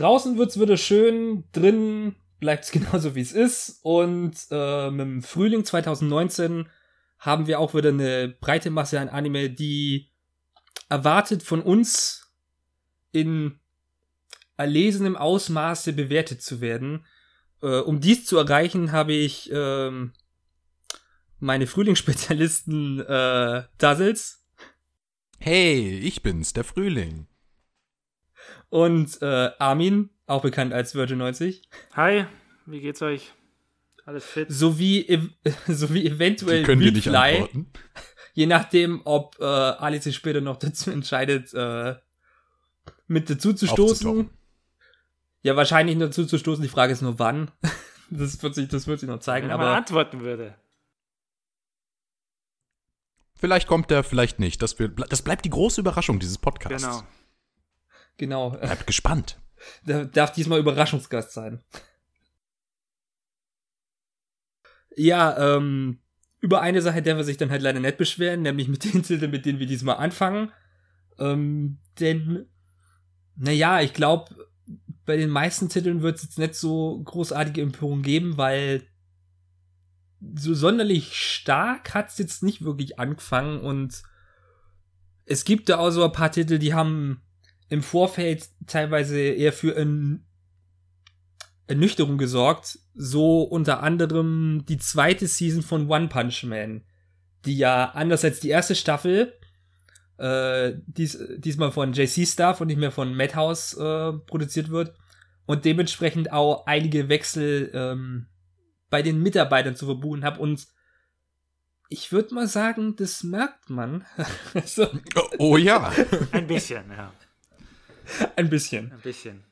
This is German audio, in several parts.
draußen wird's wieder schön, drinnen bleibt's genauso wie es ist und mit dem Frühling 2019 haben wir auch wieder eine breite Masse an Anime, die erwartet von uns in erlesenem Ausmaße bewertet zu werden. Um dies zu erreichen, habe ich meine Frühlingsspezialisten Dazzles. Hey, ich bin's, der Frühling. Und Armin, auch bekannt als Virgin 90. Hi, wie geht's euch? Alles fit? Sowie eventuell Die können wir nicht Greenfly, antworten. je nachdem, ob Alice sich später noch dazu entscheidet, mit dazu zu stoßen. Aufzutauchen. Ja, wahrscheinlich nur dazu zu stoßen. Die Frage ist nur, wann. Das wird sich noch zeigen. Wenn er Aber mal antworten würde. Vielleicht kommt der, vielleicht nicht. Das bleibt die große Überraschung dieses Podcasts. genau, Bleibt gespannt. der darf diesmal Überraschungsgast sein. Ja, über eine Sache darf er sich dann halt leider nicht beschweren, nämlich mit den Titeln, mit denen wir diesmal anfangen. Denn, naja, ich glaube, bei den meisten Titeln wird es jetzt nicht so großartige Empörung geben, weil so sonderlich stark hat es jetzt nicht wirklich angefangen und es gibt da auch so ein paar Titel, die haben im Vorfeld teilweise eher für Ernüchterung gesorgt. So unter anderem die zweite Season von One Punch Man, die ja anders als die erste Staffel diesmal von JC Staff und nicht mehr von Madhouse produziert wird und dementsprechend auch einige Wechsel bei den Mitarbeitern zu verbuchen habe und ich würde mal sagen, das merkt man. So. Oh ja. Ein bisschen, ja. Ein bisschen. Ein bisschen.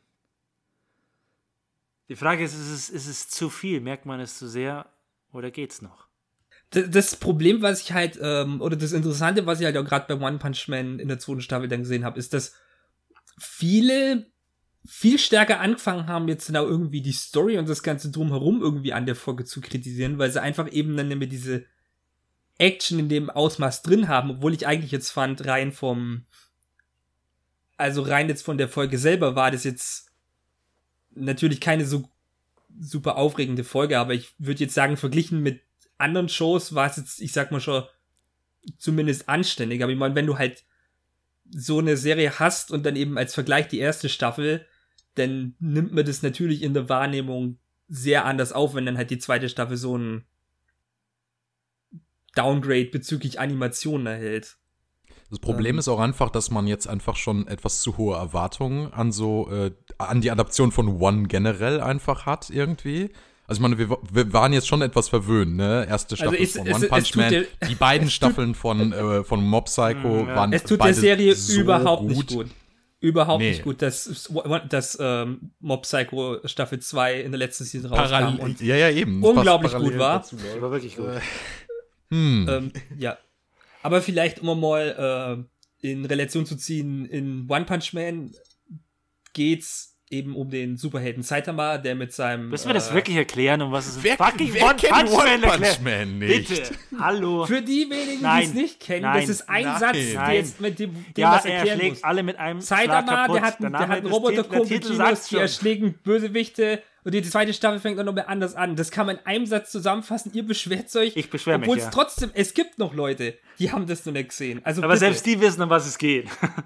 Die Frage ist es zu viel? Merkt man es zu sehr oder geht's noch? Das Problem, was ich halt, oder das Interessante, was ich halt auch gerade bei One Punch Man in der zweiten Staffel dann gesehen habe, ist, dass viele viel stärker angefangen haben, jetzt genau irgendwie die Story und das Ganze drumherum irgendwie an der Folge zu kritisieren, weil sie einfach eben dann immer diese Action in dem Ausmaß drin haben, obwohl ich eigentlich jetzt fand, rein jetzt von der Folge selber war das jetzt natürlich keine so super aufregende Folge, aber ich würde jetzt sagen, verglichen mit anderen Shows war es jetzt, ich sag mal schon, zumindest anständig. Aber ich meine, wenn du halt so eine Serie hast und dann eben als Vergleich die erste Staffel, dann nimmt man das natürlich in der Wahrnehmung sehr anders auf, wenn dann halt die zweite Staffel so ein Downgrade bezüglich Animationen erhält. Das Problem ist auch einfach, dass man jetzt einfach schon etwas zu hohe Erwartungen an die Adaption von One generell einfach hat irgendwie. Also ich meine, wir waren jetzt schon etwas verwöhnt, ne? Erste Staffel von One Punch Man, die beiden Staffeln von Mob Psycho waren es tut beide der Serie so überhaupt nicht gut. Überhaupt nicht gut, dass Mob Psycho Staffel 2 in der letzten Season rauskam und eben. unglaublich gut war. War wirklich gut. Ja. Aber vielleicht, um mal in Relation zu ziehen, in One Punch Man geht's eben um den Superhelden Saitama, der mit seinem... Müssen wir das wirklich erklären, um was es wer fucking kennt One Punch Man nicht? Bitte, hallo. Für die wenigen, die es nicht kennen, das ist ein Satz, der jetzt mit dem was er erklären schlägt muss. alle mit einem Saitama, Schlag kaputt. der hat einen Roboter-Kumpel, die erschlägen Bösewichte und die zweite Staffel fängt dann noch mal anders an. Das kann man in einem Satz zusammenfassen. Ihr beschwert euch. Ich beschwere mich, obwohl es trotzdem, es gibt noch Leute, die haben das noch nicht gesehen. Also aber bitte. selbst die wissen, um was es geht.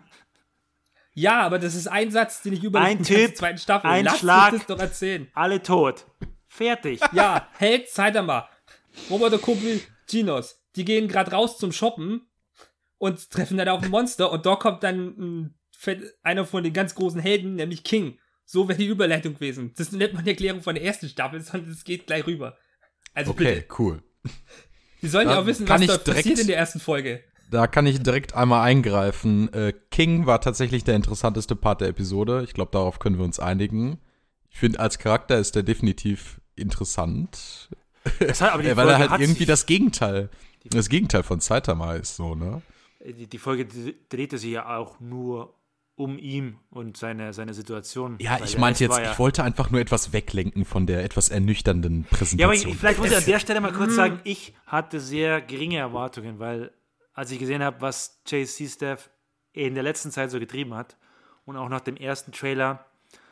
Ja, aber das ist ein Satz, den ich Ein Typ, der zweiten Staffel. ein Lass Schlag, mich das doch erzählen. alle tot. Fertig. Ja, Held Saitama, Roboter-Kumpel Genos, die gehen gerade raus zum Shoppen und treffen dann auf ein Monster und dort kommt dann einer von den ganz großen Helden, nämlich King. So wäre die Überleitung gewesen. Das ist nicht mal eine Erklärung von der ersten Staffel, sondern es geht gleich rüber. Also okay, bitte. Cool. Die sollen ja auch wissen, was dort passiert in der ersten Folge. Da kann ich direkt einmal eingreifen. King war tatsächlich der interessanteste Part der Episode. Ich glaube, darauf können wir uns einigen. Ich finde, als Charakter ist der definitiv interessant. Weil er halt irgendwie das Gegenteil von Saitama ist, so, ne? Die Folge drehte sich ja auch nur um ihn und seine Situation. Ja, ich meinte jetzt, ich wollte einfach nur etwas weglenken von der etwas ernüchternden Präsentation. Ja, aber vielleicht muss ich an der Stelle mal kurz sagen, ich hatte sehr geringe Erwartungen, weil als ich gesehen habe, was JC Staff in der letzten Zeit so getrieben hat und auch nach dem ersten Trailer,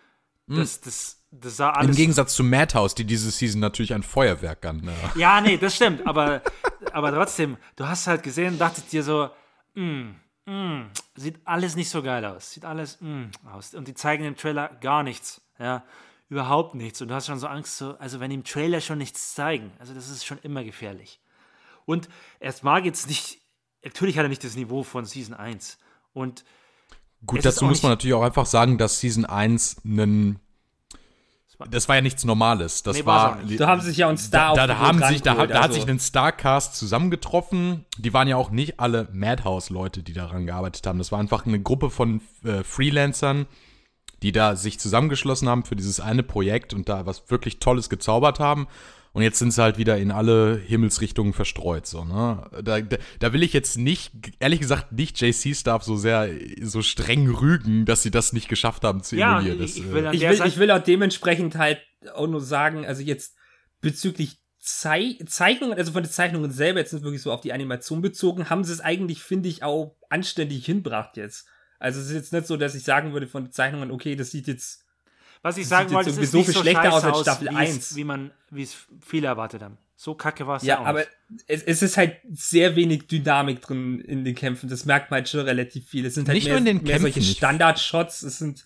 Das sah alles... Im Gegensatz zu Madhouse, die diese Season natürlich ein Feuerwerk an. Ja, nee, das stimmt. Aber trotzdem, du hast halt gesehen, dachtest dir so, sieht alles nicht so geil aus. Sieht alles aus. Und die zeigen im Trailer gar nichts. Ja, überhaupt nichts. Und du hast schon so Angst, also wenn die im Trailer schon nichts zeigen, also das ist schon immer gefährlich. Und es mag jetzt nicht, natürlich hat er nicht das Niveau von Season 1. Und gut, dazu muss man natürlich auch einfach sagen, dass Season 1 das war ja nichts Normales. Das war. Da haben sich ja ein Star Da hat sich ein Starcast zusammengetroffen. Die waren ja auch nicht alle Madhouse-Leute, die daran gearbeitet haben. Das war einfach eine Gruppe von Freelancern, die da sich zusammengeschlossen haben für dieses eine Projekt und da was wirklich Tolles gezaubert haben. Und jetzt sind sie halt wieder in alle Himmelsrichtungen verstreut. So, ne? Da will ich jetzt nicht, ehrlich gesagt, nicht JC-Staff so streng rügen, dass sie das nicht geschafft haben zu emulieren. Ich will auch dementsprechend halt auch nur sagen, also jetzt bezüglich Zeichnungen, also von den Zeichnungen selber, jetzt nicht wirklich so auf die Animation bezogen, haben sie es eigentlich, finde ich, auch anständig hinbracht jetzt. Also es ist jetzt nicht so, dass ich sagen würde von den Zeichnungen, okay, das sieht jetzt... Was ich sagen wollte, es ist nicht so schlechter aus als Staffel 1. Wie es viele erwartet haben. So kacke war es ja auch. Ja, aber es ist halt sehr wenig Dynamik drin in den Kämpfen. Das merkt man halt schon relativ viel. Es sind halt mehr solche Standardshots. Es sind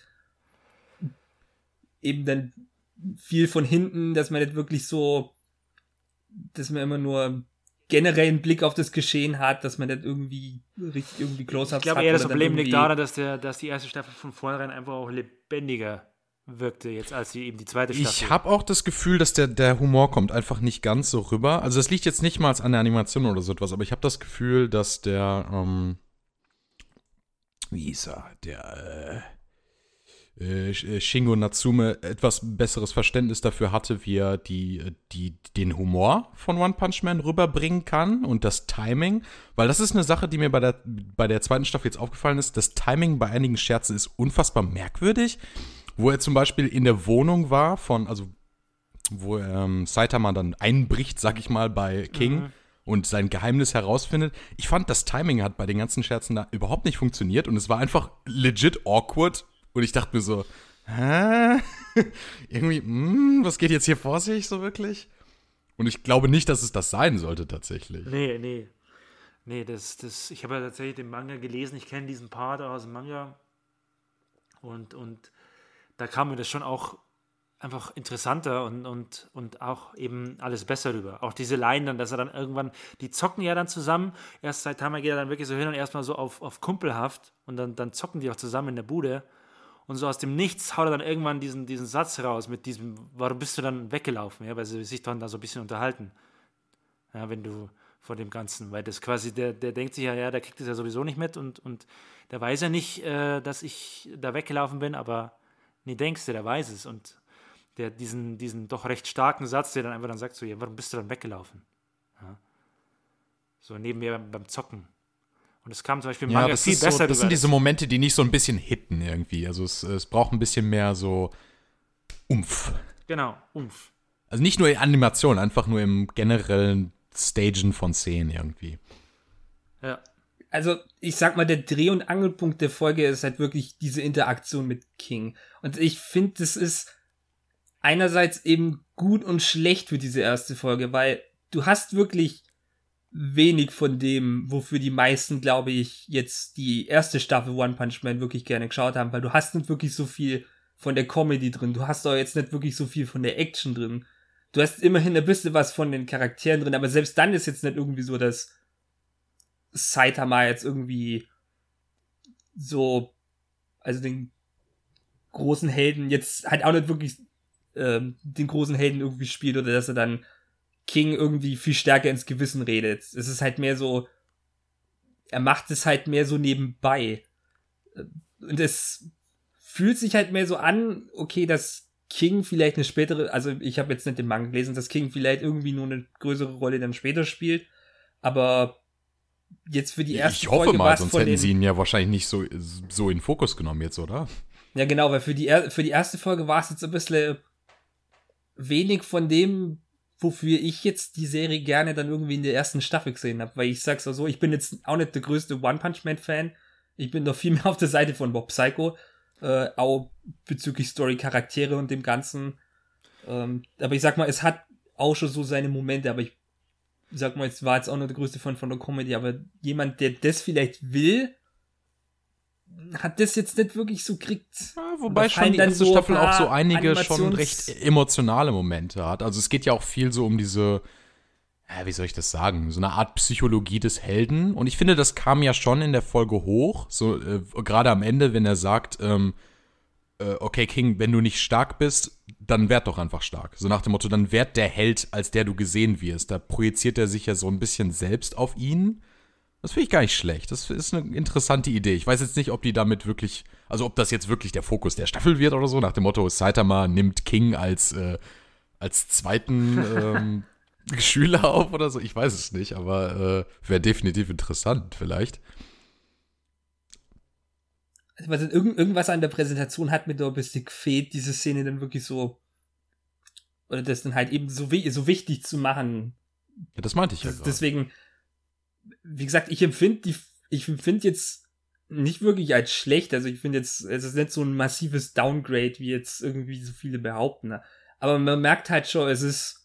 eben dann viel von hinten, dass man nicht wirklich so, dass man immer nur generell einen Blick auf das Geschehen hat, dass man nicht irgendwie richtig Close-Ups hat. Ich glaube eher, das Problem liegt daran, dass die erste Staffel von vornherein einfach auch lebendiger wirkte jetzt als eben die zweite Staffel. Ich habe auch das Gefühl, dass der Humor kommt einfach nicht ganz so rüber. Also das liegt jetzt nicht mal an der Animation oder so etwas, aber ich habe das Gefühl, dass der wie hieß er? Der Shingo Natsume etwas besseres Verständnis dafür hatte, wie er den Humor von One Punch Man rüberbringen kann und das Timing, weil das ist eine Sache, die mir bei der zweiten Staffel jetzt aufgefallen ist. Das Timing bei einigen Scherzen ist unfassbar merkwürdig. Wo er zum Beispiel in der Wohnung war wo Saitama dann einbricht, sag ich mal, bei King und sein Geheimnis herausfindet. Ich fand, das Timing hat bei den ganzen Scherzen da überhaupt nicht funktioniert und es war einfach legit awkward und ich dachte mir so, irgendwie, was geht jetzt hier vor sich so wirklich? Und ich glaube nicht, dass es das sein sollte tatsächlich. Nee, ich habe ja tatsächlich den Manga gelesen, ich kenne diesen Part aus dem Manga und da kam mir das schon auch einfach interessanter und auch eben alles besser rüber. Auch diese Line dann, dass er dann irgendwann, die zocken ja dann zusammen, erst Saitama geht er dann wirklich so hin und erstmal so auf Kumpelhaft und dann zocken die auch zusammen in der Bude und so aus dem Nichts haut er dann irgendwann diesen Satz raus mit diesem, warum bist du dann weggelaufen, ja, weil sie sich dann da so ein bisschen unterhalten, ja, wenn du vor dem Ganzen, weil das quasi, der denkt sich ja, der kriegt das ja sowieso nicht mit und der weiß ja nicht, dass ich da weggelaufen bin, aber nee, denkst du, der weiß es. Und der diesen doch recht starken Satz, der dann einfach dann sagt so, ja, warum bist du dann weggelaufen? Ja. So neben mir beim Zocken. Und es kam zum Beispiel im Manga viel besser rüber. Das sind diese Momente, die nicht so ein bisschen hitten irgendwie. Also es braucht ein bisschen mehr so Umf. Genau, Umf. Also nicht nur in Animation, einfach nur im generellen Stagen von Szenen irgendwie. Ja. Also, ich sag mal, der Dreh- und Angelpunkt der Folge ist halt wirklich diese Interaktion mit King. Und ich finde, das ist einerseits eben gut und schlecht für diese erste Folge, weil du hast wirklich wenig von dem, wofür die meisten, glaube ich, jetzt die erste Staffel One Punch Man wirklich gerne geschaut haben, weil du hast nicht wirklich so viel von der Comedy drin, du hast auch jetzt nicht wirklich so viel von der Action drin. Du hast immerhin ein bisschen was von den Charakteren drin, aber selbst dann ist jetzt nicht irgendwie so, dass Saitama jetzt irgendwie so, also den großen Helden jetzt halt auch nicht wirklich den großen Helden irgendwie spielt oder dass er dann King irgendwie viel stärker ins Gewissen redet. Es ist halt mehr so, er macht es halt mehr so nebenbei. Und es fühlt sich halt mehr so an, okay, dass King vielleicht eine spätere, also ich habe jetzt nicht den Manga gelesen, dass King vielleicht irgendwie nur eine größere Rolle dann später spielt, aber jetzt für die erste Folge. Ich hoffe mal, sonst hätten sie ihn ja wahrscheinlich nicht so in den Fokus genommen jetzt, oder? Ja, genau, weil für die erste Folge war es jetzt ein bisschen wenig von dem, wofür ich jetzt die Serie gerne dann irgendwie in der ersten Staffel gesehen habe, weil ich sag's auch so, ich bin jetzt auch nicht der größte One Punch Man Fan, ich bin doch viel mehr auf der Seite von Mob Psycho auch bezüglich Story, Charaktere und dem Ganzen. Aber ich sag mal, es hat auch schon so seine Momente, aber ich sag mal, es war jetzt auch noch der größte Fan von der Comedy, aber jemand, der das vielleicht will, hat das jetzt nicht wirklich so kriegt. Ja, wobei schon die erste Staffel auch so einige schon recht emotionale Momente hat. Also es geht ja auch viel so um diese, wie soll ich das sagen, so eine Art Psychologie des Helden. Und ich finde, das kam ja schon in der Folge hoch, so gerade am Ende, wenn er sagt, okay, King, wenn du nicht stark bist, dann werd doch einfach stark. So nach dem Motto, dann werd der Held, als der du gesehen wirst. Da projiziert er sich ja so ein bisschen selbst auf ihn. Das finde ich gar nicht schlecht. Das ist eine interessante Idee. Ich weiß jetzt nicht, ob die damit wirklich, also ob das jetzt wirklich der Fokus der Staffel wird oder so, nach dem Motto, Saitama nimmt King als zweiten Schüler auf oder so. Ich weiß es nicht, aber wäre definitiv interessant vielleicht. Also irgendwas an der Präsentation hat mir da ein bisschen gefehlt, diese Szene dann wirklich so, oder das dann halt eben so wichtig zu machen. Ja, das meinte ich ja gerade. Deswegen, wie gesagt, ich empfinde jetzt nicht wirklich als schlecht, also ich finde jetzt, es ist nicht so ein massives Downgrade, wie jetzt irgendwie so viele behaupten, ne? Aber man merkt halt schon, es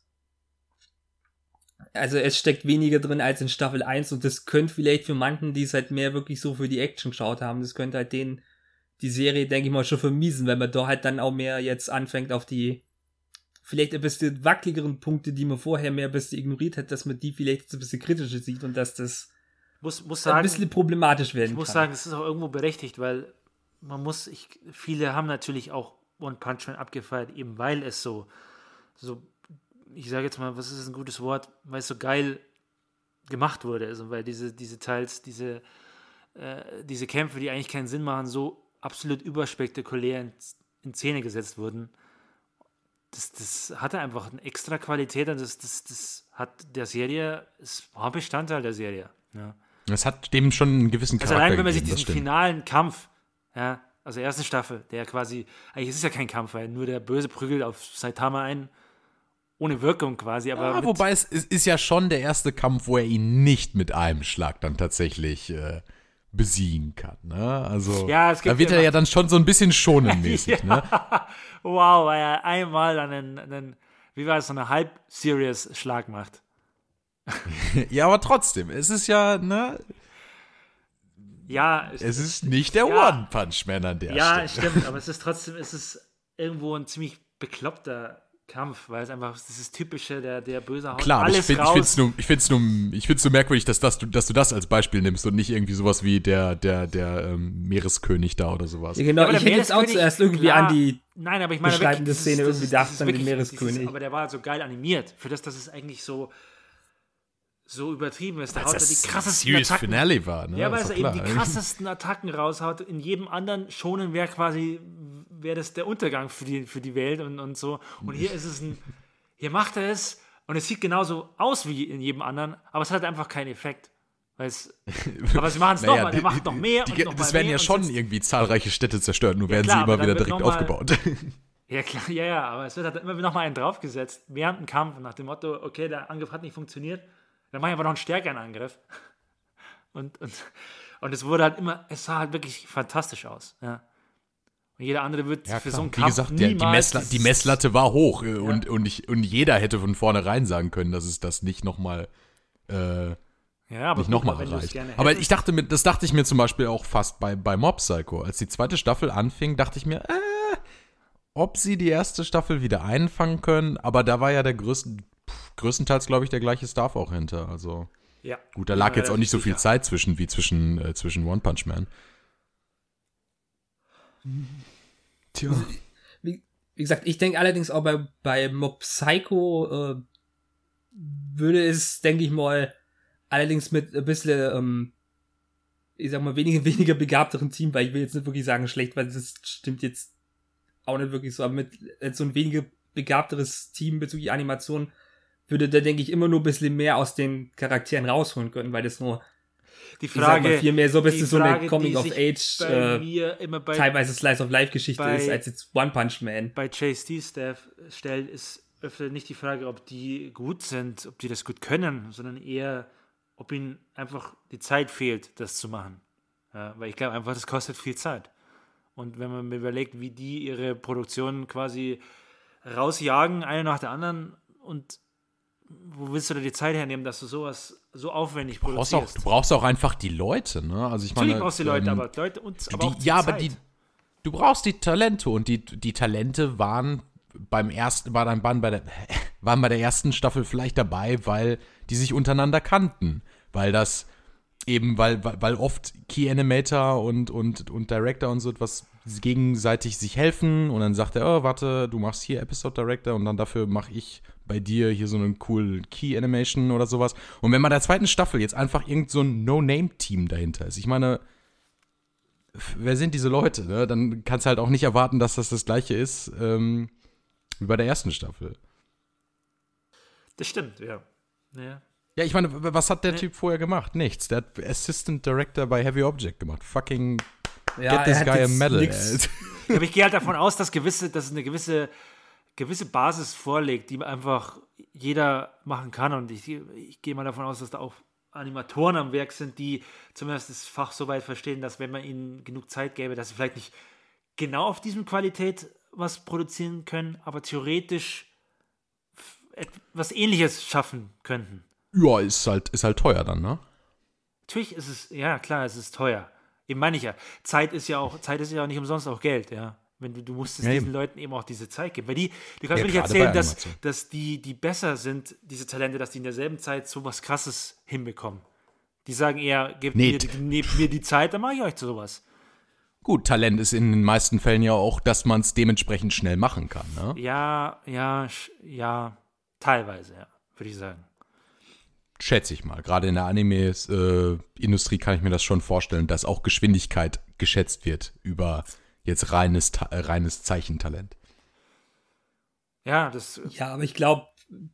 steckt weniger drin als in Staffel 1 und das könnte vielleicht für manchen, die es halt mehr wirklich so für die Action geschaut haben, das könnte halt denen die Serie, denke ich mal, schon vermiesen, wenn man da halt dann auch mehr jetzt anfängt auf die vielleicht ein bisschen wackeligeren Punkte, die man vorher mehr ein bisschen ignoriert hat, dass man die vielleicht jetzt ein bisschen kritischer sieht und dass das muss sagen, ein bisschen problematisch werden kann. Ich muss sagen, es ist auch irgendwo berechtigt, weil viele haben natürlich auch One Punch Man abgefeiert, eben weil es so ich sage jetzt mal, was ist ein gutes Wort, weil es so geil gemacht wurde, also weil diese Teils, diese Kämpfe, die eigentlich keinen Sinn machen, so absolut überspektakulär in Szene gesetzt wurden. Das hatte einfach eine extra Qualität und das hat der Serie, es war Bestandteil der Serie. Ja. Es hat dem schon einen gewissen Charakter also allein, wenn man sich gegeben, diesen finalen Kampf, ja, also erste Staffel, der quasi, eigentlich ist es ja kein Kampf, weil nur der Böse prügelt auf Saitama ein, ohne Wirkung quasi. Aber ja, wobei es ist ja schon der erste Kampf, wo er ihn nicht mit einem Schlag dann tatsächlich besiegen kann. Ne? Also ja, da wird er ja dann schon so ein bisschen schonenmäßig. Ja. Ne? Wow, weil er einmal einen wie war es, so eine Halb-Serious-Schlag macht. Ja, aber trotzdem, es ist ja, ne? Ja. Es ist nicht der One-Punch-Man an der Stelle. Ja, stimmt, aber es ist irgendwo ein ziemlich bekloppter Kampf, weil es einfach dieses typische, der böse Haut, klar, alles ich find's nur merkwürdig, dass du das als Beispiel nimmst und nicht irgendwie sowas wie der Meereskönig da oder sowas. Ja, genau, ja, ich hätte jetzt auch zuerst irgendwie an die Nein, aber ich meine, beschreibende Szene irgendwie gedacht, dann den Meereskönig. Aber der war so geil animiert, für das es eigentlich so übertrieben ist. Der haut da die krassesten Attacken. Finale war, ne? Ja, weil er eben die krassesten Attacken raushaut. In jedem anderen Shonen wäre das der Untergang für die Welt und so. Und hier ist es hier macht er es und es sieht genauso aus wie in jedem anderen, aber es hat einfach keinen Effekt. Aber sie machen es nochmal, der macht noch mehr. Das werden ja schon irgendwie zahlreiche Städte zerstört, nur werden sie immer wieder direkt aufgebaut. Ja, klar, ja, aber es wird halt immer noch mal einen draufgesetzt, während dem Kampf, nach dem Motto, okay, der Angriff hat nicht funktioniert, dann mache ich aber noch einen stärkeren Angriff. Und es wurde halt immer, es sah halt wirklich fantastisch aus, ja. Und jeder andere wird für so einen Kampf niemals... Die Messlatte war hoch und jeder hätte von vornherein sagen können, dass es das nicht nochmal erreicht. Aber das dachte ich mir zum Beispiel auch fast bei Mob Psycho. Als die zweite Staffel anfing, dachte ich mir, ob sie die erste Staffel wieder einfangen können, aber da war ja der größtenteils, glaube ich, der gleiche Staff auch hinter. Also ja, gut, da lag jetzt auch nicht so viel Zeit zwischen One Punch Man. Tja. Wie gesagt, ich denke allerdings auch bei Mob Psycho würde es, denke ich mal, allerdings mit ein bisschen, ich sag mal, weniger begabteren Team, weil ich will jetzt nicht wirklich sagen schlecht, weil das stimmt jetzt auch nicht wirklich so, aber mit so ein weniger begabteres Team bezüglich Animation würde da, denke ich, immer nur ein bisschen mehr aus den Charakteren rausholen können, weil das nur die Frage, viel mehr so ein bisschen so eine Coming-of-Age, teilweise Slice-of-Life-Geschichte ist, als jetzt One Punch Man. Bei JST-Staff stellt ist öfter nicht die Frage, ob die gut sind, ob die das gut können, sondern eher, ob ihnen einfach die Zeit fehlt, das zu machen. Ja, weil ich glaube einfach, das kostet viel Zeit. Und wenn man überlegt, wie die ihre Produktionen quasi rausjagen, eine nach der anderen, und wo willst du da die Zeit hernehmen, dass du sowas so aufwendig produzierst? Du brauchst auch einfach die Leute, ne? Also ich Natürlich meine, brauchst du die Leute, aber auch die aber Zeit. du brauchst die Talente, und die Talente waren waren bei der ersten Staffel vielleicht dabei, weil die sich untereinander kannten, weil oft Key Animator und Director und so etwas gegenseitig sich helfen, und dann sagt er, oh, warte, du machst hier Episode Director und dann dafür mache ich bei dir hier so einen cool Key Animation oder sowas. Und wenn bei der zweiten Staffel jetzt einfach irgend so ein No-Name-Team dahinter ist, ich meine, wer sind diese Leute, ne? Dann kannst du halt auch nicht erwarten, dass das Gleiche ist wie bei der ersten Staffel. Das stimmt, ja. Ja, ich meine, was hat der Typ vorher gemacht? Nichts. Der hat Assistant Director bei Heavy Object gemacht. Fucking get this guy a medal. Aber ich gehe halt davon aus, dass es eine gewisse Basis vorlegt, die einfach jeder machen kann. Und ich gehe mal davon aus, dass da auch Animatoren am Werk sind, die zumindest das Fach so weit verstehen, dass wenn man ihnen genug Zeit gäbe, dass sie vielleicht nicht genau auf diesem Qualität was produzieren können, aber theoretisch etwas Ähnliches schaffen könnten. Ja, ist halt teuer dann, ne? Natürlich ist es, ja klar, es ist teuer. Eben meine ich ja. Zeit ist ja auch nicht umsonst auch Geld, ja. Wenn du musst es diesen Leuten eben auch diese Zeit geben. Weil du kannst mir nicht erzählen, dass die besser sind, diese Talente, dass die in derselben Zeit so was Krasses hinbekommen. Die sagen eher, gebt mir die Zeit, dann mache ich euch zu sowas. Gut, Talent ist in den meisten Fällen ja auch, dass man es dementsprechend schnell machen kann, ne? Ja, teilweise, ja, würde ich sagen. Schätze ich mal. Gerade in der Anime-Industrie kann ich mir das schon vorstellen, dass auch Geschwindigkeit geschätzt wird über jetzt reines Zeichentalent. Ja, aber ich glaube,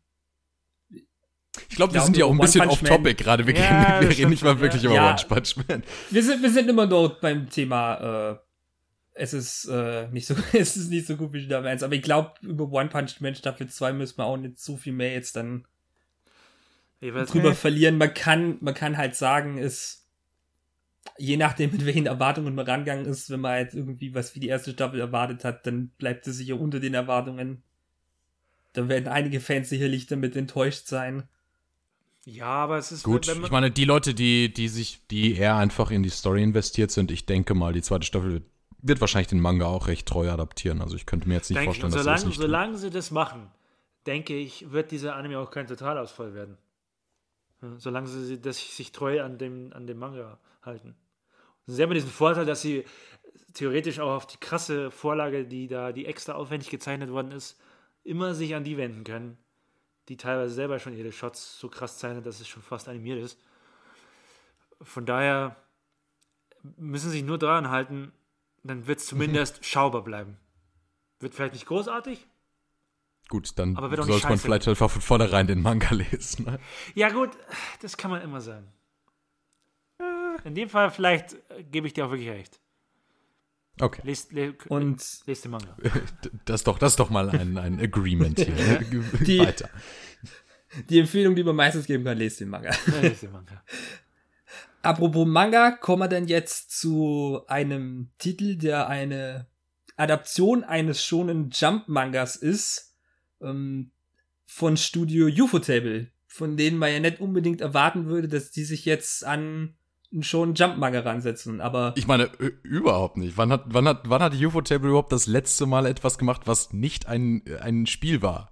wir sind ja auch ein bisschen off-topic gerade. Wir reden nicht mal wirklich über One Punch Man. Wir sind immer noch beim Thema, es ist nicht so gut wie Staffel 1, aber ich glaube, über One Punch Man Staffel 2 müssen wir auch nicht so viel mehr jetzt dann drüber verlieren. Man kann halt sagen, je nachdem, mit welchen Erwartungen man rangegangen ist, wenn man halt irgendwie was wie die erste Staffel erwartet hat, dann bleibt es sicher unter den Erwartungen. Da werden einige Fans sicherlich damit enttäuscht sein. Ja, aber es ist gut. Ich meine, die Leute, die eher einfach in die Story investiert sind, ich denke mal, die zweite Staffel wird wahrscheinlich den Manga auch recht treu adaptieren. Also ich könnte mir jetzt nicht vorstellen, dass sie das nicht tun. Solange sie das machen, denke ich, wird dieser Anime auch kein Totalausfall werden. Solange sie sich treu an dem Manga halten. Sie haben diesen Vorteil, dass sie theoretisch auch auf die krasse Vorlage, die extra aufwendig gezeichnet worden ist, immer sich an die wenden können, die teilweise selber schon ihre Shots so krass zeichnen, dass es schon fast animiert ist. Von daher müssen sie sich nur daran halten, dann wird es zumindest schaubar bleiben. Wird vielleicht nicht großartig. Gut, dann sollte man vielleicht einfach von vornherein den Manga lesen. Ne? Ja gut, das kann man immer sagen. In dem Fall vielleicht gebe ich dir auch wirklich recht. Okay. Lest den Manga. Das ist doch mal ein Agreement hier. Weiter. Die Empfehlung, die man meistens geben kann, lest den Manga. Ja, lest den Manga. Apropos Manga, kommen wir denn jetzt zu einem Titel, der eine Adaption eines Shonen Jump Mangas ist, von Studio Ufotable, von denen man ja nicht unbedingt erwarten würde, dass die sich jetzt an einen Shonen Jump Manga ransetzen, aber ich meine, überhaupt nicht. Wann hat Ufotable überhaupt das letzte Mal etwas gemacht, was nicht ein Spiel war?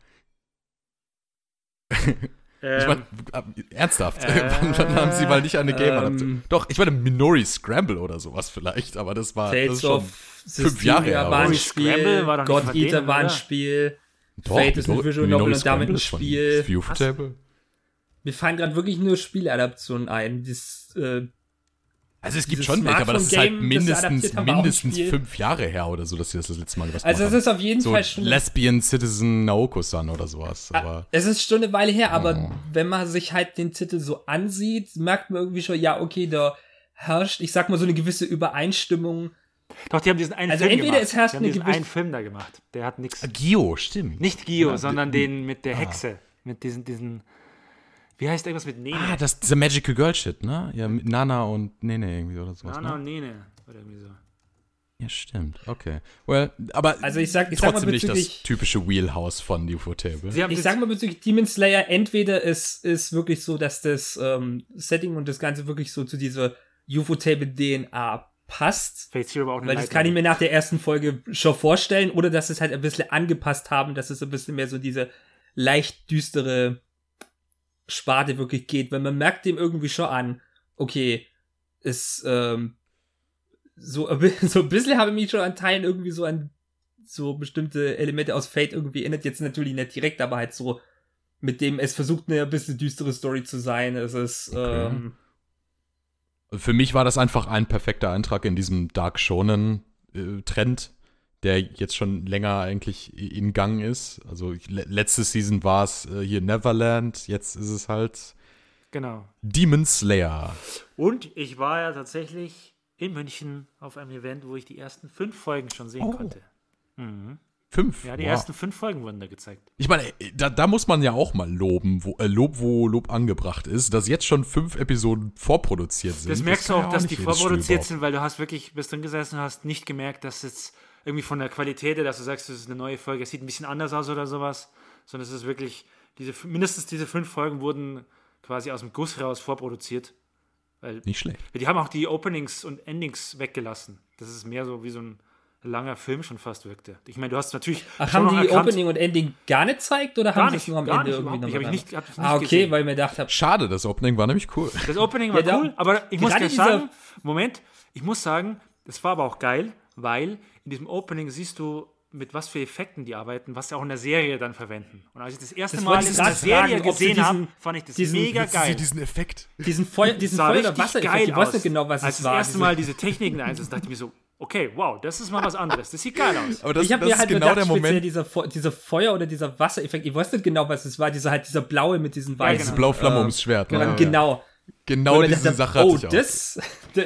Ich meine, ernsthaft, wann haben sie mal nicht eine Game-Adaption? Doch, ich meine, Minori Scramble oder sowas vielleicht, aber das ist schon 5 Jahre her. War ein Spiel, God Eater war ein Spiel, Fate ist ein Visual Novel und damit ein Spiel. Mir fallen gerade wirklich nur Spieladaptionen ein. Also es gibt schon welche, aber das ist halt mindestens 5 Jahre her oder so, dass sie das letzte Mal was gemacht haben. Also es ist auf jeden Fall schon Lesbian Citizen Naoko-san oder sowas. Aber es ist schon eine Weile her, aber wenn man sich halt den Titel so ansieht, merkt man irgendwie schon, ja, okay, da herrscht, ich sag mal, so eine gewisse Übereinstimmung. Doch, die haben diesen einen Film gemacht. Es herrscht einen Film da gemacht. Der hat nichts. Gio, stimmt. Nicht Gio, sondern den mit der Hexe. Mit diesen wie heißt irgendwas mit Nene? Das ist dieser Magical Girl Shit, ne? Ja, mit Nana und Nene irgendwie oder sowas. Nana und Nene oder irgendwie so. Ja, stimmt. Okay. Well, aber Also ich sag trotzdem mal nicht das typische Wheelhouse von Ufotable. Ich sag mal bezüglich Demon Slayer, entweder es ist wirklich so, dass das Setting und das Ganze wirklich so zu dieser Ufotable-DNA passt. Fate Zero war auch eine Weil das kann ich mir nach der ersten Folge schon vorstellen. Oder dass es halt ein bisschen angepasst haben, dass es ein bisschen mehr so diese leicht düstere Sparte wirklich geht. Weil man merkt dem irgendwie schon an, okay, es so ein bisschen habe ich mich schon an Teilen irgendwie so an so bestimmte Elemente aus Fate irgendwie erinnert. Jetzt natürlich nicht direkt, aber halt so mit dem, es versucht eine ein bisschen düstere Story zu sein. Es ist, Für mich war das einfach ein perfekter Eintrag in diesem Dark Shonen Trend, der jetzt schon länger eigentlich in Gang ist. Also letzte Season war es hier Neverland, jetzt ist es halt genau. Demon Slayer. Und ich war ja tatsächlich in München auf einem Event, wo ich die ersten 5 Folgen schon sehen konnte. 5? Ja, die ersten 5 Folgen wurden da gezeigt. Ich meine, da muss man ja auch mal loben, wo Lob angebracht ist, dass jetzt schon 5 Episoden vorproduziert sind. Das merkst du auch, dass die vorproduziert sind, sind, weil du hast wirklich, bist drin gesessen und hast nicht gemerkt, dass jetzt irgendwie von der Qualität, dass du sagst, das ist eine neue Folge, es sieht ein bisschen anders aus oder sowas, sondern es ist wirklich, mindestens diese 5 Folgen wurden quasi aus dem Guss raus vorproduziert. Weil, nicht schlecht. Die haben auch die Openings und Endings weggelassen. Das ist mehr so wie so ein langer Film schon fast wirkte. Ich meine, du hast natürlich haben die Opening und Ending gar nicht gezeigt oder haben sie es nur am Ende irgendwie noch? Hab ich nicht okay, gesehen. Weil ich mir gedacht habe. Schade, das Opening war nämlich cool. Das Opening war cool, aber ich muss sagen, das war aber auch geil, weil in diesem Opening siehst du, mit was für Effekten die arbeiten, was sie auch in der Serie dann verwenden. Und als ich das erste Mal in der Serie gesehen habe, fand ich das mega geil. Diesen Effekt. Diesen Feuer- oder Wassereffekt, ich weiß nicht genau, was als es war. Als das erste Mal diese Techniken einsetzt, dachte ich mir so, okay, wow, das ist mal was anderes. Das sieht geil aus. Aber das, ich habe mir halt genau gedacht, der Moment, dieser Feuer- oder dieser Wassereffekt, ich weiß nicht genau, was es war, dieser blaue mit diesen weißen. diese blaue Flamme ums Schwert. Genau. Genau diese Sache hatte ich auch. Das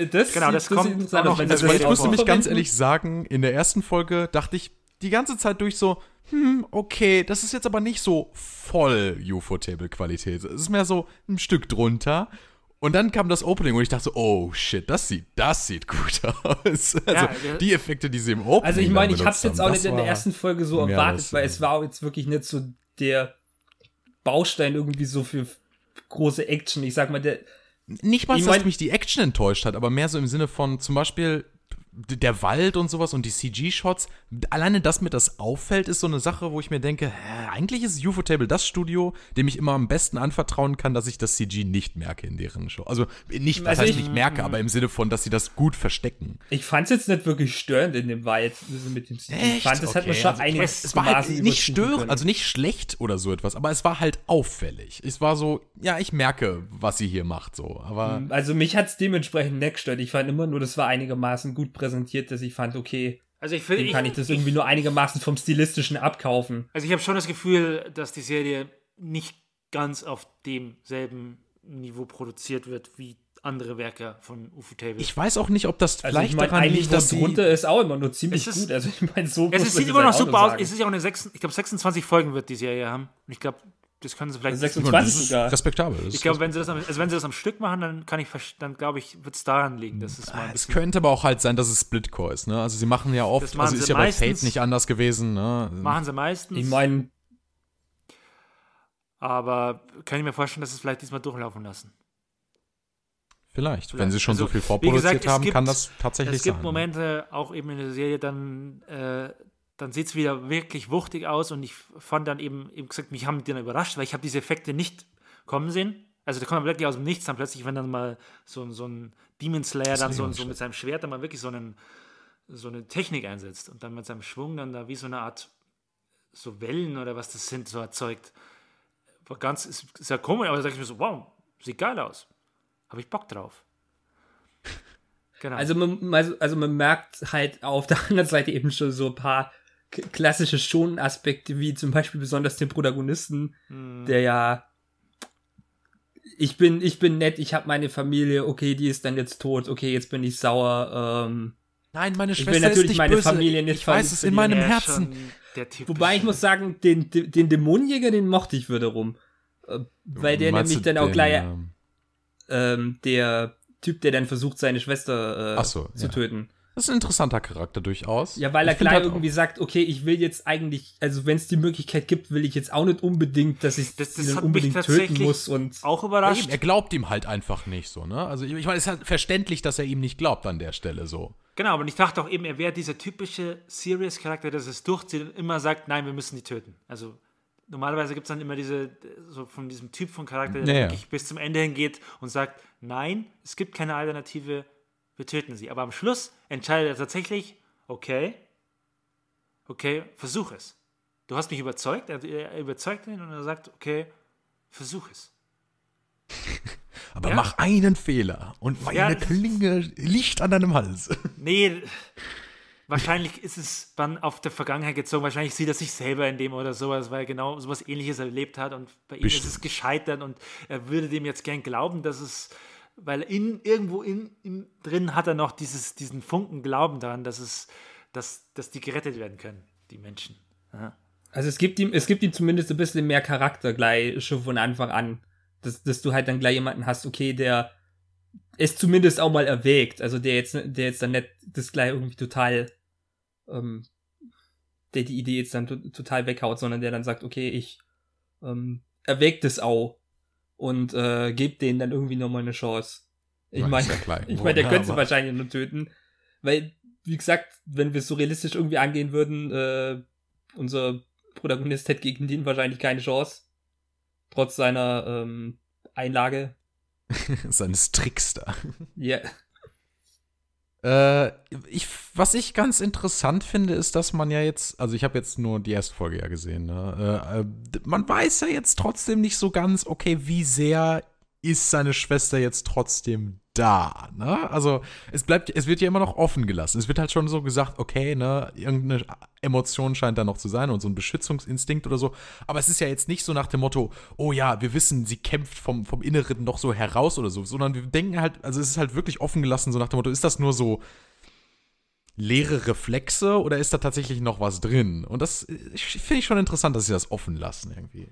kommt auch noch in Also ich muss nämlich ganz ehrlich sagen, in der ersten Folge dachte ich die ganze Zeit durch so, okay, das ist jetzt aber nicht so voll Ufotable-Qualität. Es ist mehr so ein Stück drunter. Und dann kam das Opening und ich dachte so, oh shit, das sieht gut aus. Also die Effekte, die sie im Opening Also ich meine, ich hab's jetzt auch nicht in der ersten Folge so erwartet, weil es war auch jetzt wirklich nicht so der Baustein irgendwie so für große Action. Ich sag mal, nicht mal, dass mich die Action enttäuscht hat, aber mehr so im Sinne von zum Beispiel der Wald und sowas und die CG-Shots, alleine das mir das auffällt, ist so eine Sache, wo ich mir denke, eigentlich ist Ufotable das Studio, dem ich immer am besten anvertrauen kann, dass ich das CG nicht merke in deren Show. Also nicht, was heißt nicht merke, aber im Sinne von, dass sie das gut verstecken. Ich fand es jetzt nicht wirklich störend in dem Wald mit dem CG. Ich fand, es hat mir schon einiges. Es war halt nicht störend, also nicht schlecht oder so etwas, aber es war halt auffällig. Es war so, ja, ich merke, was sie hier macht, so. Aber also mich hat es dementsprechend nicht gestört. Ich fand immer nur, das war einigermaßen gut präsentiert, dass ich fand, okay, also kann ich das irgendwie nur einigermaßen vom Stilistischen abkaufen. Also ich habe schon das Gefühl, dass die Serie nicht ganz auf demselben Niveau produziert wird wie andere Werke von Ufotable. Ich weiß auch nicht, ob das vielleicht daran liegt, dass drunter ist auch immer nur ziemlich gut. Also ich meine, so es sieht immer noch super aus. Es ist ja auch ich glaube 26 Folgen wird die Serie haben. Und ich glaube, das können sie vielleicht 26 sogar. Respektabel. Ich glaube, wenn sie das am Stück machen, dann glaube ich, wird es daran liegen. Das ist mal es könnte aber auch halt sein, dass es Splitcore ist. Ne? Also sie machen ja oft, also ist ja bei Fate nicht anders gewesen. Ne? Machen sie meistens. Ich meine, aber kann ich mir vorstellen, dass sie es vielleicht diesmal durchlaufen lassen. Vielleicht. Wenn sie schon so viel vorproduziert haben, kann das tatsächlich sein. Es gibt Momente, auch eben in der Serie, dann sieht es wieder wirklich wuchtig aus und ich fand dann eben gesagt, mich haben die dann überrascht, weil ich habe diese Effekte nicht kommen sehen. Also da kommt man wirklich aus dem Nichts dann plötzlich, wenn dann mal so ein Demon Slayer dann so mit seinem Schwert dann mal wirklich so eine Technik einsetzt und dann mit seinem Schwung dann da wie so eine Art so Wellen oder was das sind, so erzeugt. Ist ja komisch, aber da sage ich mir so, wow, sieht geil aus. Habe ich Bock drauf. Genau. Also man merkt halt auf der anderen Seite eben schon so ein paar klassische Shonen-Aspekte, wie zum Beispiel besonders den Protagonisten, der ja ich bin nett, ich habe meine Familie, okay, die ist dann jetzt tot, okay, jetzt bin ich sauer. Nein, meine Schwester ich will natürlich ist nicht meine böse. Familie nicht ich weiß es in meinem Herzen. Wobei ich muss sagen, den Dämonenjäger, den mochte ich wiederum. Weil der nämlich dann auch gleich der Typ, der dann versucht, seine Schwester zu töten. Das ist ein interessanter Charakter durchaus. Ja, weil er Ich find gleich halt irgendwie sagt, okay, ich will jetzt eigentlich, also wenn es die Möglichkeit gibt, will ich jetzt auch nicht unbedingt, dass ich Das sie dann hat unbedingt mich töten tatsächlich muss und auch Ja, überrascht. eben, er glaubt ihm halt einfach nicht so, ne? Also ich meine, es ist halt verständlich, dass er ihm nicht glaubt an der Stelle so. Genau, aber ich dachte auch eben, er wäre dieser typische Serious-Charakter, der es durchzieht und immer sagt, nein, wir müssen die töten. Also normalerweise gibt es dann immer so von diesem Typ von Charakter, der Ja, ja. wirklich bis zum Ende hingeht und sagt, nein, es gibt keine Alternative, wir töten sie. Aber am Schluss entscheidet er tatsächlich, okay, versuch es. Du hast mich überzeugt, er überzeugt ihn und er sagt, okay, versuch es. Aber Ja. mach einen Fehler und meine Ja. Klinge liegt an deinem Hals. Nee, wahrscheinlich ist es dann auf der Vergangenheit gezogen. Wahrscheinlich sieht er sich selber in dem oder sowas, weil er genau sowas Ähnliches erlebt hat und bei ihm ist es Bestimmt. gescheitert und er würde dem jetzt gern glauben, dass es, weil irgendwo in ihm drin hat er noch diesen Funken Glauben daran, dass die gerettet werden können, die Menschen. Ja. also es gibt ihm zumindest ein bisschen mehr Charakter gleich schon von Anfang an. Dass du halt dann gleich jemanden hast, okay, der es zumindest auch mal erwägt, also der jetzt dann nicht das gleich irgendwie total, der die Idee jetzt dann total weghaut, sondern der dann sagt, okay, ich erwägt es auch und gebe denen dann irgendwie nochmal eine Chance. Ich Ja, meine, ist ja klar. der könnte sie Aber- wahrscheinlich nur töten, weil, wie gesagt, wenn wir es so realistisch irgendwie angehen würden, unser Protagonist hätte gegen den wahrscheinlich keine Chance. Trotz seiner Einlage. Seines Tricks da. Ja. Was ich ganz interessant finde, ist, dass man ja jetzt, also ich habe jetzt nur die erste Folge ja gesehen, ne? Man weiß ja jetzt trotzdem nicht so ganz, okay, wie sehr ist seine Schwester jetzt trotzdem da, ne? Also es wird ja immer noch offen gelassen. Es wird halt schon so gesagt, okay, ne, irgendeine Emotion scheint da noch zu sein und so ein Beschützungsinstinkt oder so. Aber es ist ja jetzt nicht so nach dem Motto, oh ja, wir wissen, sie kämpft vom Inneren noch so heraus oder so, sondern wir denken halt, also es ist halt wirklich offen gelassen, so nach dem Motto, ist das nur so leere Reflexe oder ist da tatsächlich noch was drin? Und das finde ich schon interessant, dass sie das offen lassen irgendwie.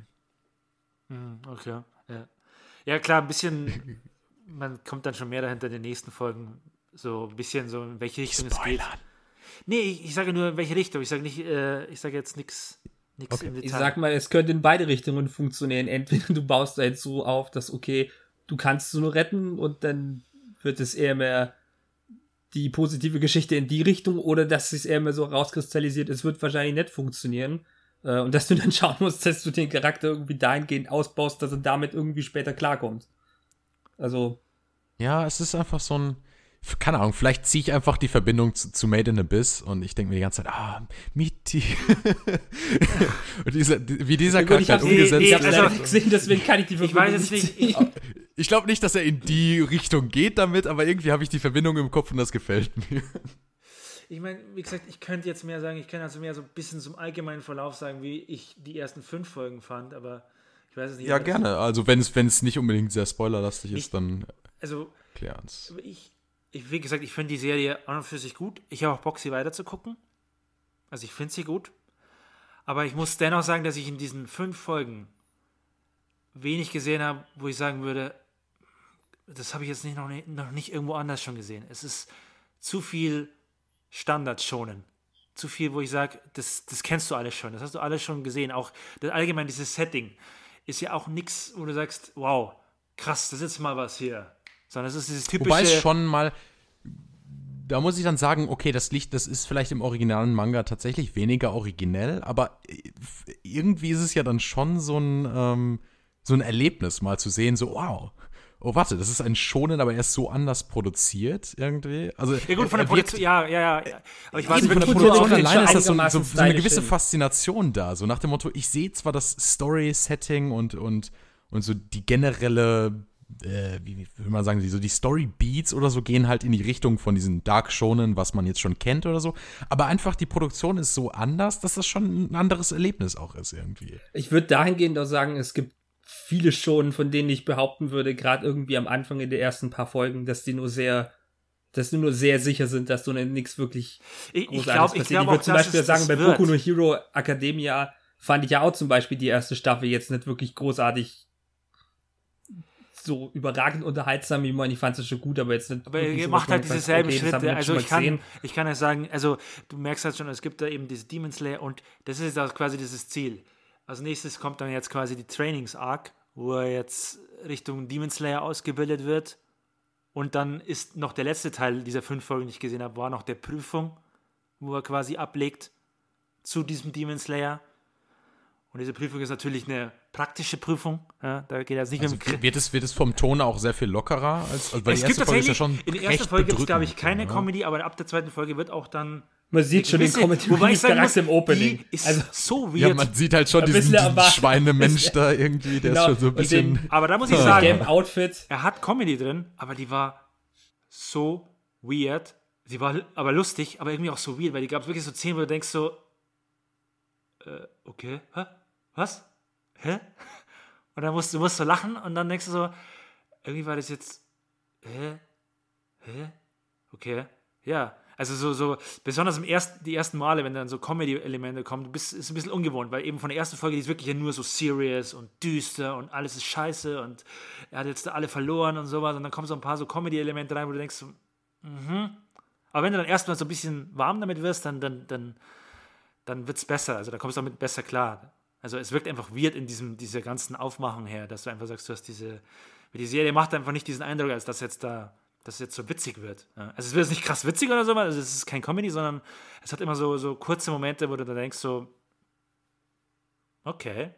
Okay, ja. Ja, klar, ein bisschen, man kommt dann schon mehr dahinter in den nächsten Folgen, so ein bisschen so, in welche Richtung es geht. Nee, ich sage nur, in welche Richtung. Ich sage nicht, ich sage jetzt nichts Okay. im Detail. Ich sag mal, es könnte in beide Richtungen funktionieren. Entweder du baust da jetzt so auf, dass, okay, du kannst es nur retten und dann wird es eher mehr die positive Geschichte in die Richtung oder dass es eher mehr so rauskristallisiert, es wird wahrscheinlich nicht funktionieren. Und dass du dann schauen musst, dass du den Charakter irgendwie dahingehend ausbaust, dass er damit irgendwie später klarkommt. Also, Ja, es ist einfach so ein, keine Ahnung, vielleicht ziehe ich einfach die Verbindung zu Made in Abyss und ich denke mir die ganze Zeit, Mitty. Und wie dieser gut, ich Charakter hab's umgesetzt ich hab's also- leider nicht gesehen, deswegen kann ich die Ich weiß jetzt nicht nicht, ziehen. Ich glaube nicht, dass er in die Richtung geht damit, aber irgendwie habe ich die Verbindung im Kopf und das gefällt mir. Ich meine, wie gesagt, ich könnte jetzt mehr sagen, ich kann also mehr so ein bisschen zum allgemeinen Verlauf sagen, wie ich die ersten 5 Folgen fand, aber ich weiß es nicht. Ja, ob das- gerne. Also wenn es nicht unbedingt sehr spoilerlastig ist, dann Also, klär uns. wie gesagt, ich finde die Serie an und für sich gut. Ich habe auch Bock, sie weiter zu gucken. Also ich finde sie gut. Aber ich muss dennoch sagen, dass ich in diesen 5 Folgen wenig gesehen habe, wo ich sagen würde, das habe ich jetzt noch nicht irgendwo anders schon gesehen. Es ist zu viel Standard schonen. Zu viel, wo ich sage, das kennst du alles schon. Das hast du alles schon gesehen. Auch allgemein dieses Setting ist ja auch nichts, wo du sagst, wow, krass, das ist jetzt mal was hier. Sondern es ist dieses typische... Wobei es schon mal, da muss ich dann sagen, okay, das ist vielleicht im originalen Manga tatsächlich weniger originell, aber irgendwie ist es ja dann schon so ein Erlebnis, mal zu sehen, so wow, oh warte, das ist ein Shonen, aber er ist so anders produziert irgendwie. Also Ja gut, von der Produktion, ja. Aber ich weiß Eben, von der wirklich, Produktion schon alleine ist das so einigermaßen eine gewisse stylisch hin. Faszination da. So nach dem Motto, ich sehe zwar das Story-Setting und so die generelle, wie will man sagen, so die Story-Beats oder so gehen halt in die Richtung von diesen Dark Shonen, was man jetzt schon kennt oder so. Aber einfach die Produktion ist so anders, dass das schon ein anderes Erlebnis auch ist irgendwie. Ich würde dahingehend auch sagen, es gibt viele schon, von denen ich behaupten würde, gerade irgendwie am Anfang in den ersten paar Folgen, dass die nur sehr sicher sind, dass so nichts wirklich ich Großartiges glaube passiert. glaub Ich auch, würde zum dass Beispiel es sagen, das bei wird. Boku no Hero Academia fand ich ja auch zum Beispiel die erste Staffel jetzt nicht wirklich großartig so überragend unterhaltsam, wie man, ich fand es schon gut, aber jetzt nicht. Aber er so, macht halt diese selben Schritte. Also ich kann ja sagen, also du merkst halt schon, es gibt da eben diese Demon Slayer und das ist auch quasi dieses Ziel. Als nächstes kommt dann jetzt quasi die Trainings-Arc, wo er jetzt Richtung Demon Slayer ausgebildet wird. Und dann ist noch der letzte Teil dieser 5 Folgen, die ich gesehen habe, war noch der Prüfung, wo er quasi ablegt zu diesem Demon Slayer. Und diese Prüfung ist natürlich eine praktische Prüfung. Ja, da geht es nicht also wird es vom Ton auch sehr viel lockerer? Weil es die gibt erste Folge ist ja tatsächlich, schon in der ersten Folge gibt es, glaube ich, keine ja. Comedy, aber ab der zweiten Folge wird auch dann man sieht schon den Comedy-Charakter im Opening. Ist also, so weird. Ja, man sieht halt schon diesen Schweinemensch da irgendwie, der ist schon so ein bisschen... aber da muss ich sagen, Outfit. Er hat Comedy drin, aber die war so weird. Sie war aber lustig, aber irgendwie auch so weird, weil die gab es wirklich so Szenen, wo du denkst so, okay, hä? Was? Hä? Und dann musst du so lachen und dann denkst du so, irgendwie war das jetzt, okay, ja. Also so besonders die ersten Male, wenn dann so Comedy-Elemente kommen, ist ein bisschen ungewohnt, weil eben von der ersten Folge, die ist wirklich ja nur so serious und düster und alles ist scheiße und er hat jetzt da alle verloren und sowas und dann kommen so ein paar so Comedy-Elemente rein, wo du denkst so, Aber wenn du dann erstmal so ein bisschen warm damit wirst, dann wird es besser, also da kommst du damit besser klar. Also es wirkt einfach weird in dieser ganzen Aufmachung her, dass du einfach sagst, du hast die Serie macht einfach nicht diesen Eindruck, als dass jetzt so witzig wird. Ja. Also es wird jetzt nicht krass witzig oder so, also es ist kein Comedy, sondern es hat immer so kurze Momente, wo du da denkst so, okay.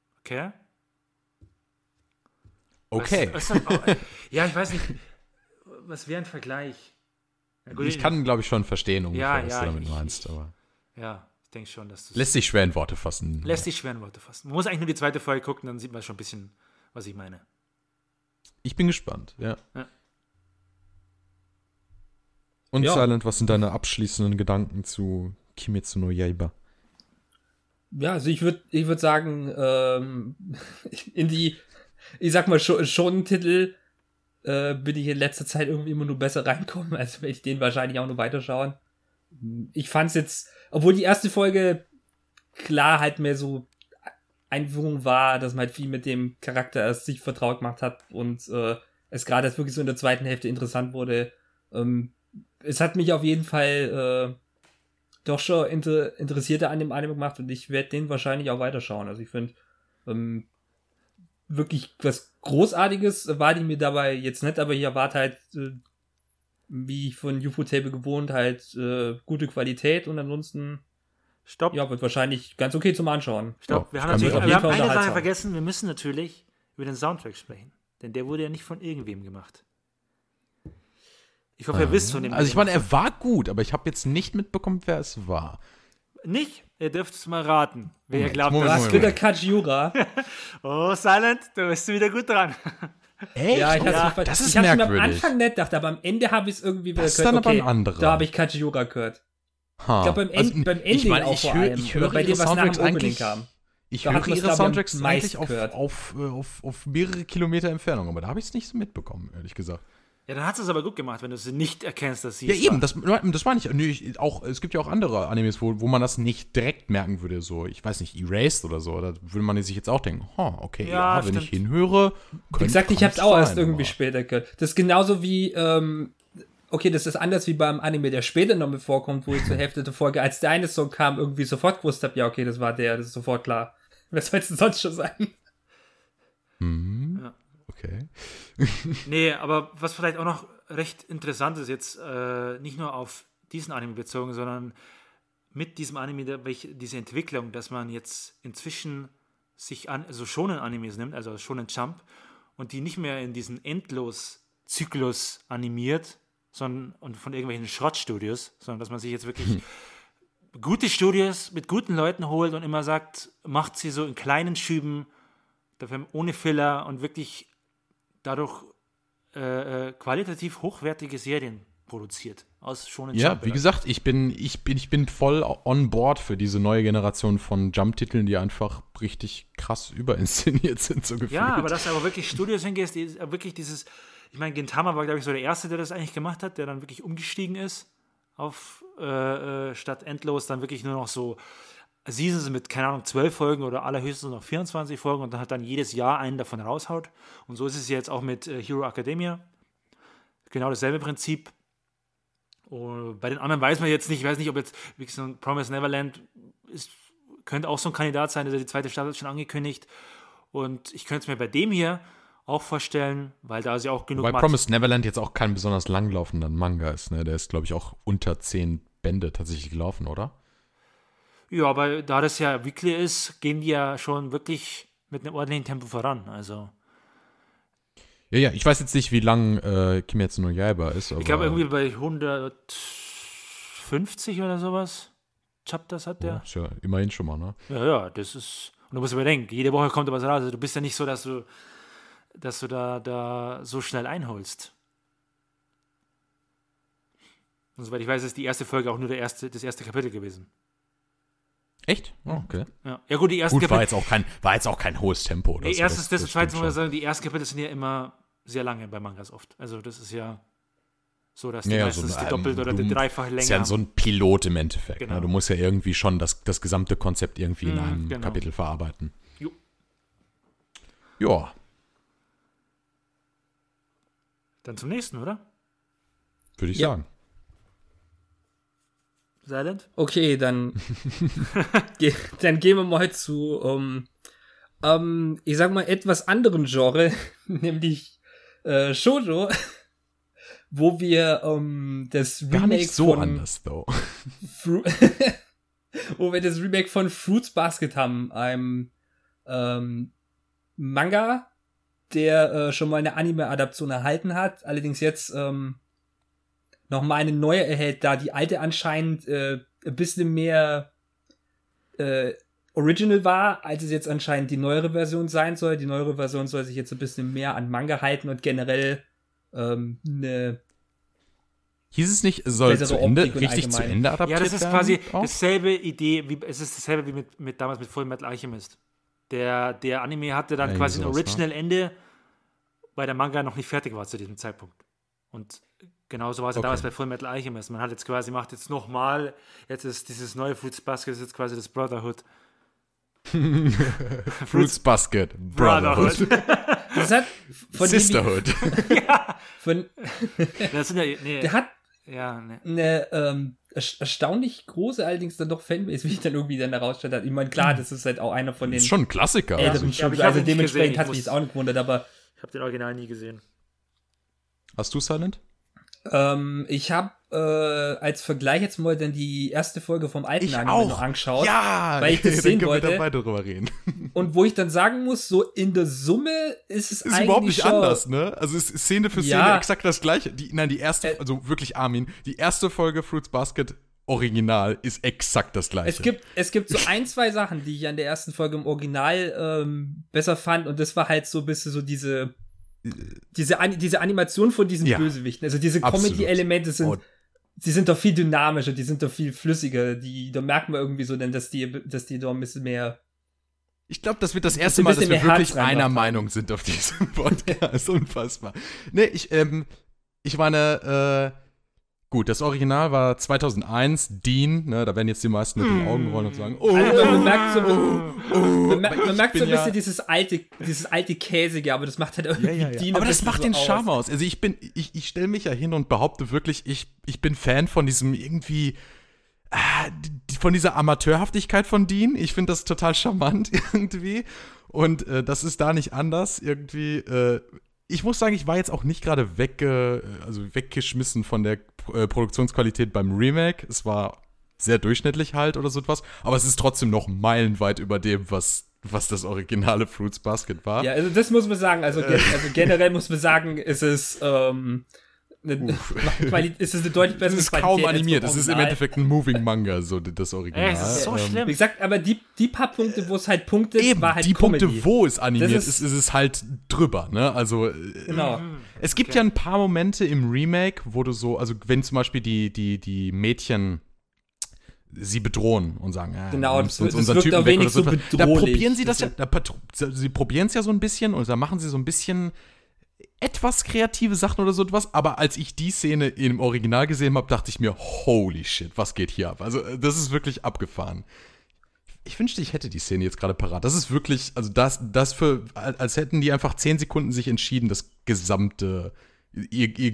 Ja, ich weiß nicht, was wäre ein Vergleich? Ja, gut, ich kann, glaube ich, schon verstehen, ungefähr, was du damit meinst. Aber ja, ich denke schon, dass lässt sich schwer in Worte fassen. Man muss eigentlich nur die zweite Folge gucken, dann sieht man schon ein bisschen, was ich meine. Ich bin gespannt, ja. Und Silent, was sind deine abschließenden Gedanken zu Kimetsu no Yaiba? Ja, also ich würd sagen, in die, ich sag mal, schon Titel bin ich in letzter Zeit irgendwie immer nur besser reinkommen, als werde ich den wahrscheinlich auch nur weiterschauen. Ich fand's jetzt, obwohl die erste Folge klar halt mehr so Einführung war, dass man halt viel mit dem Charakter erst sich vertraut gemacht hat und es gerade jetzt wirklich so in der zweiten Hälfte interessant wurde. Es hat mich auf jeden Fall doch schon interessierter an dem Anime gemacht und ich werde den wahrscheinlich auch weiterschauen. Also ich finde, wirklich was Großartiges war die mir dabei jetzt nicht, aber ich erwarte halt, wie ich von Ufotable gewohnt, halt gute Qualität und ansonsten wird wahrscheinlich ganz okay zum Anschauen. Wir haben eine Sache vergessen, wir müssen natürlich über den Soundtrack sprechen, denn der wurde ja nicht von irgendwem gemacht. Ich hoffe, ihr wisst von dem. Also ich meine, er war gut, aber ich habe jetzt nicht mitbekommen, wer es war. Nicht? Ihr dürft es mal raten. Wer glaubt, das ist wieder Kajiura. Oh, Silent, du bist wieder gut dran. Echt? Ja, das ist merkwürdig. Ich habe am Anfang nicht gedacht, aber am Ende habe ich es irgendwie wieder gehört. Okay, aber ein anderer. Da habe ich Kajiura gehört. Ich glaube, beim Ende auch vor allem. Ich höre bei dem, was nach dem Opening kam. Ich höre ihre Soundtracks eigentlich auf mehrere Kilometer Entfernung, aber da habe ich es nicht so mitbekommen, ehrlich gesagt. Ja, dann hat es aber gut gemacht, wenn du sie nicht erkennst, dass sie ja, eben, das meine ich. Es gibt ja auch andere Animes, wo man das nicht direkt merken würde, so, ich weiß nicht, Erased oder so, da würde man sich jetzt auch denken, okay, wenn ich hinhöre, wie gesagt, ich habe es auch erst irgendwie später gehört. Das ist genauso wie, okay, das ist anders wie beim Anime, der später noch mit vorkommt, wo ich zur Hälfte der Folge, als der eine Song kam, irgendwie sofort gewusst habe, ja, okay, das war der, das ist sofort klar. Was soll es denn sonst schon sein? Ja. Okay. Nee, aber was vielleicht auch noch recht interessant ist, jetzt nicht nur auf diesen Anime bezogen, sondern mit diesem Anime, diese Entwicklung, dass man jetzt inzwischen sich so Shonen-Animes nimmt, also Shonen Jump, und die nicht mehr in diesen Endlos-Zyklus animiert, und von irgendwelchen Schrottstudios, sondern dass man sich jetzt wirklich gute Studios mit guten Leuten holt und immer sagt, macht sie so in kleinen Schüben, dafür ohne Filler und wirklich dadurch qualitativ hochwertige Serien produziert aus Shonen Jump. Ja, wie gesagt, ich bin voll on board für diese neue Generation von Jump-Titeln, die einfach richtig krass überinszeniert sind, so gefühlt. Ja, aber dass du aber wirklich Studios hingehst, die wirklich dieses, ich meine, Gintama war, glaube ich, so der Erste, der das eigentlich gemacht hat, der dann wirklich umgestiegen ist auf statt Endlos dann wirklich nur noch so Seasons mit, keine Ahnung, 12 Folgen oder allerhöchstens noch 24 Folgen und dann hat dann jedes Jahr einen davon raushaut. Und so ist es jetzt auch mit Hero Academia. Genau dasselbe Prinzip. Und bei den anderen weiß man jetzt nicht, ich weiß nicht, ob jetzt wie gesagt, Promise Neverland könnte auch so ein Kandidat sein, die zweite Staffel ist schon angekündigt. Und ich könnte es mir bei dem hier auch vorstellen, weil da ist ja auch genug Wobei Promise Neverland jetzt auch kein besonders langlaufender Manga ist, ne? Der ist, glaube ich, auch unter 10 Bände tatsächlich gelaufen, oder? Ja, aber da das ja weekly ist, gehen die ja schon wirklich mit einem ordentlichen Tempo voran. Also Ja, ich weiß jetzt nicht, wie lang Kimetsu no Yaiba ist, aber ich glaube irgendwie bei 150 oder sowas Chapters hat der. ist ja immerhin schon mal, ne? Ja, das ist. Und du musst überdenken, jede Woche kommt was raus. Also du bist ja nicht so, dass du da so schnell einholst. Und soweit ich weiß, ist die erste Folge auch nur das erste Kapitel gewesen. Echt? Oh, okay. Ja gut, die ersten Gut, war jetzt auch kein hohes Tempo. Oder die so. erste, das zweite muss man schon sagen, die ersten Kapitel sind ja immer sehr lange bei Mangas oft. Also das ist ja so, dass die Ja, meistens so die doppelte oder die dreifache Länge ist ja so ein Pilot im Endeffekt. Genau. Ne? Du musst ja irgendwie schon das gesamte Konzept irgendwie in einem genau. Kapitel verarbeiten. Jo. Ja, Dann zum nächsten, oder? würde ich Ja. sagen. Silent? Okay, dann, dann gehen wir mal zu, ich sag mal, etwas anderen Genre, nämlich Shoujo, wo wir das Remake Gar nicht so von anders, though. wo wir das Remake von Fruits Basket haben, einem Manga, der schon mal eine Anime-Adaption erhalten hat, allerdings jetzt nochmal eine neue erhält, da die alte anscheinend ein bisschen mehr original war, als es jetzt anscheinend die neuere Version sein soll. Die neuere Version soll sich jetzt ein bisschen mehr an Manga halten und generell eine Hieß es nicht, soll bessere zu Ende, Optik und richtig zu allgemein. Ende adaptiert Ja, das ist werden quasi auch? dasselbe Idee, es ist dasselbe wie mit damals mit Full Metal Alchemist. Der Anime hatte dann Irgendwie quasi ein sowas, Original-Ende, weil der Manga noch nicht fertig war zu diesem Zeitpunkt. Und genauso war es ja Okay. damals bei Full Metal Alchemist. Man hat jetzt quasi, macht jetzt nochmal, jetzt ist dieses neue Fruits Basket, ist jetzt quasi das Brotherhood. Fruits Basket, Brotherhood, Das hat von Sisterhood. Das sind ja, nee, der hat ja, nee. eine erstaunlich große, allerdings dann doch Fanbase, wie ich dann irgendwie dann herausgestellt habe. Ich meine, klar, das ist halt auch einer von den Ist schon ein Klassiker. älteren Ja, aber ich Shoujo, hab also ihn nicht dementsprechend gesehen, hat ich mich jetzt muss- auch nicht gewundert, aber Ich habe den Original nie gesehen. Hast du Silent? ich habe als Vergleich jetzt mal dann die erste Folge vom alten Ich Anime auch. noch angeschaut. Ja, weil ich das dann sehen können wir wollte. dann beide drüber reden. Und wo ich dann sagen muss, so in der Summe ist es Ist eigentlich überhaupt nicht schon, anders, ne? Also es ist Szene für Szene Ja. exakt das gleiche. Die erste, also wirklich Armin, die erste Folge Fruits Basket Original ist exakt das gleiche. Es gibt so ein, zwei Sachen, die ich an der ersten Folge im Original besser fand, und das war halt so ein bisschen so diese Animation von diesen Ja. Bösewichten. Also diese Absolut. Comedy-Elemente Oh. die sind doch viel dynamischer, die sind doch viel flüssiger, da merkt man irgendwie so dann, dass die da ein bisschen mehr. Ich glaube, das wird das ein erste Mal, dass bisschen wir mehr wirklich Herz reinmacht einer haben. Meinung sind auf diesem Podcast. Unfassbar. Nee, ich meine, gut, das Original war 2001, Dean, ne, da werden jetzt die meisten mit den Augen rollen und sagen, oh, Also man merkt so, man merkt so ein bin ja- bisschen dieses alte Käsige, aber das macht halt irgendwie Dean Aber ein das bisschen macht so den aus. Charme aus. Also ich stelle mich ja hin und behaupte wirklich, ich bin Fan von diesem irgendwie, von dieser Amateurhaftigkeit von Dean. Ich finde das total charmant irgendwie. Und das ist da nicht anders irgendwie. Ich muss sagen, ich war jetzt auch nicht gerade weggeschmissen von der Produktionsqualität beim Remake. Es war sehr durchschnittlich halt oder so etwas. Aber es ist trotzdem noch meilenweit über dem, was das originale Fruits Basket war. Ja, also das muss man sagen. Also generell muss man sagen, ist es ist es eine deutlich Es bessere ist kaum Qualität als animiert. vom Es ist im Original. Endeffekt ein Moving Manga, so das Original. Es ist so schlimm. Wie gesagt, aber die paar Punkte, wo es halt punktet, Eben, war halt die Comedy. Punkte, wo es animiert Das ist, ist es halt drüber, ne? Also, Genau. es gibt ja ein paar Momente im Remake, wo du so, also wenn zum Beispiel die Mädchen sie bedrohen und sagen, Genau, nimmst das uns unseren wirkt Typen auch weg wenig oder so so. Da bedrohlich. probieren sie das ja, Das sie probieren es ja so ein bisschen und da machen sie so ein bisschen etwas kreative Sachen oder so etwas, aber als ich die Szene im Original gesehen habe, dachte ich mir, holy shit, was geht hier ab? Also, das ist wirklich abgefahren. ich wünschte, ich hätte die Szene jetzt gerade parat. Das ist wirklich, also das als hätten die einfach 10 Sekunden sich entschieden, ihr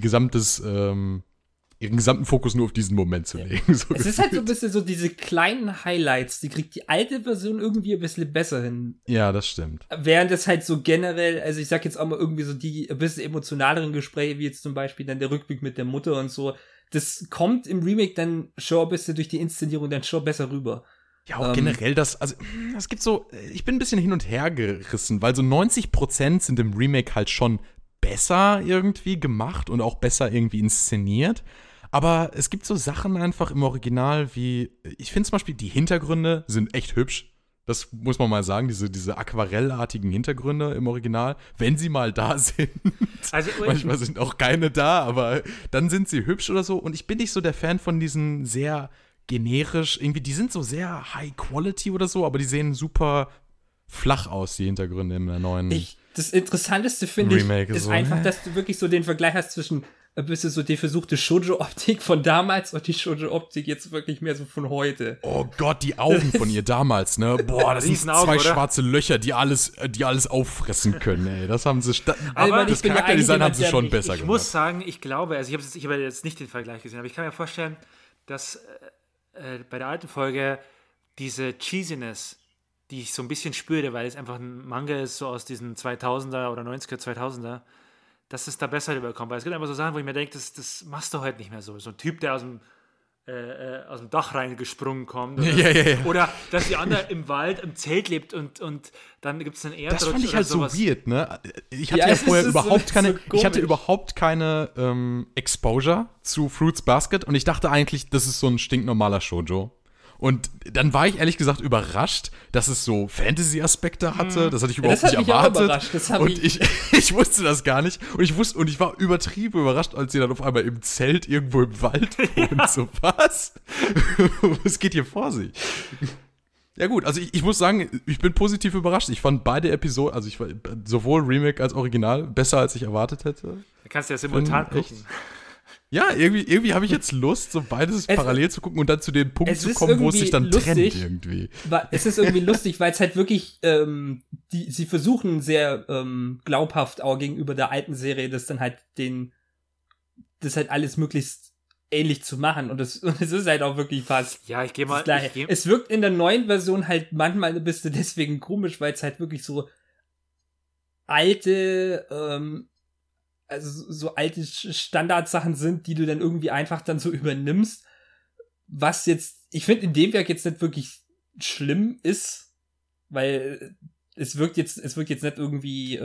gesamten Fokus nur auf diesen Moment zu legen. So es ist halt so ein bisschen so diese kleinen Highlights, die kriegt die alte Version irgendwie ein bisschen besser hin. Ja, das stimmt. Während es halt so generell, also ich sag jetzt auch mal irgendwie so die ein bisschen emotionaleren Gespräche, wie jetzt zum Beispiel dann der Rückblick mit der Mutter und so, das kommt im Remake dann schon ein bisschen durch die Inszenierung dann schon besser rüber. Ja, auch generell es gibt so, ich bin ein bisschen hin und her gerissen, weil so 90% sind im Remake halt schon besser irgendwie gemacht und auch besser irgendwie inszeniert. Aber es gibt so Sachen einfach im Original wie, ich finde zum Beispiel, die Hintergründe sind echt hübsch. Das muss man mal sagen, diese aquarellartigen Hintergründe im Original, wenn sie mal da sind. Also, manchmal sind auch keine da, aber dann sind sie hübsch oder so. Und ich bin nicht so der Fan von diesen sehr generisch, irgendwie, die sind so sehr High Quality oder so, aber die sehen super flach aus, die Hintergründe in der neuen Das Interessanteste, finde ich, ist so, einfach, dass du wirklich so den Vergleich hast zwischen ein bisschen so die versuchte Shoujo-Optik von damals und die Shoujo-Optik jetzt wirklich mehr so von heute. Oh Gott, die Augen von ihr damals, ne? Boah, das sind zwei schwarze Löcher, die alles auffressen können, ey. Das haben sie, aber das Charakterdesign haben sie schon besser gemacht. Ich muss sagen, ich glaube, also ich habe jetzt nicht den Vergleich gesehen, aber ich kann mir vorstellen, dass bei der alten Folge diese Cheesiness, die ich so ein bisschen spüre, weil es einfach ein Manga ist, so aus diesen 2000er oder 90er, 2000er, dass es da besser rüberkommt. Weil es gibt einfach so Sachen, wo ich mir denke, das machst du heute nicht mehr so. So ein Typ, der aus dem Dach reingesprungen kommt. Oder dass die andere im Wald, im Zelt lebt und dann gibt es einen Erdrutsch. Das fand ich halt sowas. So weird, ne? Ich hatte vorher überhaupt keine Exposure zu Fruits Basket und ich dachte eigentlich, das ist so ein stinknormaler Shoujo. Und dann war ich ehrlich gesagt überrascht, dass es so Fantasy-Aspekte hatte. Das hatte ich überhaupt nicht erwartet. Und ich wusste das gar nicht. Und ich war übertrieben überrascht, als sie dann auf einmal im Zelt irgendwo im Wald wohnt. So, was? Was geht hier vor sich? Ja gut, also ich muss sagen, ich bin positiv überrascht. Ich fand beide Episoden, also ich war sowohl Remake als Original besser, als ich erwartet hätte. Da kannst du ja simultan gucken. Ja, irgendwie habe ich jetzt Lust, so beides parallel zu gucken und dann zu dem Punkt zu kommen, wo es sich dann trennt irgendwie. Es ist irgendwie lustig, weil es halt wirklich, sie versuchen sehr glaubhaft auch gegenüber der alten Serie, das dann halt das halt alles möglichst ähnlich zu machen und es ist halt auch wirklich fast. Ja, ich gehe mal. Es wirkt in der neuen Version halt manchmal ein bisschen deswegen komisch, weil es halt wirklich so alte, also so alte Standardsachen sind, die du dann irgendwie einfach dann so übernimmst, was jetzt, ich finde in dem Werk jetzt nicht wirklich schlimm ist, weil es wirkt jetzt nicht irgendwie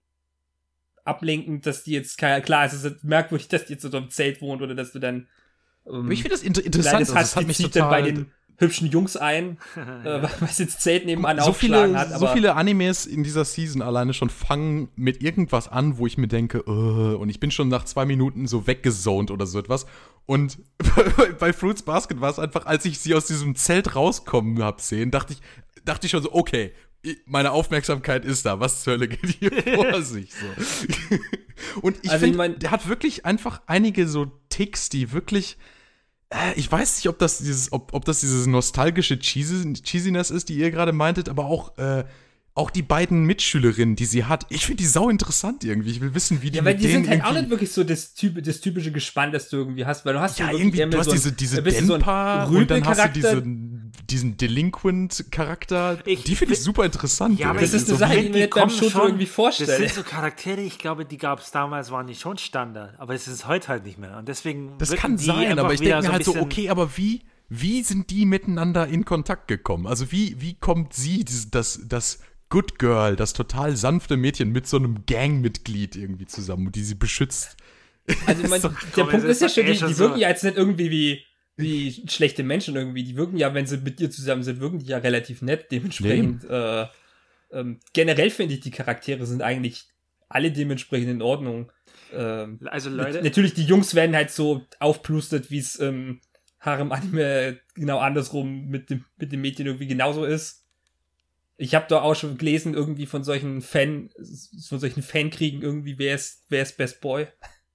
ablenkend, dass die jetzt, klar, es ist merkwürdig, dass die jetzt so im Zelt wohnt oder dass du dann ich finde das interessant, das hat mich total dann bei den hübschen Jungs ein, was jetzt Zelt nebenan aufgeschlagen hat. So viele Animes in dieser Season alleine schon fangen mit irgendwas an, wo ich mir denke, und ich bin schon nach 2 Minuten so weggezont oder so etwas. Und bei Fruits Basket war es einfach, als ich sie aus diesem Zelt rauskommen hab sehen, dachte ich schon so, okay, meine Aufmerksamkeit ist da, was zur Hölle geht hier vor sich? So. Und ich finde, der hat wirklich einfach einige so Ticks, die wirklich ich weiß nicht, ob das dieses nostalgische Cheesiness ist, die ihr gerade meintet, aber auch die beiden Mitschülerinnen, die sie hat. Ich finde die sau interessant irgendwie. Ich will wissen, wie die weil die sind halt auch nicht wirklich so das typische Gespann, das du irgendwie hast, weil du hast ja irgendwie, du hast diese Denpa und dann hast du diesen Delinquent-Charakter. Die finde ich super interessant. Ja, aber das ist eine Sache, die mir beim Shoujo irgendwie vorstelle. Das sind so Charaktere, ich glaube, die gab es damals, waren die schon Standard, aber es ist heute halt nicht mehr. Und deswegen das kann sein, aber ich denke mir halt so, okay, aber wie sind die miteinander in Kontakt gekommen? Also wie kommt sie, das Good Girl, das total sanfte Mädchen mit so einem Gangmitglied irgendwie zusammen und die sie beschützt? Also der Punkt ist ja schon, die wirken ja jetzt nicht irgendwie wie schlechte Menschen irgendwie. Die wirken ja, wenn sie mit dir zusammen sind, wirken die ja relativ nett. Dementsprechend generell finde ich, die Charaktere sind eigentlich alle dementsprechend in Ordnung. Also Leute, natürlich, die Jungs werden halt so aufplustert, wie es Harem-Anime genau andersrum mit dem Mädchen irgendwie genauso ist. Ich habe da auch schon gelesen, irgendwie von solchen Fankriegen irgendwie, wer ist Best Boy?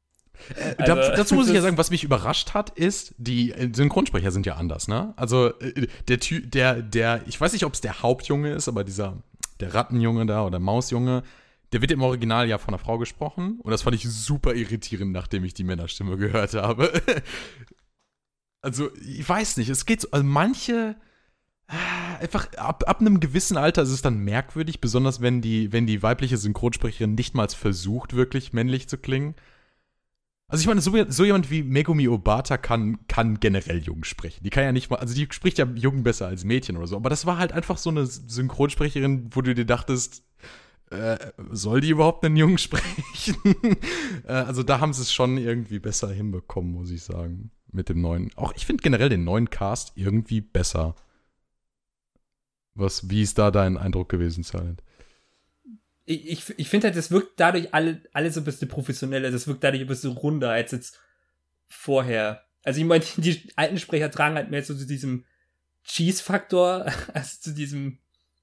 Dazu muss ich ja sagen, was mich überrascht hat, ist, die Synchronsprecher sind ja anders, ne? Also der Typ, ich weiß nicht, ob es der Hauptjunge ist, aber der Rattenjunge da oder Mausjunge, der wird im Original ja von einer Frau gesprochen und das fand ich super irritierend, nachdem ich die Männerstimme gehört habe. Also, ich weiß nicht, es geht so, also manche, einfach ab einem gewissen Alter ist es dann merkwürdig, besonders wenn die weibliche Synchronsprecherin nicht mal versucht, wirklich männlich zu klingen. Also ich meine, so jemand wie Megumi Obata kann generell jung sprechen. Die kann ja nicht mal, also die spricht ja jung besser als Mädchen oder so, aber das war halt einfach so eine Synchronsprecherin, wo du dir dachtest, soll die überhaupt einen Jungen sprechen? Also da haben sie es schon irgendwie besser hinbekommen, muss ich sagen, mit dem neuen. Auch ich finde generell den neuen Cast irgendwie besser. Wie ist da dein Eindruck gewesen, Silent? Ich finde halt, das wirkt dadurch alles so ein bisschen professioneller, das wirkt dadurch ein bisschen runder als jetzt vorher. Also ich meine, die alten Sprecher tragen halt mehr so zu diesem Cheese-Faktor, als zu diesem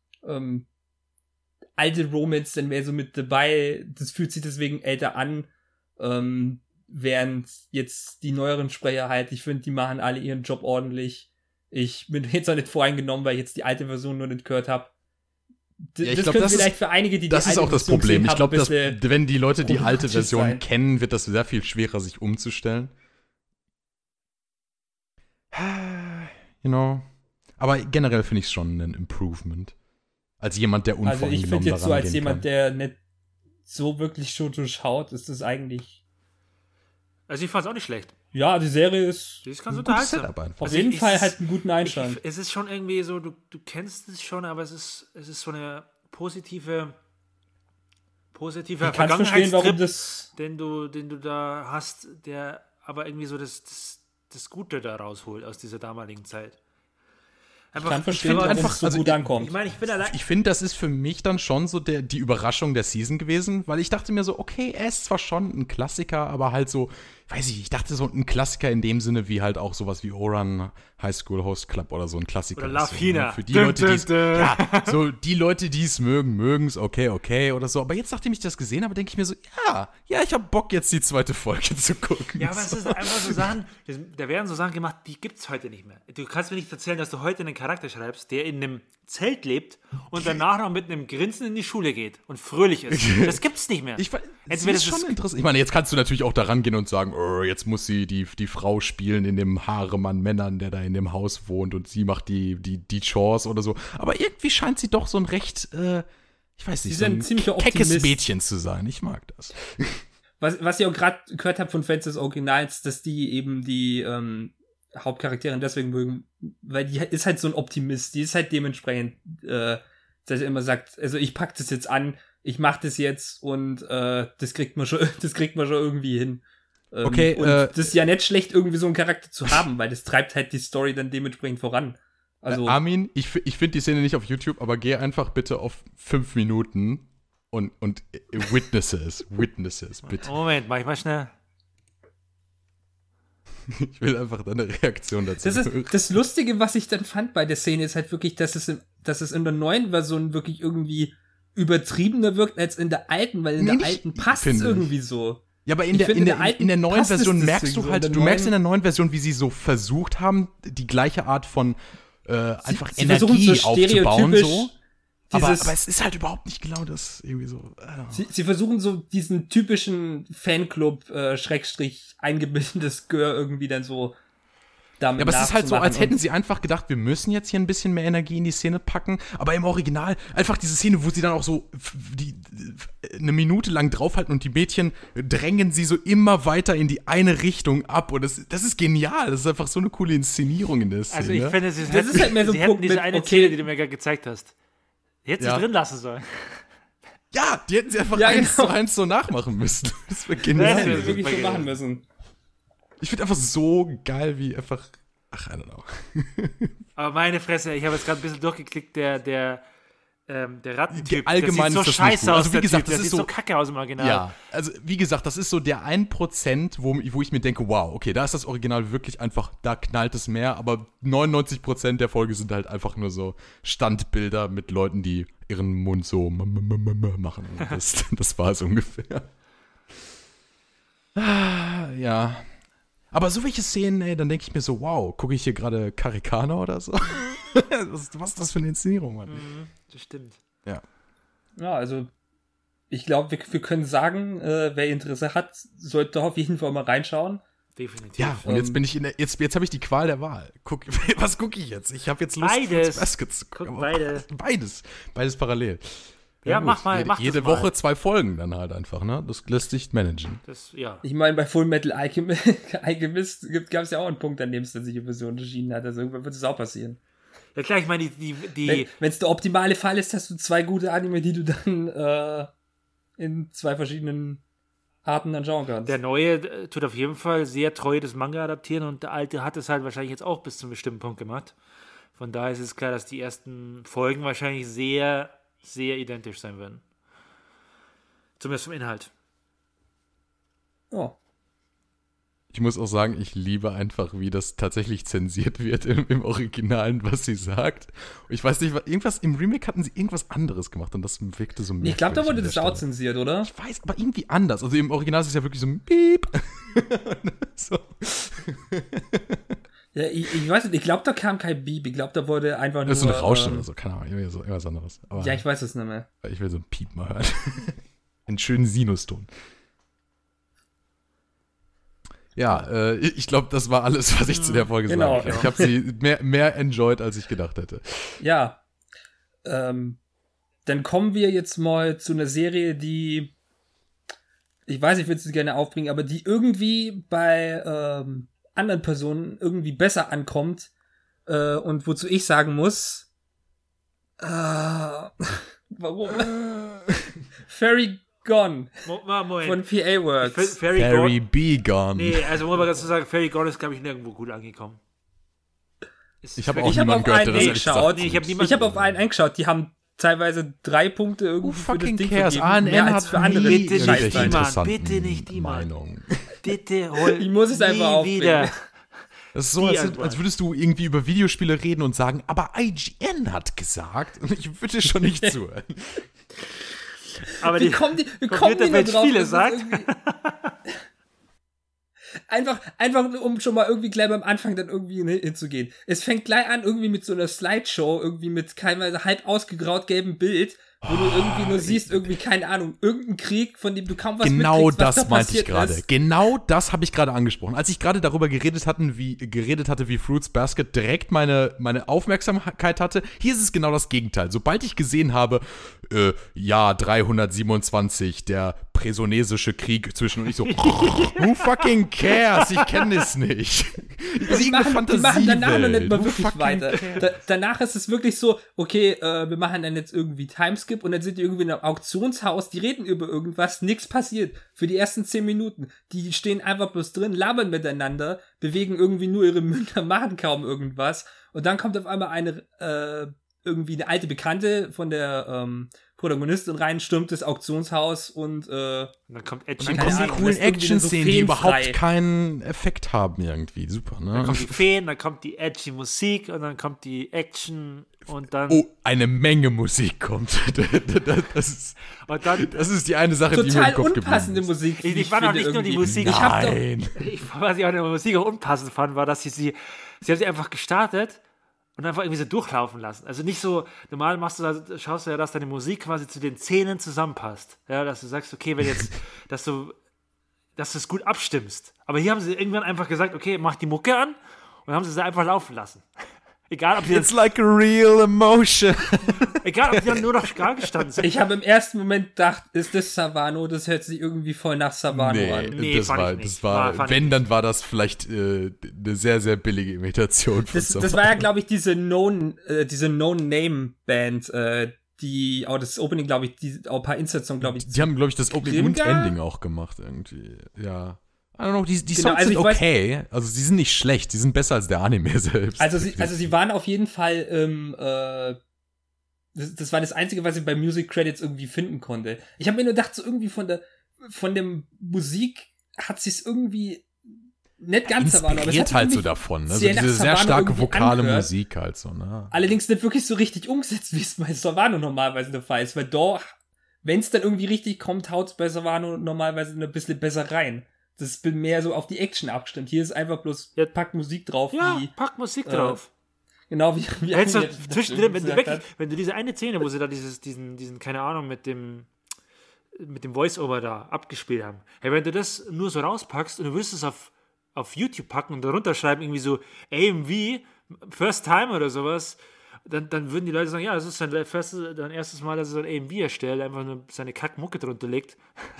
alte Romance dann mehr so mit dabei. Das fühlt sich deswegen älter an, während jetzt die neueren Sprecher halt, ich finde, die machen alle ihren Job ordentlich. Ich bin jetzt auch nicht voreingenommen, weil ich jetzt die alte Version nur nicht gehört habe. Ja, ich glaube, das vielleicht für einige, die das ist auch das Problem. Ich glaube, wenn die Leute die alte Version sein. kennen, wird das sehr viel schwerer, sich umzustellen. You know. Aber generell finde ich es schon ein Improvement. Als jemand, der unvoreingenommen Also ich finde jetzt so, als jemand, kann. der nicht so wirklich schon durchschaut, ist das eigentlich... Also ich fand es auch nicht schlecht. Ja, die Serie ist ganz unterhaltsam. Auf jeden Fall halt einen guten Einstand. Es ist schon irgendwie so, du kennst es schon, aber es ist so eine positive Vergangenheitstrip, den du da hast, der aber irgendwie so das Gute da rausholt aus dieser damaligen Zeit. Ich kann verstehen, warum es so gut ankommt. Ich finde, das ist für mich dann schon so die Überraschung der Season gewesen, weil ich dachte mir so, okay, er ist zwar schon ein Klassiker, aber halt so, weiß ich dachte so ein Klassiker in dem Sinne wie halt auch sowas wie Ouran High School Host Club oder so ein Klassiker. Oder Lafina. So, für die Leute, die es mögen es, okay oder so. Aber jetzt, nachdem ich das gesehen habe, denke ich mir so, ja, ich habe Bock, jetzt die zweite Folge zu gucken. Ja, aber es ist einfach so Sachen, da werden so Sachen gemacht, die gibt's heute nicht mehr. Du kannst mir nicht erzählen, dass du heute einen Charakter schreibst, der in einem Zelt lebt und danach noch mit einem Grinsen in die Schule geht und fröhlich ist. Das gibt's nicht mehr. Das ist schon interessant. Ich meine, jetzt kannst du natürlich auch da rangehen und sagen, jetzt muss sie die Frau spielen in dem Harem an Männern, der da in dem Haus wohnt und sie macht die Chores oder so. Aber irgendwie scheint sie doch so ein recht, ich weiß nicht, so ein keckes Mädchen zu sein. Ich mag das. Was ich auch gerade gehört habe von Fans des Originals, dass die eben die Hauptcharakterin deswegen mögen, weil die ist halt so ein Optimist, die ist halt dementsprechend, dass er immer sagt, also ich pack das jetzt an, ich mach das jetzt und das kriegt man schon irgendwie hin. Okay, und das ist ja nicht schlecht, irgendwie so einen Charakter zu haben, weil das treibt halt die Story dann dementsprechend voran. Also Armin, ich finde die Szene nicht auf YouTube, aber geh einfach bitte auf 5 Minuten und Witnesses, bitte. Moment, mach ich mal schnell. Ich will einfach deine Reaktion dazu. Das Lustige, was ich dann fand bei der Szene, ist halt wirklich, dass es in der neuen Version wirklich irgendwie übertriebener wirkt als in der alten, weil in der alten passt es irgendwie so. Ja, aber in der neuen Version merkst du halt, merkst in der neuen Version, wie sie so versucht haben, die gleiche Art von einfach sie Energie so aufzubauen, so. Aber es ist halt überhaupt nicht genau das irgendwie so. Sie versuchen so diesen typischen Fanclub Schrägstrich eingebildetes Gör irgendwie dann so damit. Ja, aber es ist halt so, als hätten sie einfach gedacht, wir müssen jetzt hier ein bisschen mehr Energie in die Szene packen. Aber im Original einfach diese Szene, wo sie dann auch so eine Minute lang draufhalten und die Mädchen drängen sie so immer weiter in die eine Richtung ab. Und das ist genial. Das ist einfach so eine coole Inszenierung in der Szene. Also ich finde, das ist halt mehr so ein Punkt diese eine Szene, die du mir gerade gezeigt hast. Die hätten sie drin lassen sollen. Ja, die hätten sie einfach 1:1 so nachmachen müssen. Das wäre genial. Das hätten sie wirklich so machen müssen. Ich finde einfach so geil, wie einfach. Ach, I don't know. Aber meine Fresse, ich habe jetzt gerade ein bisschen durchgeklickt, der Rattentyp, allgemein der sieht so scheiße aus, also wie gesagt, der sieht so kacke aus im Original. Ja, also wie gesagt, das ist so der 1%, wo ich mir denke, wow, okay, da ist das Original wirklich einfach, da knallt es mehr, aber 99% der Folge sind halt einfach nur so Standbilder mit Leuten, die ihren Mund so machen. Das war es ungefähr. Ja. Aber so welche Szenen, ey, dann denke ich mir so, wow, gucke ich hier gerade Karikana oder so? Was ist das für eine Inszenierung, Mann? Das stimmt. Ja. Ja, also ich glaube, wir können sagen, wer Interesse hat, sollte auf jeden Fall mal reinschauen. Definitiv. Ja, und jetzt bin ich jetzt habe ich die Qual der Wahl. Was gucke ich jetzt? Ich habe jetzt Lust, Beides. Basket zu gucken. Guck beide. Beides parallel. Ja, gut. mach mal. Jede Woche 2 Folgen dann halt einfach, ne? Das lässt sich managen. Ich meine, bei Full Metal Alchemist gab es ja auch einen Punkt, an dem es dann sich über so unterschieden hat. Also irgendwann wird es auch passieren. Ja klar, ich meine, Wenn es der optimale Fall ist, hast du 2 gute Anime, die du dann in 2 verschiedenen Arten dann schauen kannst. der Neue tut auf jeden Fall sehr treu das Manga adaptieren und der Alte hat es halt wahrscheinlich jetzt auch bis zu einem bestimmten Punkt gemacht. Von daher ist es klar, dass die ersten Folgen wahrscheinlich sehr, sehr identisch sein werden. Zumindest vom Inhalt. Oh. Ich muss auch sagen, ich liebe einfach, wie das tatsächlich zensiert wird im Originalen, was sie sagt. Ich weiß nicht, irgendwas im Remake hatten sie irgendwas anderes gemacht und das wirkte so merkwürdig. Ich glaube, da wurde das auch zensiert, oder? Ich weiß, aber irgendwie anders. Also im Original ist es ja wirklich so ein Piep. So. Ja, ich weiß nicht, ich glaube, da kam kein Beep. Ich glaube, da wurde einfach nur... Das ist so ein Rauschen oder so, keine Ahnung, irgendwas anderes. Aber ja, ich weiß es nicht mehr. ich will so ein Piep mal hören. Einen schönen Sinuston. Ja, ich glaube, das war alles, was ich zu der Folge sagen kann. Ich habe sie mehr enjoyed, als ich gedacht hätte. Ja. Dann kommen wir jetzt mal zu einer Serie, die, ich weiß, ich würde sie gerne aufbringen, aber die irgendwie bei anderen Personen irgendwie besser ankommt und wozu ich sagen muss, warum? Fairy Gone Moment. von PA Works. Fairy Be Gone. Nee, also muss man dazu sagen, Fairy Gone ist, glaube ich, nirgendwo gut angekommen. Ich habe auch niemanden gehört, der das ehrlich gesagt nee, ich habe auf einen eingeschaut, die haben teilweise 3 Punkte irgendwie für das Ding cares? vergeben, mehr als für andere. Bitte nicht die Meinung. Bitte hol Ich muss es einfach aufbringen. wieder. Das ist so, als würdest du irgendwie über Videospiele reden und sagen, aber IGN hat gesagt. Ich würde schon nicht zuhören. Aber Wie kommen die da drauf? Spiele sagt. Einfach, um schon mal irgendwie gleich beim Anfang dann irgendwie hinzugehen. Es fängt gleich an irgendwie mit so einer Slideshow, irgendwie mit teilweise halb ausgegraut gelbem Bild, wo du irgendwie nur siehst, irgendwie, keine Ahnung, irgendein Krieg, von dem du kaum was genau mitkriegst, was das da meinte ich passiert gerade. ist. Genau das habe ich gerade angesprochen. Als ich gerade darüber geredet hatte, wie Fruits Basket direkt meine Aufmerksamkeit hatte, hier ist es genau das Gegenteil. Sobald ich gesehen habe, Jahr 327, der Präsonesische Krieg zwischen und ich so, who fucking cares? Ich kenne es nicht. Die machen danach noch nicht mal wirklich weiter. Danach ist es wirklich so, okay, wir machen dann jetzt irgendwie Timeskip und dann sind die irgendwie in einem Auktionshaus, die reden über irgendwas, nichts passiert. Für die ersten 10 Minuten. Die stehen einfach bloß drin, labern miteinander, bewegen irgendwie nur ihre Münder, machen kaum irgendwas. Und dann kommt auf einmal irgendwie eine alte Bekannte von der Protagonistin rein, stürmt das Auktionshaus und dann kommt dann kommen die coolen Action-Szenen, die überhaupt keinen Effekt haben irgendwie. Super, ne? Dann kommen die Feen, dann kommt die edgy Musik und dann kommt die Action und dann... Oh, eine Menge Musik kommt. Das ist die eine Sache, die mir im Kopf geblieben ist. Total unpassende Musik. Ich war noch nicht nur die Musik. Nein. Was ich auch in der Musik auch unpassend fand, war, dass sie haben sie einfach gestartet und einfach irgendwie so durchlaufen lassen. Also nicht so, normal schaust du ja, dass deine Musik quasi zu den Szenen zusammenpasst. Ja, dass du sagst, okay, wenn jetzt, dass du es gut abstimmst. Aber hier haben sie irgendwann einfach gesagt, okay, mach die Mucke an und haben sie einfach laufen lassen. Egal, ob die It's like a real emotion. Egal, ob die dann nur noch gar gestanden sind. Ich habe im ersten Moment gedacht, ist das Savano? Das hört sich irgendwie voll nach Savano an. Nee, das war wenn, dann war das vielleicht eine sehr, sehr billige Imitation von Savano. Das war ja, glaube ich, diese No-Name-Band, die auch das Opening, glaube ich, auch ein paar Insertionen, glaube ich. Die haben, glaube ich, das Opening und Ending auch gemacht irgendwie, ja. I don't know, die Songs also sind okay. Also sie sind nicht schlecht, die sind besser als der Anime selbst. Also sie waren auf jeden Fall, das war das Einzige, was ich bei Music Credits irgendwie finden konnte. Ich habe mir nur gedacht, so irgendwie von der Musik hat sich's irgendwie nicht ganz Savano, aber es hat halt so davon, ne? So diese sehr starke vokale Musik halt so, ne? Allerdings nicht wirklich so richtig umgesetzt, wie es bei Savano normalerweise der Fall ist, weil wenn es dann irgendwie richtig kommt, haut's bei Savano normalerweise ein bisschen besser rein. Das ist mehr so auf die Action abgestimmt. Hier ist einfach bloß, pack Musik drauf. Ja, wie, pack Musik drauf. Genau, wie zwischendrin, wenn du diese eine Szene, wo sie da diesen, keine Ahnung, mit dem Voice-Over da abgespielt haben. Hey, wenn du das nur so rauspackst und du wirst es auf YouTube packen und darunter schreiben, irgendwie so AMV, First Time oder sowas, dann würden die Leute sagen, ja, das ist sein erstes Mal, dass er so ein AMV erstellt, einfach nur seine Kackmucke drunter legt.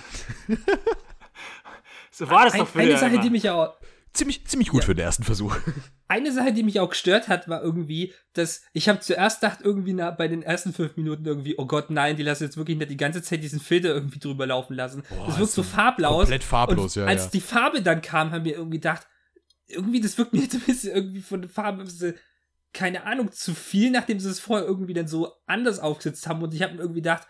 So war das doch früher. Eine Sache, die mich auch ziemlich gut für den ersten Versuch. Eine Sache, die mich auch gestört hat, war irgendwie, dass ich habe zuerst gedacht, irgendwie bei den ersten 5 Minuten irgendwie, oh Gott, nein, die lassen jetzt wirklich nicht die ganze Zeit diesen Filter irgendwie drüber laufen lassen. Das wirkt so farblos. Komplett farblos, und als die Farbe dann kam, haben wir irgendwie gedacht, irgendwie, das wirkt mir jetzt ein bisschen irgendwie von der Farbe ein bisschen, keine Ahnung, zu viel, nachdem sie es vorher irgendwie dann so anders aufgesetzt haben. Und ich habe mir irgendwie gedacht,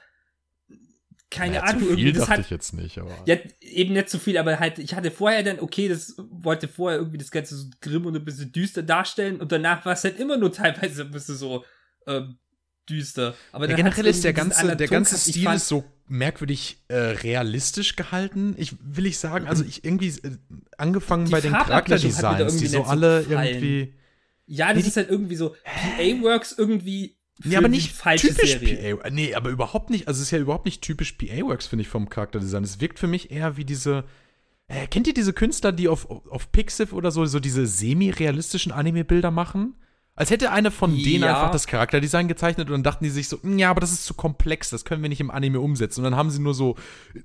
keine Ahnung, zu viel irgendwie, das dachte ich jetzt nicht, aber. Ja, eben nicht zu viel, aber halt, ich hatte vorher dann, okay, das wollte vorher irgendwie das Ganze so grimm und ein bisschen düster darstellen und danach war es halt immer nur teilweise ein bisschen so düster. Aber ja, generell ist der ganze Stil ist so merkwürdig realistisch gehalten. Will ich sagen, also angefangen bei den Charakterdesigns, die so alle irgendwie. Ja, das ist halt irgendwie so PA-Works irgendwie. Nee, aber nicht typisch PA. Nee, aber überhaupt nicht. Also es ist ja überhaupt nicht typisch PA-Works, finde ich, vom Charakterdesign. Es wirkt für mich eher wie diese. Kennt ihr diese Künstler, die auf Pixiv oder so diese semi-realistischen Anime-Bilder machen? Als hätte einer von denen einfach das Charakterdesign gezeichnet und dann dachten die sich so, ja, aber das ist zu komplex, das können wir nicht im Anime umsetzen. Und dann haben sie nur so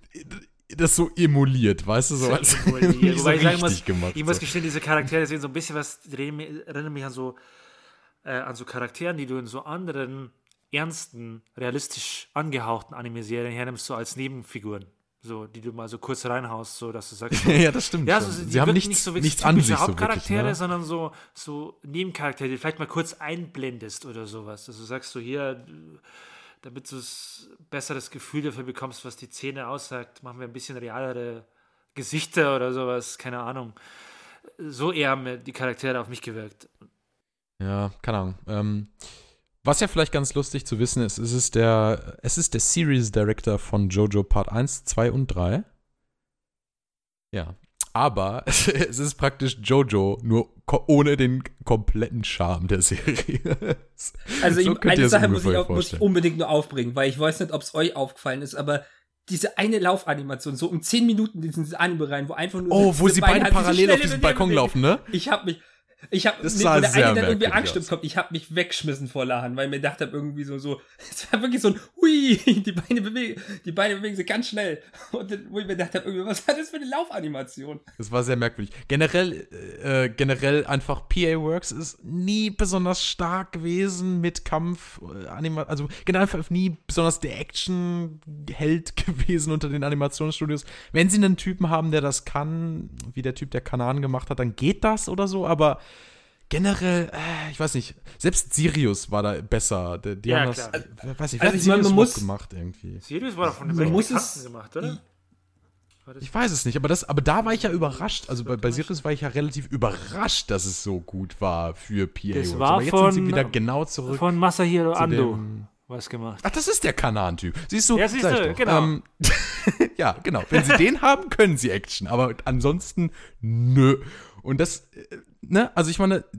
das so emuliert, weißt du, so als nicht so richtig gemacht. Ich muss gestehen, diese Charaktere sehen so ein bisschen erinnern mich an so Charakteren, die du in so anderen, ernsten, realistisch angehauchten Anime-Serien hernimmst, so als Nebenfiguren. So, die du mal so kurz reinhaust, so dass du sagst. So, ja, das stimmt. Ja, so, sie haben nichts so an sich Hauptcharaktere, so wirklich, ne? sondern so Nebencharaktere, die du vielleicht mal kurz einblendest oder sowas. Dass du sagst, so hier, damit du besseres Gefühl dafür bekommst, was die Szene aussagt, machen wir ein bisschen realere Gesichter oder sowas, keine Ahnung. So eher haben die Charaktere auf mich gewirkt. Ja, keine Ahnung. Was ja vielleicht ganz lustig zu wissen ist, es ist der Series Director von JoJo Part 1, 2 und 3. Ja, aber es ist praktisch JoJo, nur ohne den kompletten Charme der Serie. Also so eine Sache muss ich unbedingt nur aufbringen, weil ich weiß nicht, ob es euch aufgefallen ist, aber diese eine Laufanimation, so um 10 Minuten in dieses Anime rein, wo einfach nur wo sie beide parallel auf diesem Balkon laufen, ne? Das sah wo der sehr eine dann irgendwie merkwürdig angestimmt kommt, ich habe mich weggeschmissen vor Lachen, weil mir gedacht habe, irgendwie so, es war wirklich so ein Hui, die Beine bewegen sich ganz schnell. Und dann, wo ich mir gedacht habe, irgendwie, was war das für eine Laufanimation? Das war sehr merkwürdig. Generell einfach PA Works ist nie besonders stark gewesen mit Kampfanimation, also generell einfach nie besonders der Action-Held gewesen unter den Animationsstudios. Wenn sie einen Typen haben, der das kann, wie der Typ, der Kanan gemacht hat, dann geht das oder so, aber generell, ich weiß nicht, selbst Sirius war da besser. Die haben das, weiß nicht, wer hat Sirius gemacht irgendwie? Sirius war doch von dem Bekannten gemacht, oder? Ich weiß es nicht, aber da war ich ja überrascht. Also bei Sirius war ich ja relativ überrascht, dass es so gut war für PA. Das war aber jetzt sind sie wieder genau zurück. Von Masahiro Ando was gemacht. Ach, das ist der Kanan-Typ. Siehst du? Ja, siehst du, genau. Ja, genau. Wenn sie den haben, können sie Action. Aber ansonsten, nö. Und das, ne, also ich meine,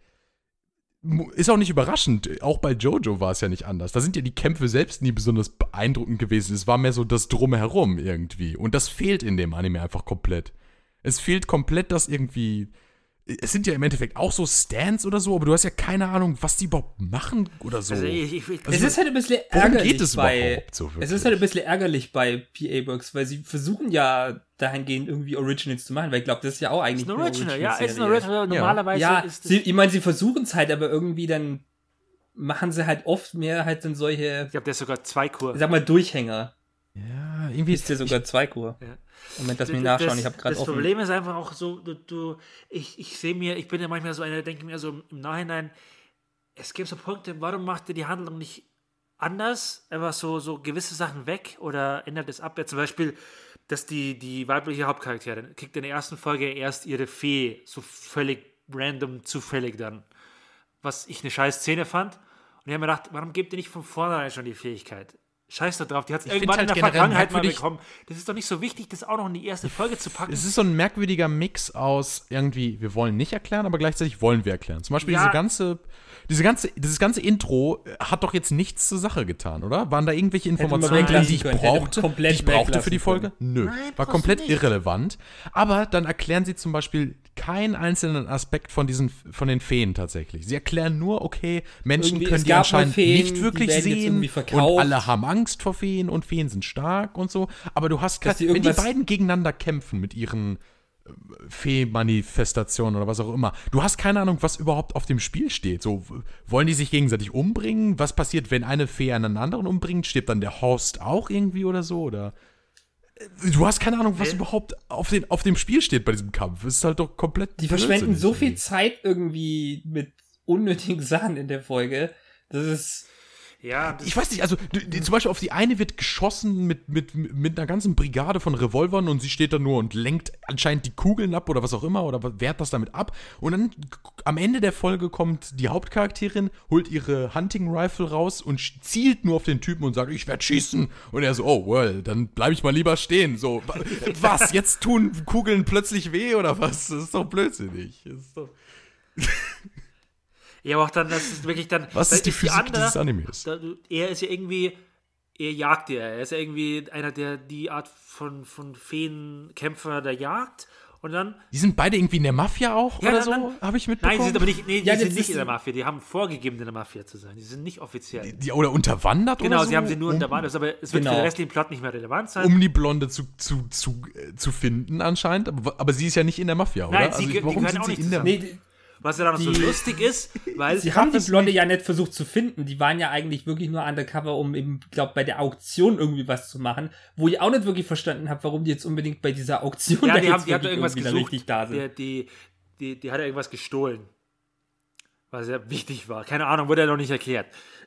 ist auch nicht überraschend. Auch bei JoJo war es ja nicht anders. Da sind ja die Kämpfe selbst nie besonders beeindruckend gewesen. Es war mehr so das Drumherum irgendwie. Und das fehlt in dem Anime einfach komplett. Es fehlt komplett das irgendwie. Es sind ja im Endeffekt auch so Stands oder so, aber du hast ja keine Ahnung, was die überhaupt machen oder so. Also es ist halt ein bisschen ärgerlich geht es überhaupt so es ist halt ein bisschen ärgerlich bei PA Works, weil sie versuchen ja dahingehend irgendwie Originals zu machen, weil ich glaube, das ist ja auch eigentlich eine Original. Ja, ist ein Original. Normalerweise ist es. Ich meine, sie versuchen es halt, aber irgendwie dann machen sie halt oft mehr halt dann solche. Ich glaube, der ist sogar 2-Kur. Sag mal Durchhänger. Ja, irgendwie ist der sogar 2-Kur. Ja. Moment, lass mich nachschauen, ich habe gerade Das Problem ist einfach auch so, ich bin ja manchmal so einer, denke mir so im Nachhinein, es gibt so Punkte, warum macht ihr die Handlung nicht anders, einfach so gewisse Sachen weg oder ändert es ab? Ja, zum Beispiel, dass die weibliche Hauptcharakterin kriegt in der ersten Folge erst ihre Fee, so völlig random, zufällig dann, was ich eine scheiß Szene fand. Und ich habe mir gedacht, warum gebt ihr nicht von vornherein schon die Fähigkeit? Scheiß da drauf, die hat es Ich irgendwann find in der halt generell Vergangenheit mal merkwürdig- bekommen. Das ist doch nicht so wichtig, das auch noch in die erste Folge zu packen. Es ist so ein merkwürdiger Mix aus irgendwie, wir wollen nicht erklären, aber gleichzeitig wollen wir erklären. Zum Beispiel Ja. dieses ganze Intro hat doch jetzt nichts zur Sache getan, oder? Waren da irgendwelche man Informationen drin, die ich weglassen können, hätte komplett brauchte für weglassen die Folge? Nö. Nein, War brauchst komplett du nicht. irrelevant. Aber dann erklären sie zum Beispiel keinen einzelnen Aspekt von den Feen tatsächlich. Sie erklären nur, okay, Menschen Irgendwie, können es die gab mal anscheinend Feen, nicht die wirklich werden jetzt sehen irgendwie und verkauft. alle haben Angst vor Feen und Feen sind stark und so. Aber du hast Dass die wenn die irgendwas- beiden gegeneinander kämpfen mit ihren Fee-Manifestationen oder was auch immer. Du hast keine Ahnung, was überhaupt auf dem Spiel steht. So, wollen die sich gegenseitig umbringen? Was passiert, wenn eine Fee einen anderen umbringt? Stirbt dann der Host auch irgendwie oder so? Oder du hast keine Ahnung, was überhaupt auf dem Spiel steht bei diesem Kampf. Es ist halt doch komplett Die verschwenden blödsinnig so viel irgendwie. Zeit irgendwie mit unnötigen Sachen in der Folge. Das ist. Ja, das Ich weiß nicht, also zum Beispiel auf die eine wird geschossen mit einer ganzen Brigade von Revolvern und sie steht da nur und lenkt anscheinend die Kugeln ab oder was auch immer oder wehrt das damit ab. Und dann am Ende der Folge kommt die Hauptcharakterin, holt ihre Hunting Rifle raus und zielt nur auf den Typen und sagt, ich werde schießen. Und er so, oh, well, dann bleibe ich mal lieber stehen. So, was, jetzt tun Kugeln plötzlich weh oder was? Das ist doch blödsinnig. Das ist doch Ja, aber auch dann, das ist wirklich dann. Was da ist die Physik andere- dieses Animes? Er ist ja irgendwie, er jagt ja. Er ist ja irgendwie einer, der die Art von Feenkämpfer der jagt. Und dann. Die sind beide irgendwie in der Mafia auch Ja, oder dann- so? dann- Habe ich mitbekommen? Nein, sie sind aber nicht, nee, die Ja, sind das nicht ist- in der Mafia. Die haben vorgegeben, in der Mafia zu sein. Die sind nicht offiziell. Oder unterwandert Genau, oder so? sie haben sie nur unterwandert. Aber es wird Genau. für den restlichen Plot nicht mehr relevant sein. Um die Blonde zu finden anscheinend. Aber sie ist ja nicht in der Mafia, oder? Nein, die warum gehören sind auch sie nicht in der zusammen. Nee, Was ja dann so Die- lustig ist, weil sie haben die Blonde ja nicht versucht zu finden. Die waren ja eigentlich wirklich nur undercover, um eben, glaube bei der Auktion irgendwie was zu machen, wo ich auch nicht wirklich verstanden habe, warum die jetzt unbedingt bei dieser Auktion Ja, da die jetzt hat da wirklich irgendwas irgendwie da gesucht. richtig da sind. Die hat ja irgendwas gestohlen. Was ja wichtig war. Keine Ahnung, wurde ja noch nicht erklärt.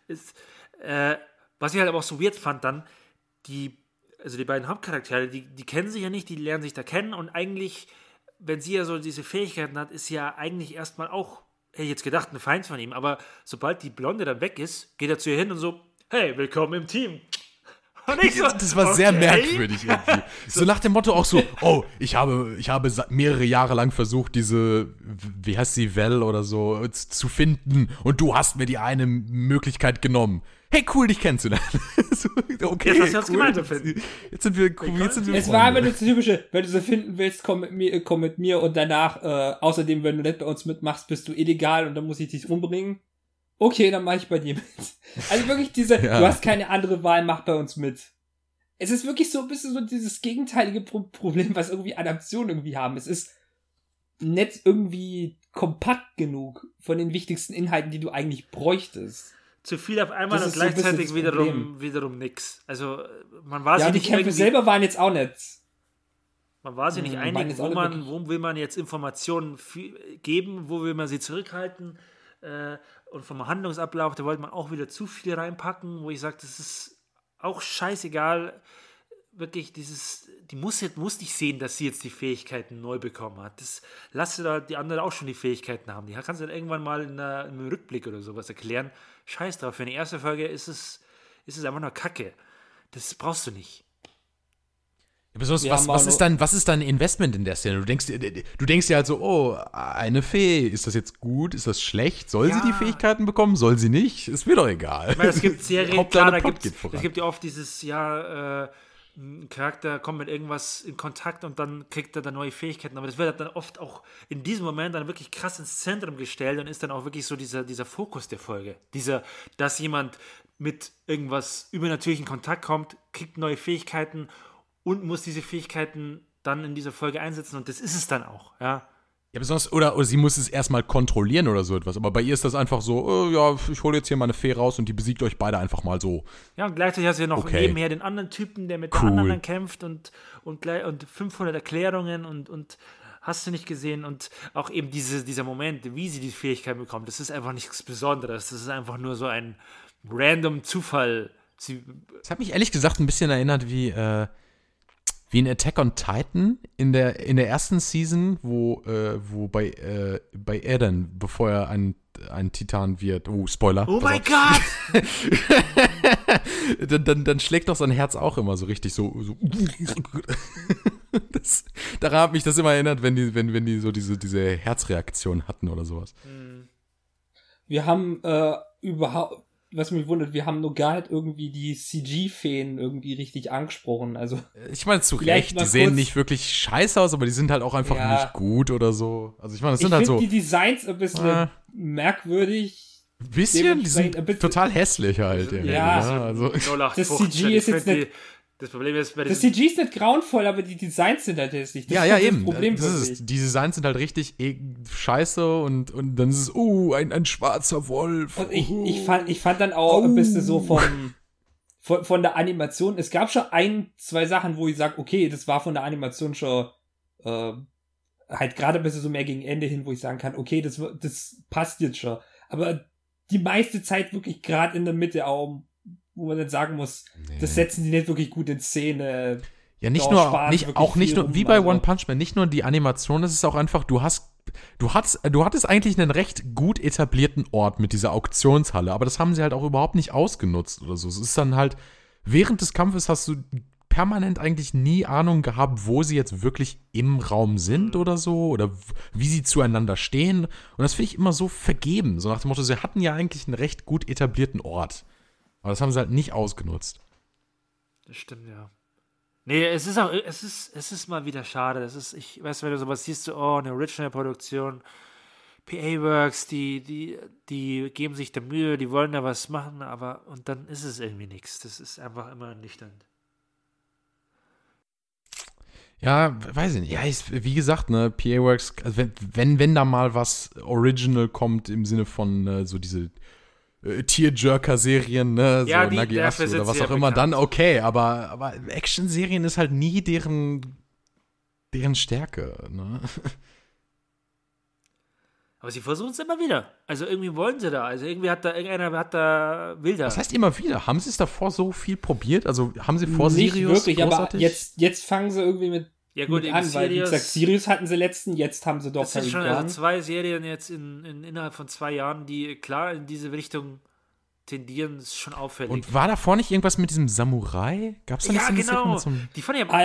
Was ich halt aber auch so weird fand dann, die beiden Hauptcharaktere, die kennen sich ja nicht, die lernen sich da kennen und eigentlich, wenn sie ja so diese Fähigkeiten hat, ist sie ja eigentlich erstmal auch, hätte ich jetzt gedacht, ein Feind von ihm, aber sobald die Blonde dann weg ist, geht er zu ihr hin und so, hey, willkommen im Team. Und ich so, Das war sehr okay. merkwürdig irgendwie. So nach dem Motto auch so, oh, ich habe mehrere Jahre lang versucht, diese, wie heißt sie, Vel oder so, zu finden und du hast mir die eine Möglichkeit genommen. Hey, cool, dich kennenzulernen. So, okay, Jetzt hast du uns gemeinsam finden. Jetzt sind wir Es war aber das typische, wenn du sie finden willst, komm mit mir und danach, außerdem, wenn du nicht bei uns mitmachst, bist du illegal und dann muss ich dich umbringen. Okay, dann mach ich bei dir mit. Also wirklich Ja. du hast keine andere Wahl, mach bei uns mit. Es ist wirklich so ein bisschen so dieses gegenteilige Problem, was irgendwie Adaptionen irgendwie haben. Es ist nicht irgendwie kompakt genug von den wichtigsten Inhalten, die du eigentlich bräuchtest. Zu viel auf einmal Das und ist so ein bisschen gleichzeitig das Problem. wiederum nix. Also man war Ja, sich und die nicht Kämpfe irgendwie, selber waren jetzt auch nicht. man war sich nicht waren einig, jetzt auch nicht wirklich- wo will man jetzt Informationen geben, wo will man sie zurückhalten und vom Handlungsablauf, da wollte man auch wieder zu viel reinpacken, wo ich sage, das ist auch scheißegal. Wirklich, die muss nicht sehen, dass sie jetzt die Fähigkeiten neu bekommen hat. Lass da die anderen auch schon die Fähigkeiten haben. Die kannst du dann irgendwann mal in einem Rückblick oder sowas erklären. Scheiß drauf, für eine erste Folge ist es einfach nur Kacke. Das brauchst du nicht. Ja, besonders, Wir haben auch was ist dein Investment in der Szene? Du denkst dir halt so, oh, eine Fee, ist das jetzt gut, ist das schlecht? Soll sie Ja. die Fähigkeiten bekommen? Soll sie nicht? Ist mir doch egal. Ich meine, es gibt Serien, Hauptsache, klar, der da Plot geht voran. es gibt ja oft dieses, ein Charakter kommt mit irgendwas in Kontakt und dann kriegt er dann neue Fähigkeiten, aber das wird dann oft auch in diesem Moment dann wirklich krass ins Zentrum gestellt und ist dann auch wirklich so dieser Fokus der Folge. Dass jemand mit irgendwas übernatürlichen Kontakt kommt, kriegt neue Fähigkeiten und muss diese Fähigkeiten dann in dieser Folge einsetzen und das ist es dann auch, ja. Ja, besonders, oder sie muss es erstmal kontrollieren oder so etwas. Aber bei ihr ist das einfach so, ja, ich hole jetzt hier meine Fee raus und die besiegt euch beide einfach mal so. Ja, und gleichzeitig hast du ja noch Okay. nebenher den anderen Typen, der mit Cool. der anderen dann kämpft und 500 Erklärungen und hast du nicht gesehen und auch eben dieser Moment, wie sie die Fähigkeit bekommt, das ist einfach nichts Besonderes. Das ist einfach nur so ein random Zufall. Das hat mich ehrlich gesagt ein bisschen erinnert wie in Attack on Titan in der ersten Season, wo bei Eren, bevor er ein ein Titan wird. Spoiler. Oh mein Gott! dann schlägt doch sein Herz auch immer so richtig so. Daran hat mich das immer erinnert, wenn die so diese Herzreaktion hatten oder sowas. Wir haben überhaupt, was mich wundert, wir haben nur gar nicht irgendwie die CG-Feen irgendwie richtig angesprochen. Also ich meine, zu Recht, die sehen nicht wirklich scheiße aus, aber die sind halt auch einfach nicht gut oder so. Also ich meine, das sind halt so. Ich finde die Designs ein bisschen merkwürdig. Ein bisschen? Die sind total hässlich halt. Ja. Also, das CG ist jetzt nicht... Das Problem ist, das CG ist nicht grauenvoll, aber die Designs sind halt hässlich. Das ist eben. Das Problem die Designs sind halt richtig scheiße und dann ist es, ein schwarzer Wolf. Und ich fand dann auch ein bisschen so von der Animation, es gab schon 2 Sachen, wo ich sage, okay, das war von der Animation schon halt gerade ein bisschen so mehr gegen Ende hin, wo ich sagen kann, okay, das passt jetzt schon. Aber die meiste Zeit wirklich gerade in der Mitte auch, wo man dann sagen muss, das setzen die nicht wirklich gut in Szene. Ja, nicht nur, wie bei One Punch Man, nicht nur die Animation, es ist auch einfach, du hattest eigentlich einen recht gut etablierten Ort mit dieser Auktionshalle, aber das haben sie halt auch überhaupt nicht ausgenutzt oder so. Es ist dann halt, während des Kampfes hast du permanent eigentlich nie Ahnung gehabt, wo sie jetzt wirklich im Raum sind oder so, oder wie sie zueinander stehen. Und das finde ich immer so vergeben, so nach dem Motto, sie hatten ja eigentlich einen recht gut etablierten Ort. Aber das haben sie halt nicht ausgenutzt. Das stimmt, ja. Nee, es ist mal wieder schade. Ich weiß, wenn du sowas siehst, eine Original-Produktion, PA-Works, die geben sich da Mühe, die wollen da was machen, und dann ist es irgendwie nichts. Das ist einfach immer ernüchternd. Ja, weiß ich nicht. Ja, wie gesagt, ne, PA-Works, also wenn da mal was Original kommt im Sinne von so diese Tearjerker-Serien, ne, ja, so Nagiasu oder was auch immer, bekannt. Dann okay, aber Action-Serien ist halt nie deren Stärke, ne? Aber sie versuchen es immer wieder. Also irgendwie wollen sie da. Also irgendwie will da. Was heißt immer wieder? Haben sie es davor so viel probiert? Also haben sie vor nicht Sirius wirklich, großartig? Aber jetzt fangen sie irgendwie mit an, weil wie gesagt, Sirius hatten sie letzten, jetzt haben sie doch das sind schon also 2 Serien jetzt innerhalb von 2 Jahren, die klar in diese Richtung tendieren, ist schon auffällig. Und war davor nicht irgendwas mit diesem Samurai? Gab's da nicht so eine genau. Die fand ich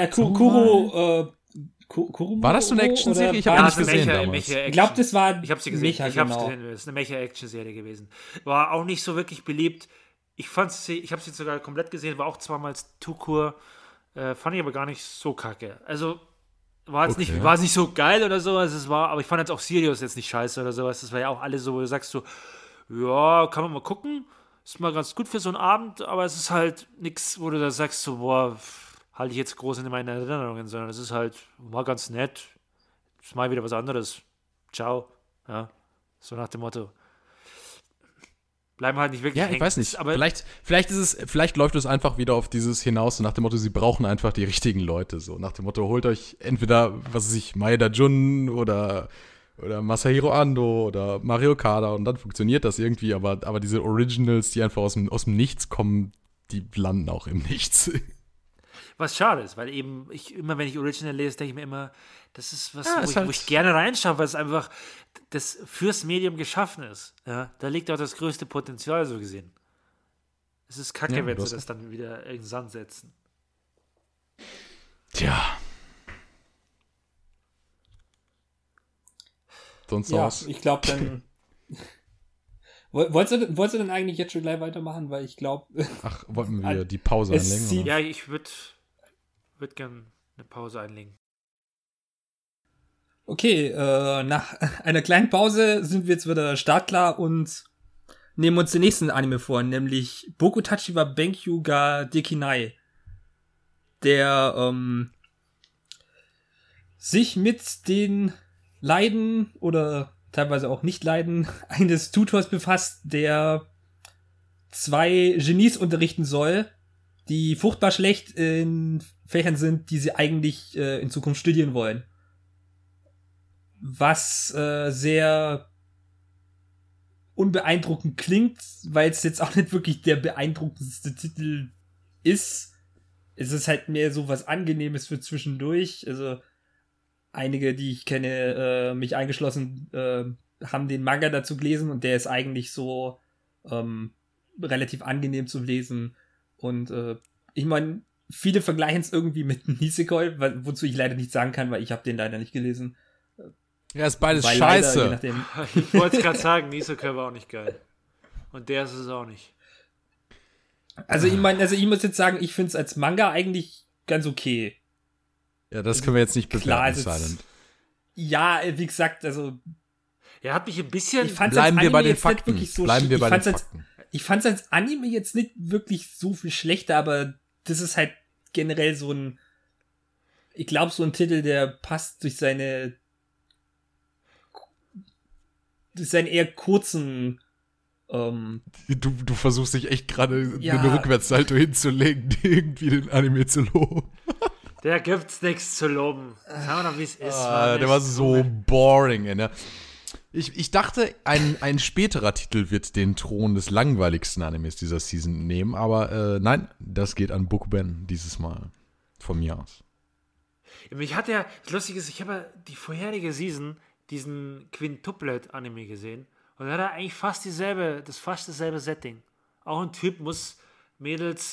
Kuro, war das so eine Action-Serie? Ich habe nicht gesehen damals. Ich glaube, das war ich habe sie gesehen. Ich habe gesehen. Das ist eine Mecha-Action-Serie gewesen. War auch nicht so wirklich beliebt. Ich habe sie sogar komplett gesehen. War auch zweimal Tukur. Fand ich aber gar nicht so kacke. Also war es nicht so geil oder sowas. Aber ich fand jetzt auch Sirius jetzt nicht scheiße oder sowas. Das war ja auch alles so, wo du sagst so, ja, kann man mal gucken. Ist mal ganz gut für so einen Abend, aber es ist halt nichts, wo du da sagst so, boah, halte ich jetzt groß in meinen Erinnerungen, sondern es ist halt, war ganz nett. Ist mal wieder was anderes. Ciao. Ja, so nach dem Motto. Bleiben halt nicht wirklich hängen. Ich weiß nicht, aber vielleicht läuft es einfach wieder auf dieses hinaus, so nach dem Motto, sie brauchen einfach die richtigen Leute, so nach dem Motto, holt euch entweder, was weiß ich, Maeda Jun oder Masahiro Ando oder Mario Kada und dann funktioniert das irgendwie, aber diese Originals, die einfach aus dem Nichts kommen, die landen auch im Nichts. Was schade ist, weil eben immer wenn ich Original lese, denke ich mir immer, das ist was, wo ich gerne reinschaue, weil es einfach das fürs Medium geschaffen ist. Ja? Da liegt auch das größte Potenzial, so gesehen. Es ist kacke, wenn sie das dann wieder in den Sand setzen. Tja. Sonst aus. Ich glaube dann. Wolltest du denn eigentlich jetzt schon gleich weitermachen? Weil ich glaube. Ach, wollten wir die Pause einlegen? Ja, ich würde gerne eine Pause einlegen. Okay, nach einer kleinen Pause sind wir jetzt wieder startklar und nehmen uns den nächsten Anime vor, nämlich Bokutachi wa Benkyu ga Dekinai, der sich mit den Leiden oder teilweise auch Nicht-Leiden eines Tutors befasst, der 2 Genies unterrichten soll, die furchtbar schlecht in Fächern sind, die sie eigentlich in Zukunft studieren wollen. Was sehr unbeeindruckend klingt, weil es jetzt auch nicht wirklich der beeindruckendste Titel ist. Es ist halt mehr so was Angenehmes für zwischendurch. Also einige, die ich kenne, mich eingeschlossen, haben den Manga dazu gelesen und der ist eigentlich so relativ angenehm zu lesen. Und ich meine, viele vergleichen es irgendwie mit Nisekoi, wozu ich leider nicht sagen kann, weil ich habe den leider nicht gelesen. Ja, ist beides Weil scheiße. Leider, Ich wollte es gerade sagen, Nisekoi war auch nicht geil. Und der ist es auch nicht. Also ich meine, ich muss jetzt sagen, ich finde es als Manga eigentlich ganz okay. Ja, das können wir jetzt nicht Klar, bewerten, Silent. Ja, wie gesagt, also Er hat mich ein bisschen... Bleiben wir bei den Fakten. Ich fand es als Anime jetzt nicht wirklich so viel schlechter, aber das ist halt generell so ein, ich glaube, so ein Titel, der passt durch seinen eher kurzen Du versuchst dich echt gerade Ja. eine Rückwärtssalto hinzulegen, irgendwie den Anime zu loben. Der gibt's nichts zu loben. Sagen wir doch, wie es ist. Der war so boring, ey, ne? Ich dachte, ein späterer Titel wird den Thron des langweiligsten Animes dieser Season nehmen, aber nein, das geht an Bokuben dieses Mal. Von mir aus. Mich hat ja, das Lustige ist, ich habe ja die vorherige Season, diesen Quintuplet-Anime gesehen. Und da hat er eigentlich fast dasselbe Setting. Auch ein Typ muss Mädels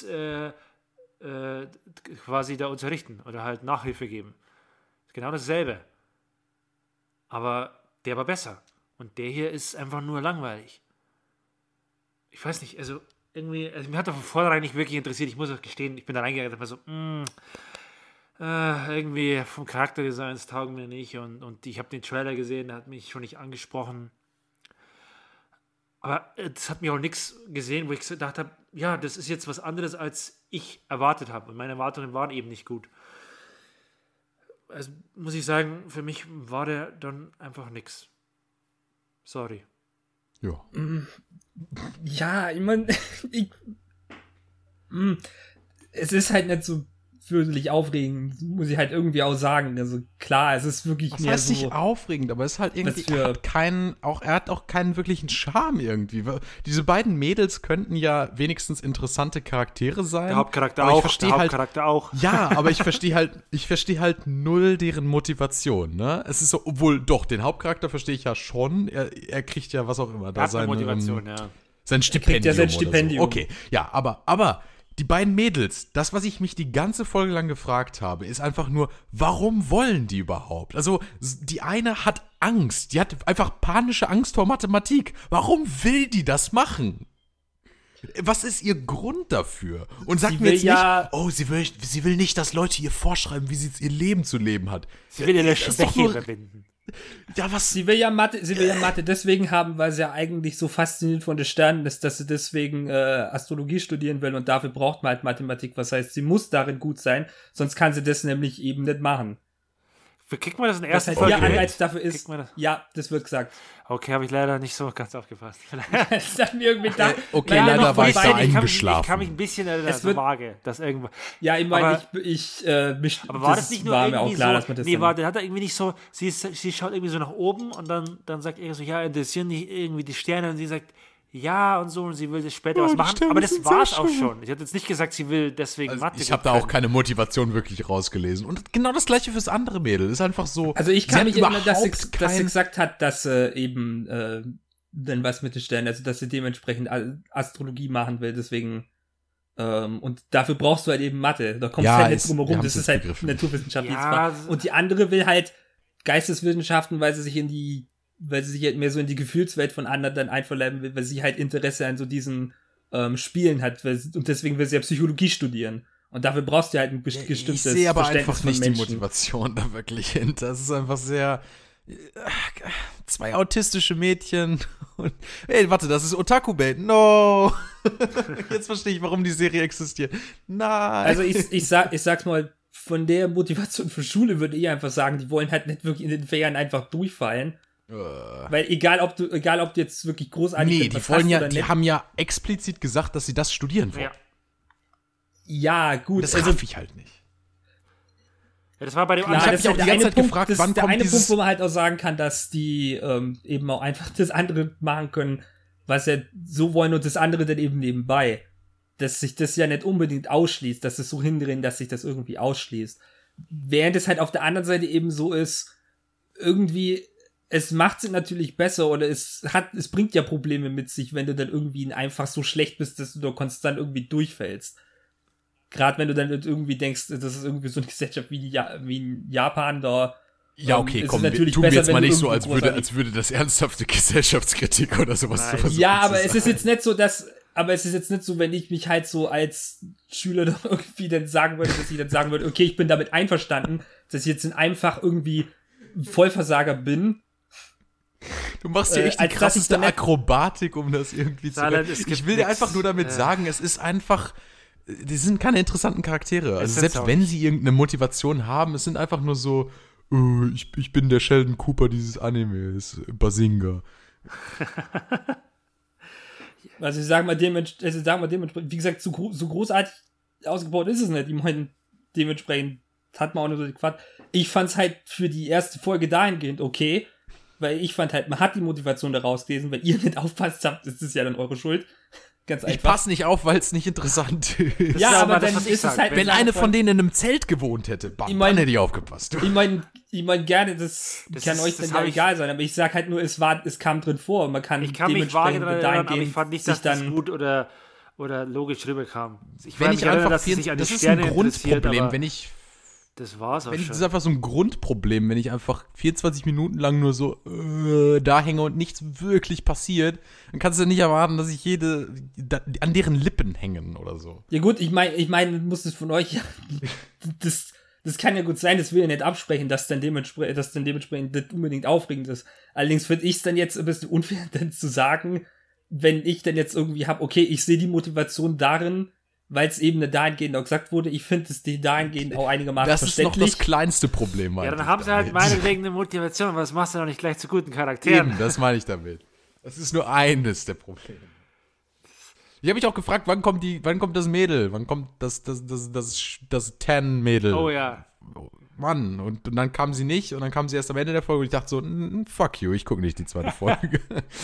quasi da unterrichten oder halt Nachhilfe geben. Genau dasselbe. Aber der war besser. Und der hier ist einfach nur langweilig. Ich weiß nicht, also irgendwie, mir hat er von vornherein nicht wirklich interessiert. Ich muss auch gestehen, ich bin da reingegangen und war so, irgendwie vom Charakterdesigns taugen mir nicht. Und ich habe den Trailer gesehen, der hat mich schon nicht angesprochen. Aber das hat mir auch nichts gesehen, wo ich gedacht habe, ja, das ist jetzt was anderes, als ich erwartet habe. Und meine Erwartungen waren eben nicht gut. Also muss ich sagen, für mich war der dann einfach nix. Sorry. Ja. ja, ich meine, es ist halt nicht so fürchterlich aufregend, muss ich halt irgendwie auch sagen. Also klar, es ist wirklich Das mehr heißt so. nicht aufregend, aber es ist halt irgendwie, er hat auch keinen wirklichen Charme irgendwie. Diese beiden Mädels könnten ja wenigstens interessante Charaktere sein. Der Hauptcharakter aber auch. Ich verstehe der halt, Hauptcharakter auch. Ja, aber ich verstehe halt null deren Motivation, ne? Es ist so, obwohl, doch, den Hauptcharakter verstehe ich ja schon. Er kriegt ja was auch immer. Er hat eine Motivation, ja. Sein Stipendium. Stipendium. Sein Stipendium. So. Okay, ja, aber die beiden Mädels, das, was ich mich die ganze Folge lang gefragt habe, ist einfach nur, warum wollen die überhaupt? Also, die eine hat Angst. Die hat einfach panische Angst vor Mathematik. Warum will die das machen? Was ist ihr Grund dafür? Und sagt mir jetzt nicht, oh, sie will nicht, dass Leute ihr vorschreiben, wie sie ihr Leben zu leben hat. Sie will ihre Das ist doch Schwäche nur- überwinden. Ja, was? Sie will ja Mathe deswegen haben, weil sie ja eigentlich so fasziniert von den Sternen ist, dass sie deswegen Astrologie studieren will und dafür braucht man halt Mathematik. Was heißt, sie muss darin gut sein, sonst kann sie das nämlich eben nicht machen. Kriegt man das in der Was ersten halt Folge? ihr Anreiz dafür ist. Kriegt man das? Ja, das wird gesagt. Okay, habe ich leider nicht so ganz aufgepasst. Das hat mir irgendwie gedacht. Okay, Naja, leider noch war ich vorbei. da eingeschlafen. Ich kann mich ein bisschen erinnern, Es so wird- vage, dass irgendwo... Ja, ich meine, Aber aber war das nicht nur war mir irgendwie auch klar, so, dass man das nee, dann, der hat er irgendwie nicht so, sie schaut irgendwie so nach oben und dann sagt er so, ja, interessieren nicht irgendwie die Sterne und sie sagt, ja und so und sie will das später was die machen, Sterne aber das sind war's sehr auch schön. schon. Ich habe jetzt nicht gesagt, sie will deswegen Also Mathe ich habe gut da auch können. keine Motivation wirklich rausgelesen. Und genau das gleiche fürs andere Mädel. Ist einfach so. Also ich sie kann hat mich erinnern, dass überhaupt sie gesagt hat, dass sie eben dann was mit den Sternen, also dass sie dementsprechend Astrologie machen will, deswegen und dafür brauchst du halt eben Mathe. Da kommst Ja, du halt nicht ist- drum wir herum, haben's das ist jetzt halt begriffen. Naturwissenschaft. Ja, Und die andere will halt Geisteswissenschaften, weil sie sich halt mehr so in die Gefühlswelt von anderen dann einverleiben will, weil sie halt Interesse an so diesen Spielen hat, und deswegen will sie ja Psychologie studieren. Und dafür brauchst du halt ein bestimmtes Ich sehe aber Verständnis einfach von nicht die Menschen. Motivation da wirklich hinter. Es ist einfach sehr. Zwei autistische Mädchen. Und, ey, warte, das ist Otaku-Bait. No! Jetzt verstehe ich, warum die Serie existiert. Nein! Also ich sag's mal, von der Motivation für Schule würde ich einfach sagen, die wollen halt nicht wirklich in den Ferien einfach durchfallen. Weil egal ob du jetzt wirklich großartig Nee, etwas die wollen hast ja, oder die nicht. haben ja explizit gesagt, dass sie das studieren wollen. Ja. Ja, gut. Das also, raff ich halt nicht. Ja, das war bei dem klar, Ich hab das mich auch ist die der ganze eine Zeit Punkt, gefragt, das wann ist der kommt eine dieses- Punkt, wo man halt auch sagen kann, dass die eben auch einfach das andere machen können, was sie so wollen und das andere dann eben nebenbei. Dass sich das ja nicht unbedingt ausschließt, dass es so hindrehen, dass sich das irgendwie ausschließt. Während es halt auf der anderen Seite eben so ist, irgendwie es macht es natürlich besser oder es bringt ja Probleme mit sich, wenn du dann irgendwie einfach so schlecht bist, dass du da konstant irgendwie durchfällst. Gerade wenn du dann irgendwie denkst, das ist irgendwie so eine Gesellschaft wie in Japan, da ja, okay, komm, tu mir jetzt mal nicht so, als würde das ernsthafte Gesellschaftskritik oder sowas zu versuchen. Ja, aber es ist jetzt nicht so, wenn ich mich halt so als Schüler da irgendwie dann sagen würde, dass ich dann sagen würde, okay, ich bin damit einverstanden, dass ich jetzt einfach irgendwie Vollversager bin. Du machst hier echt die krasseste Akrobatik, um das irgendwie zu machen. Ich will dir einfach nur damit sagen, es ist einfach, die sind keine interessanten Charaktere. Also selbst wenn sie irgendeine Motivation haben, es sind einfach nur so, ich bin der Sheldon Cooper dieses Animes, Bazinga. Also ich sag mal dementsprechend, wie gesagt, so großartig ausgebaut ist es nicht. Ich meine, dementsprechend hat man auch nur so die Quatsch. Ich fand's halt für die erste Folge dahingehend okay, weil ich fand halt, man hat die Motivation daraus gelesen, wenn ihr nicht aufpasst habt, ist es ja dann eure Schuld. Ganz einfach. Ich passe nicht auf, weil es nicht interessant ist. Ja, aber dann ist es halt... Wenn eine von denen in einem Zelt gewohnt hätte, dann hätte ich aufgepasst. Ich meine gerne, das kann euch dann ja egal sein, aber ich sag halt nur, es kam drin vor. Ich kann mich vage daran erinnern, aber ich fand nicht, dass das gut oder logisch rüberkam. Das ist ein Grundproblem, das war's auch schon. Das ist einfach so ein Grundproblem, wenn ich einfach 24 Minuten lang nur so da hänge und nichts wirklich passiert, dann kannst du nicht erwarten, dass ich an deren Lippen hängen oder so. Ja gut, ich meine, muss es von euch, das kann ja gut sein, das will ja nicht absprechen, dass dann dementsprechend das unbedingt aufregend ist. Allerdings finde ich es dann jetzt ein bisschen unfair, dann zu sagen, wenn ich dann jetzt irgendwie habe, okay, ich sehe die Motivation darin, weil es eben dahingehend auch gesagt wurde, ich finde es dahingehend auch einigermaßen verständlich. Das ist noch das kleinste Problem. Ja, dann haben sie halt meinetwegen eine Motivation, aber das machst du doch nicht gleich zu guten Charakteren. Eben, das meine ich damit. Das ist nur eines der Probleme. Ich habe mich auch gefragt, wann kommt das Mädel? Wann kommt das Tan-Mädel? Oh ja. Mann, und dann kam sie nicht und dann kam sie erst am Ende der Folge und ich dachte so, fuck you, ich gucke nicht die zweite Folge.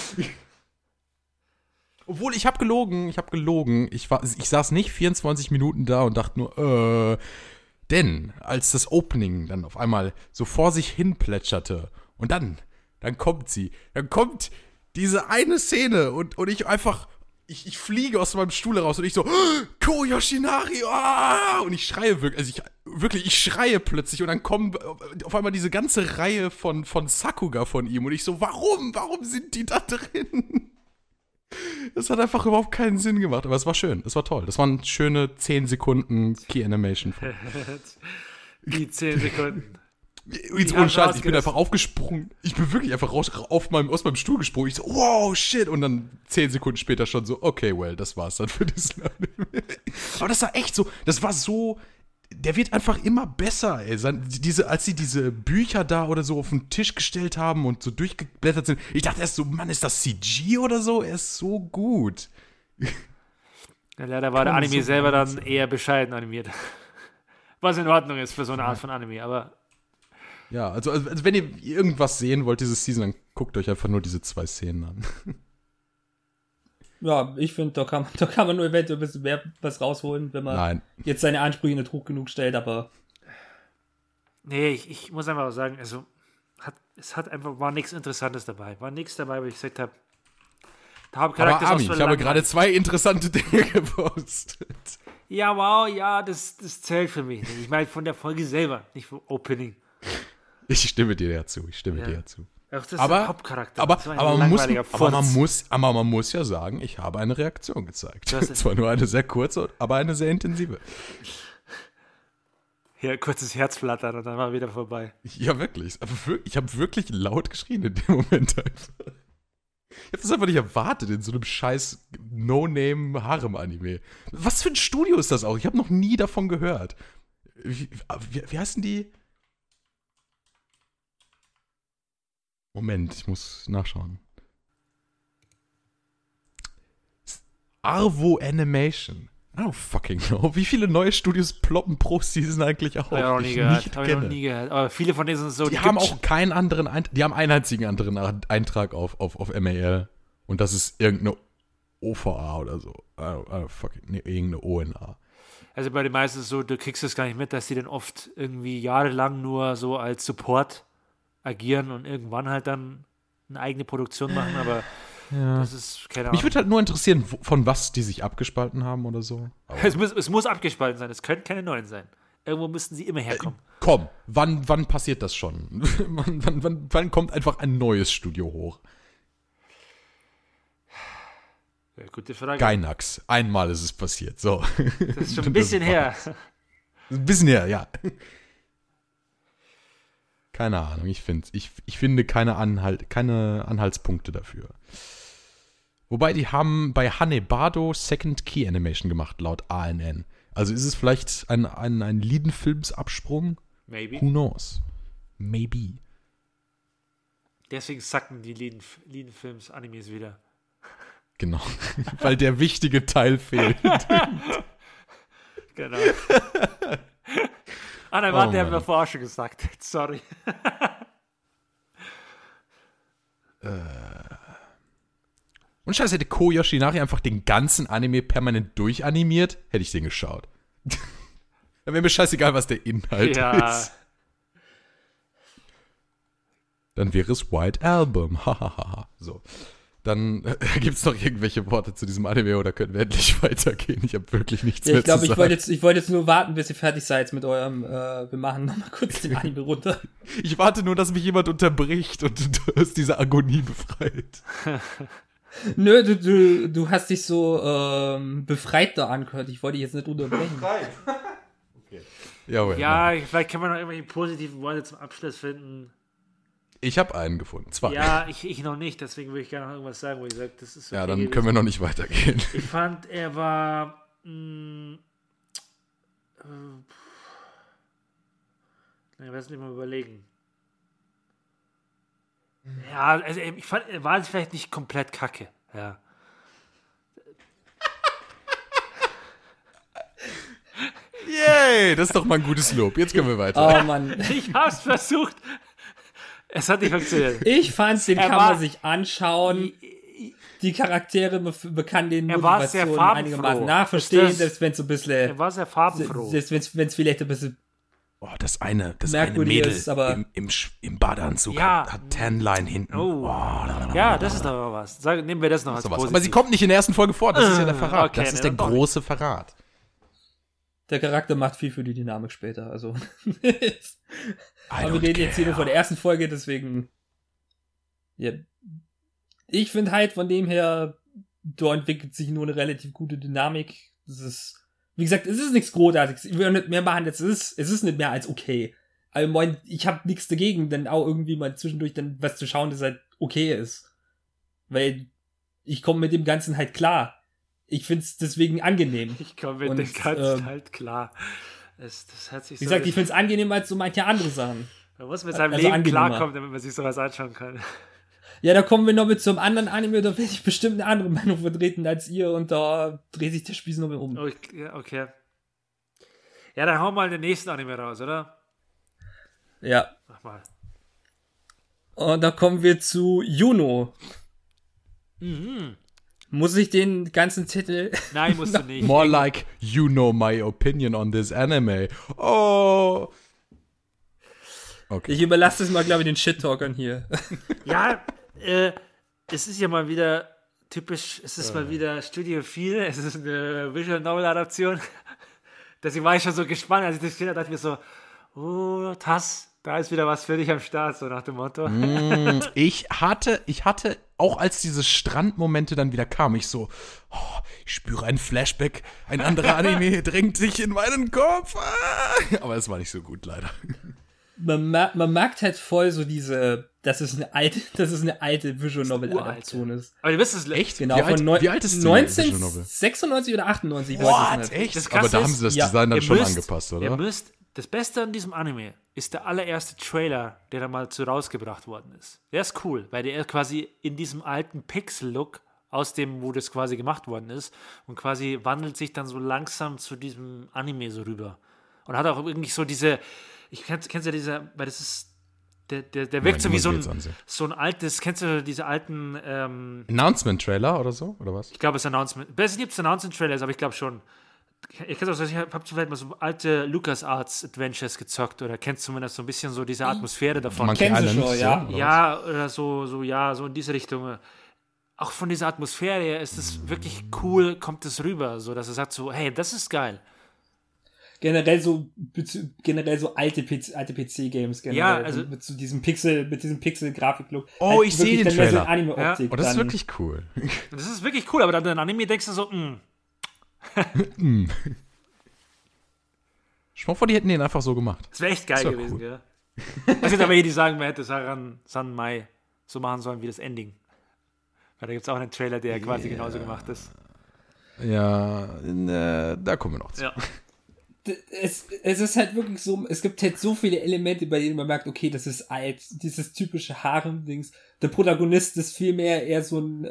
Obwohl, ich habe gelogen. Ich saß nicht 24 Minuten da und dachte nur, denn als das Opening dann auf einmal so vor sich hin plätscherte und dann kommt sie. Dann kommt diese eine Szene und ich einfach, ich fliege aus meinem Stuhl raus und ich so, Ko Yoshinari, und ich schreie wirklich, ich schreie plötzlich und dann kommen auf einmal diese ganze Reihe von Sakuga von ihm und ich so, warum sind die da drin? Das hat einfach überhaupt keinen Sinn gemacht, aber es war schön, es war toll. Das waren schöne 10 Sekunden Key Animation. Die 10 Sekunden. Jetzt ohne Scheiß, ich bin einfach aufgesprungen. Ich bin wirklich einfach aus meinem Stuhl gesprungen. Ich so, wow, shit. Und dann 10 Sekunden später schon so, okay, well, das war's dann für diesen Anime. Aber das war echt so, das war so, der wird einfach immer besser, ey. Als sie diese Bücher da oder so auf den Tisch gestellt haben und so durchgeblättert sind, ich dachte erst so, Mann, ist das CG oder so? Er ist so gut. Ja, leider war der Anime selber dann eher bescheiden animiert. Was in Ordnung ist für so eine Art von Anime, aber ja, also wenn ihr irgendwas sehen wollt diese Season, dann guckt euch einfach nur diese 2 Szenen an. Ja, ich finde, da kann man nur eventuell ein bisschen mehr was rausholen, wenn man jetzt seine Ansprüche nicht hoch genug stellt, aber nee, ich muss einfach sagen, also war nichts Interessantes dabei. War nichts dabei, wo ich gesagt habe, aber Ami, ich habe gerade 2 interessante Dinge gepostet. Ja, wow, ja, das zählt für mich nicht. Ich meine von der Folge selber, nicht vom Opening. Ich stimme dir dazu, Ach, das ist der Hauptcharakter. Aber man muss ja sagen, ich habe eine Reaktion gezeigt. Zwar nur eine sehr kurze, aber eine sehr intensive. Ja, kurzes Herzflattern und dann war wieder vorbei. Ja, wirklich. Ich habe wirklich laut geschrien in dem Moment einfach. Ich habe das einfach nicht erwartet in so einem scheiß No-Name-Harem-Anime. Was für ein Studio ist das auch? Ich habe noch nie davon gehört. Wie heißen die? Moment, ich muss nachschauen. Arvo Animation. I don't fucking know. Wie viele neue Studios ploppen pro Season eigentlich auf? Hab ich noch nie gehört. Aber viele von denen sind so. Die haben auch keinen anderen die haben einen einzigen anderen Eintrag auf MAL. Und das ist irgendeine OVA oder so. Irgendeine ONA. Also bei den meisten ist es so, du kriegst es gar nicht mit, dass die dann oft irgendwie jahrelang nur so als Support agieren und irgendwann halt dann eine eigene Produktion machen, aber das ist keine Ahnung. Mich würde halt nur interessieren, von was die sich abgespalten haben oder so. Es muss abgespalten sein, es können keine neuen sein. Irgendwo müssten sie immer herkommen. Komm, wann passiert das schon? wann kommt einfach ein neues Studio hoch? Ja, gute Frage. Gainax. Einmal ist es passiert. So. Das ist schon ein bisschen her. Ein bisschen her, ja. Keine Ahnung, ich finde keine Anhaltspunkte dafür. Wobei die haben bei Hanebado Second Key Animation gemacht, laut ANN. Also ist es vielleicht ein Lidenfilmsabsprung? Maybe. Who knows? Maybe. Deswegen sacken die Lidenfilms-Animes wieder. Genau, weil der wichtige Teil fehlt. Genau. Nein, warte, haben wir vorher schon gesagt. Sorry. Und scheiße, hätte Koyoshi nachher einfach den ganzen Anime permanent durchanimiert, hätte ich den geschaut. Dann wäre mir scheißegal, was der Inhalt ist. Dann wäre es White Album. Hahaha. So. Dann gibt es noch irgendwelche Worte zu diesem Anime oder können wir endlich weitergehen? Ich habe wirklich nichts mehr zu sagen. Ich wollte jetzt nur warten, bis ihr fertig seid mit eurem, wir machen nochmal kurz den Anime runter. Ich warte nur, dass mich jemand unterbricht und du aus dieser Agonie befreit. Nö, du hast dich so befreit da angehört. Ich wollte dich jetzt nicht unterbrechen. Befreit? Okay. Jawohl, ja, vielleicht kann man noch irgendwelche positiven Worte zum Abschluss finden. Ich habe einen gefunden. 2. Ja, ich noch nicht. Deswegen würde ich gerne noch irgendwas sagen, wo ich sage, das ist okay. Ja, dann können wir noch nicht weitergehen. Ich fand, er war ich weiß nicht mal überlegen. Ja, also ich fand, er war vielleicht nicht komplett kacke. Ja. Yay, das ist doch mal ein gutes Lob. Jetzt können wir weiter. Oh Mann. Ich hab's versucht. Es hat nicht funktioniert. Ich fand, den kann man sich anschauen. Die Charaktere, man kann den Motivationen einigermaßen nachverstehen, selbst wenn es so ein bisschen. Er war sehr farbenfroh. Selbst wenn es vielleicht ein bisschen. Oh, das eine Mädel ist, aber im Badeanzug hat Tanline hinten. Oh. Ja, das ist doch was. Nehmen wir das noch als positiv. Aber sie kommt nicht in der ersten Folge vor, das ist ja der Verrat. Okay, das ist der große Verrat. Der Charakter macht viel für die Dynamik später, also. Aber wir reden jetzt hier nur von der ersten Folge, deswegen. Ja. Ich finde halt von dem her, da entwickelt sich nur eine relativ gute Dynamik. Das ist, wie gesagt, es ist nichts Großartiges. Ich will nicht mehr machen, es ist nicht mehr als okay. Also, ich habe nichts dagegen, dann auch irgendwie mal zwischendurch dann was zu schauen, das halt okay ist. Weil ich komme mit dem Ganzen halt klar. Ich finde es deswegen angenehm. Ich komme mit dem Ganzen halt klar. Das hört sich wie gesagt, ich finde es angenehmer als so manche andere Sachen. Man muss mit seinem Leben klarkommen, damit man sich sowas anschauen kann. Ja, da kommen wir noch mit zum anderen Anime, da werde ich bestimmt eine andere Meinung vertreten als ihr und da dreht sich der Spieß noch mehr um. Okay. Ja, dann hauen wir mal den nächsten Anime raus, oder? Ja. Mach mal. Und da kommen wir zu Juno. Mhm. Muss ich den ganzen Titel... Nein, musst du nicht. More like, you know my opinion on this anime. Oh. Okay. Ich überlasse es mal, glaube ich, den Shit-Talkern hier. Ja, es ist ja mal wieder typisch, es ist mal wieder Studio 4, es ist eine Visual Novel-Adaption. Deswegen war ich schon so gespannt, als ich das gesehen habe, dachte ich mir so, oh, Tass, da ist wieder was für dich am Start, so nach dem Motto. Ich hatte, auch als diese Strandmomente dann wieder kamen, ich so, ich spüre einen Flashback, ein anderer Anime drängt sich in meinen Kopf. Aber es war nicht so gut, leider. Man merkt halt voll so dass es eine alte Visual Novel Adaption ist. Aber du wisst es echt? Genau, wie alt ist die 1996 oder 98? What? Echt? Aber da haben sie das Design dann schon angepasst, oder? Das Beste an diesem Anime ist der allererste Trailer, der da mal rausgebracht worden ist. Der ist cool, weil der quasi in diesem alten Pixel-Look aus dem, wo das quasi gemacht worden ist und quasi wandelt sich dann so langsam zu diesem Anime so rüber. Und hat auch irgendwie so diese, kennst du ja dieser, weil das ist, der wirkt so wie so ein altes, kennst du diese alten Announcement-Trailer oder so, oder was? Ich glaube, es ist Announcement. Ich weiß nicht, ob es Announcement-Trailer ist, aber ich glaube schon. Ich kenn's auch, ich hab vielleicht mal so alte LucasArts Adventures gezockt oder kennst zumindest so ein bisschen so diese Atmosphäre davon. Monkey Kennst du Island, schon, ja? Ja, oder so in diese Richtung. Auch von dieser Atmosphäre her ist es wirklich cool, kommt es rüber, so dass er sagt so, hey, das ist geil. Generell so alte PC-Games generell. Ja, also mit so diesem Pixel-Grafik-Look. Oh, Halt ich sehe wirklich den dann mehr so Trailer. Anime-Optik. Oh, das ist dann. wirklich cool. das ist wirklich cool, aber dann in Anime denkst du so, Ich vor, die hätten den einfach so gemacht. das wäre echt geil Das wär gewesen, cool. gell? Es gibt aber welche, die sagen, man hätte San Mai so machen sollen wie das Ending. Weil da gibt es auch einen Trailer, der quasi genauso gemacht ist. Ja, da kommen wir noch zu. Ja. Es ist halt wirklich so, es gibt halt so viele Elemente, bei denen man merkt, okay, das ist alt, dieses typische Harem-Dings. Der Protagonist ist vielmehr eher so ein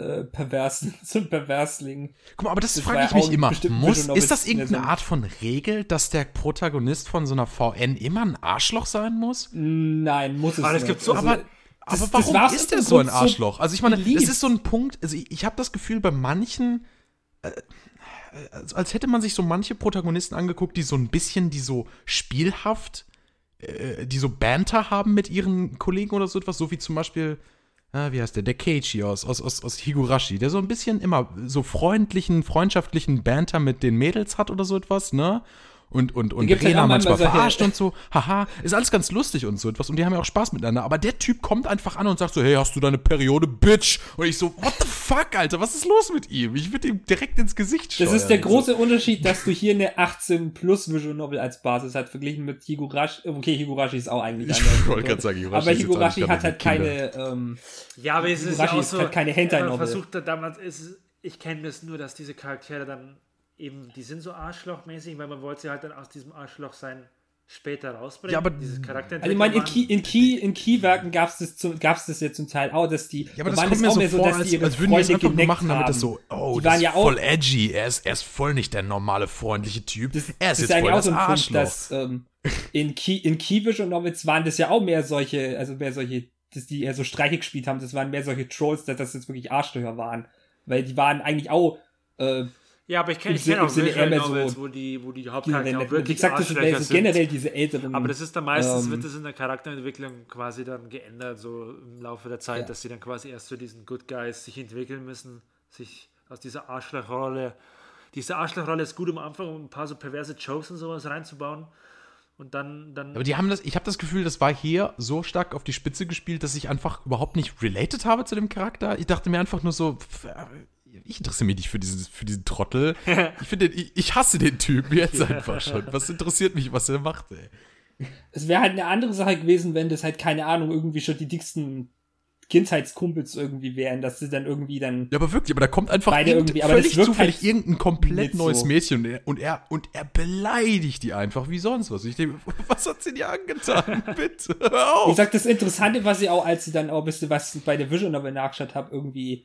Perversling. Guck mal, aber das Das frage war ich ja mich auch immer. bestimmt Visual Novels Ist das in der irgendeine Sinn. Art von Regel, dass der Protagonist von so einer VN immer ein Arschloch sein muss? Nein, muss es Aber es nicht. gibt so- Also, Aber das warum war's ist im der so ein Grund so Arschloch? Also ich meine, beliebt. es ist so ein Punkt, also ich habe das Gefühl, bei manchen, als hätte man sich so manche Protagonisten angeguckt, die so ein bisschen, die so spielhaft, die so Banter haben mit ihren Kollegen oder so etwas, so wie zum Beispiel, wie heißt der Keiichi aus Higurashi, der so ein bisschen immer so freundschaftlichen Banter mit den Mädels hat oder so etwas, ne? Und gibt's halt Rena auch manchmal manchmal solche- verarscht und so, haha, ist alles ganz lustig und so etwas und die haben ja auch Spaß miteinander, aber der Typ kommt einfach an und sagt so, hey, hast du deine Periode, Bitch? Und ich so, what the fuck, Alter, was ist los mit ihm? Ich würde ihm direkt ins Gesicht steuern. Das ist der große Unterschied, dass du hier eine 18+ Visual Novel als Basis hast, verglichen mit Higurashi. Okay, Higurashi ist auch eigentlich Ich wollte gerade sagen, Higurashi aber ist jetzt Higurashi eigentlich hat gerade halt mit keine, Ja, aber es ist ja Higurashi auch ist so, halt keine Hentai-Novel. versucht er damals, ich kenne das nur, dass diese Charaktere dann eben, die sind so arschlochmäßig, weil man wollte sie halt dann aus diesem Arschloch sein später rausbringen. Ja, aber- dieses Also ich meine, in Key-Werken gab's das ja zum Teil auch, dass die, Ja, aber da das waren kommt mir auch so mehr vor, dass als die ihre würden die es Freunde einfach nur geneckt machen, damit haben. das so, oh, Die das waren ist ja auch- voll edgy, er ist voll nicht der normale, freundliche Typ, er ist jetzt voll eigentlich das so ein Punkt, Arschloch. dass in Key Visual Novels waren das ja auch mehr solche, dass die eher so Streiche gespielt haben, das waren mehr solche Trolls, dass das jetzt wirklich Arschlöcher waren. Weil die waren eigentlich auch ja, aber ich kenne im auch Sinne Visual eher mehr Novels, so wo die Hauptcharaktere auch wie wirklich gesagt, das Arschlöcher sind sind. generell diese älteren. Aber das ist dann meistens, ähm, wird das in der Charakterentwicklung quasi dann geändert, so im Laufe der Zeit, Ja. dass sie dann quasi erst zu diesen Good Guys sich entwickeln müssen, sich aus dieser Arschlochrolle. Diese Arschlochrolle ist gut am Anfang, um ein paar so perverse Jokes und sowas reinzubauen. Und dann Aber die haben das, ich habe das Gefühl, das war hier so stark auf die Spitze gespielt, dass ich einfach überhaupt nicht related habe zu dem Charakter. Ich dachte mir einfach nur so, ich interessiere mich nicht für diesen Trottel. Ich hasse den Typen jetzt einfach schon. Was interessiert mich, was er macht, ey? Es wäre halt eine andere Sache gewesen, wenn das halt, keine Ahnung, irgendwie schon die dicksten Kindheitskumpels irgendwie wären, dass sie dann irgendwie dann. Ja, aber wirklich, aber da kommt einfach Beide irgendwie, aber das völlig wirkt zufällig halt irgendein komplett nicht neues so. Mädchen und er beleidigt die einfach wie sonst was. Ich denke, was hat sie dir angetan? Bitte, hör Ich auf. sag, das Interessante, was ich auch, als ich dann auch ein bisschen was bei der Visual Novel nachgeschaut habe, irgendwie,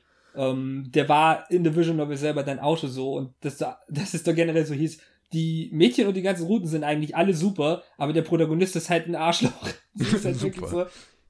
der war in der Visual Novel selber dann auch schon so und das ist doch generell so hieß, die Mädchen und die ganzen Routen sind eigentlich alle super, aber der Protagonist ist halt ein Arschloch. Das ist halt wirklich so.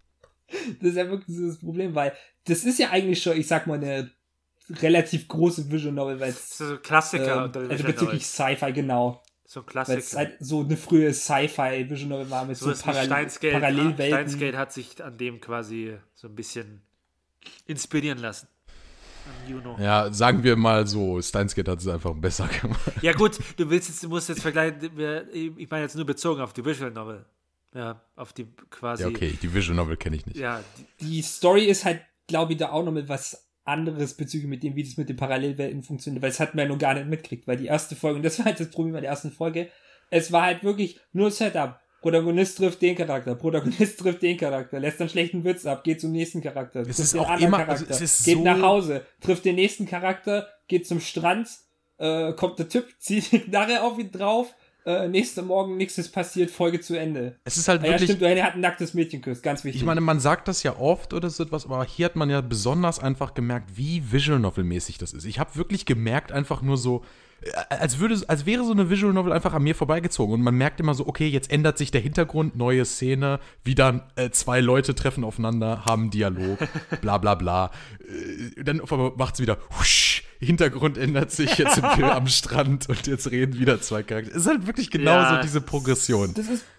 Das ist ja wirklich so das Problem, weil das ist ja eigentlich schon, ich sag mal, eine relativ große Visual Novel, weil es so Klassiker unter den also Visual bezüglich Novels. Sci-Fi, genau. So ein Weil es Klassiker. halt so eine frühe Sci-Fi Visual Novel war mit so, So ist wie Steins Parallelwelten. Steins Gate hat sich an dem quasi so ein bisschen inspirieren lassen. An Juno. Ja, sagen wir mal so, Steins Gate hat es einfach besser gemacht. Ja gut, du musst jetzt vergleichen, ich meine jetzt nur bezogen auf die Visual Novel. Ja, auf die quasi. Ja, okay, die Visual Novel kenne ich nicht. Ja, Die Story ist halt, glaube ich, da auch noch mit was anderes bezüglich mit dem, wie das mit den Parallelwelten funktioniert, weil es hat man ja noch gar nicht mitgekriegt, weil die erste Folge, und das war halt das Problem bei der ersten Folge, es war halt wirklich nur Setup. Protagonist trifft den Charakter, Protagonist trifft den Charakter, lässt einen schlechten Witz ab, geht zum nächsten Charakter, Es trifft ist den auch anderen immer- Charakter, also es ist geht so- nach Hause, trifft den nächsten Charakter, geht zum Strand, kommt der Typ, zieht die Knarre auf ihn drauf, nächster Morgen, nichts ist passiert, Folge zu Ende. Es ist halt Ja, wirklich, stimmt, er hat ein nacktes Mädchen geküsst, ganz wichtig. ich meine, man sagt das ja oft oder so etwas, aber hier hat man ja besonders einfach gemerkt, wie Visual Novel-mäßig das ist. Ich habe wirklich gemerkt, einfach nur so, als wäre so eine Visual Novel einfach an mir vorbeigezogen und man merkt immer so, okay, jetzt ändert sich der Hintergrund, neue Szene, wieder zwei Leute treffen aufeinander, haben Dialog, bla bla bla. Dann auf einmal macht's wieder, husch, Hintergrund ändert sich, jetzt sind wir am Strand und jetzt reden wieder zwei Charaktere. Es ist halt wirklich genauso diese Progression.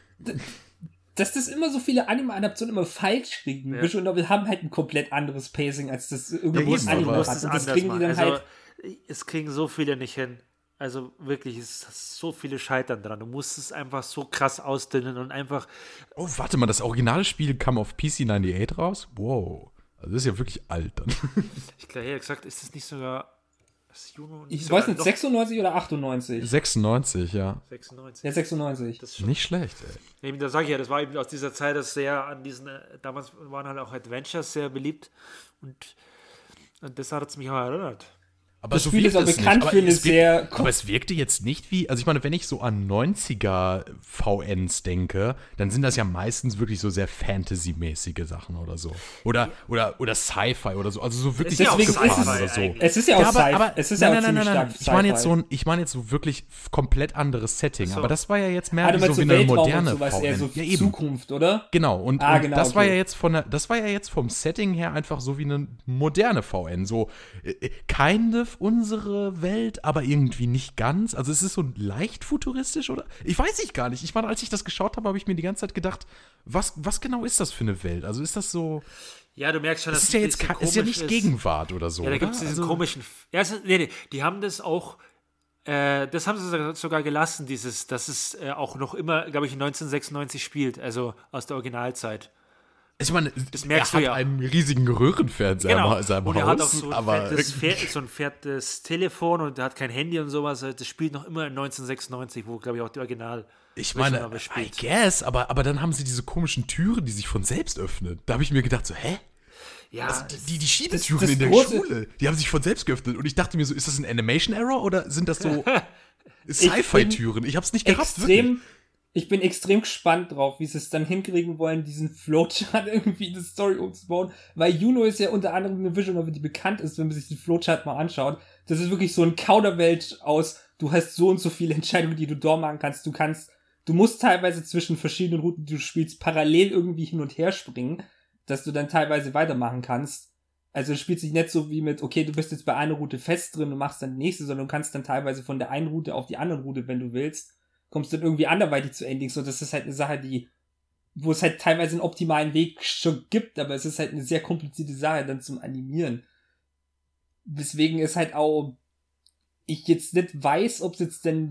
Dass das immer so viele Anime-Adaptionen immer falsch kriegen. Ja. Visual Novel haben halt ein komplett anderes Pacing, als das irgendwo das Anime hat. Und das kriegen die dann halt. Es kriegen so viele nicht hin. Also wirklich, es ist so viele Scheitern dran. Du musst es einfach so krass ausdünnen und einfach. Oh, warte mal, das originale Spiel kam auf PC 98 raus? Wow. Also das ist ja wirklich alt dann. Ich glaube, ehrlich gesagt, ist das nicht sogar. Ich weiß nicht, 96 oder 98? 96, ja. 96. Ja, 96. Das ist nicht schlecht, ey. Eben, da sage ich ja, das war eben aus dieser Zeit, dass sehr an diesen, damals waren halt auch Adventures sehr beliebt und das hat es mich auch erinnert. Aber das Spiel ist auch bekannt für eine sehr... Aber es wirkte jetzt nicht wie, also ich meine, wenn ich so an 90er VNs denke, dann sind das ja meistens wirklich so sehr Fantasy-mäßige Sachen oder so. Oder Sci-Fi oder so, also so wirklich aufgefahren oder so. Es ist ja auch Sci-Fi. Es ist ja auch ziemlich stark Sci-Fi. Ich meine jetzt so wirklich komplett anderes Setting, aber das war ja jetzt mehr wie so wie eine moderne VN. Eher so ja, Zukunft, oder? Genau, und das war ja jetzt das war ja jetzt vom Setting her einfach so wie eine moderne VN, so kind of unsere Welt, aber irgendwie nicht ganz. Also es ist so leicht futuristisch, oder? Ich weiß ich gar nicht. Ich meine, als ich das geschaut habe, habe ich mir die ganze Zeit gedacht, was genau ist das für eine Welt? Also ist das so... Ja, du merkst schon, dass es ist ja nicht Gegenwart oder so. Ja, da gibt es diesen komischen... Ja, die haben das auch... das haben sie sogar gelassen, dass es auch noch immer, glaube ich, 1996 spielt, also aus der Originalzeit. Ich meine, das merkst er du hat einen riesigen Röhrenfernseher in seinem Haus. Und er hat auch so ein fettes Telefon und er hat kein Handy und sowas. Das spielt noch immer in 1996, wo, glaube ich, auch die Original. Ich meine, I guess, aber dann haben sie diese komischen Türen, die sich von selbst öffnen. Da habe ich mir gedacht so, hä? Ja, also die Schiebetüren in der Schule, die haben sich von selbst geöffnet. Und ich dachte mir so, ist das ein Animation-Error oder sind das so Sci-Fi-Türen? Ich habe es nicht gerafft, wirklich. Ich bin extrem gespannt drauf, wie sie es dann hinkriegen wollen, diesen Flowchart irgendwie in die Story umzubauen, weil Juno ist ja unter anderem eine Visual Novel, die bekannt ist, wenn man sich den Flowchart mal anschaut. Das ist wirklich so ein Kauderwelsch aus, du hast so und so viele Entscheidungen, die du dort machen kannst. Du musst teilweise zwischen verschiedenen Routen, die du spielst, parallel irgendwie hin und her springen, dass du dann teilweise weitermachen kannst. Also es spielt sich nicht so wie mit, okay, du bist jetzt bei einer Route fest drin und machst dann die nächste, sondern du kannst dann teilweise von der einen Route auf die andere Route, wenn du willst, kommst dann irgendwie anderweitig zu Endings. Und das ist halt eine Sache, wo es halt teilweise einen optimalen Weg schon gibt, aber es ist halt eine sehr komplizierte Sache dann zum Animieren. Weswegen es halt auch, ich jetzt nicht weiß, ob es jetzt denn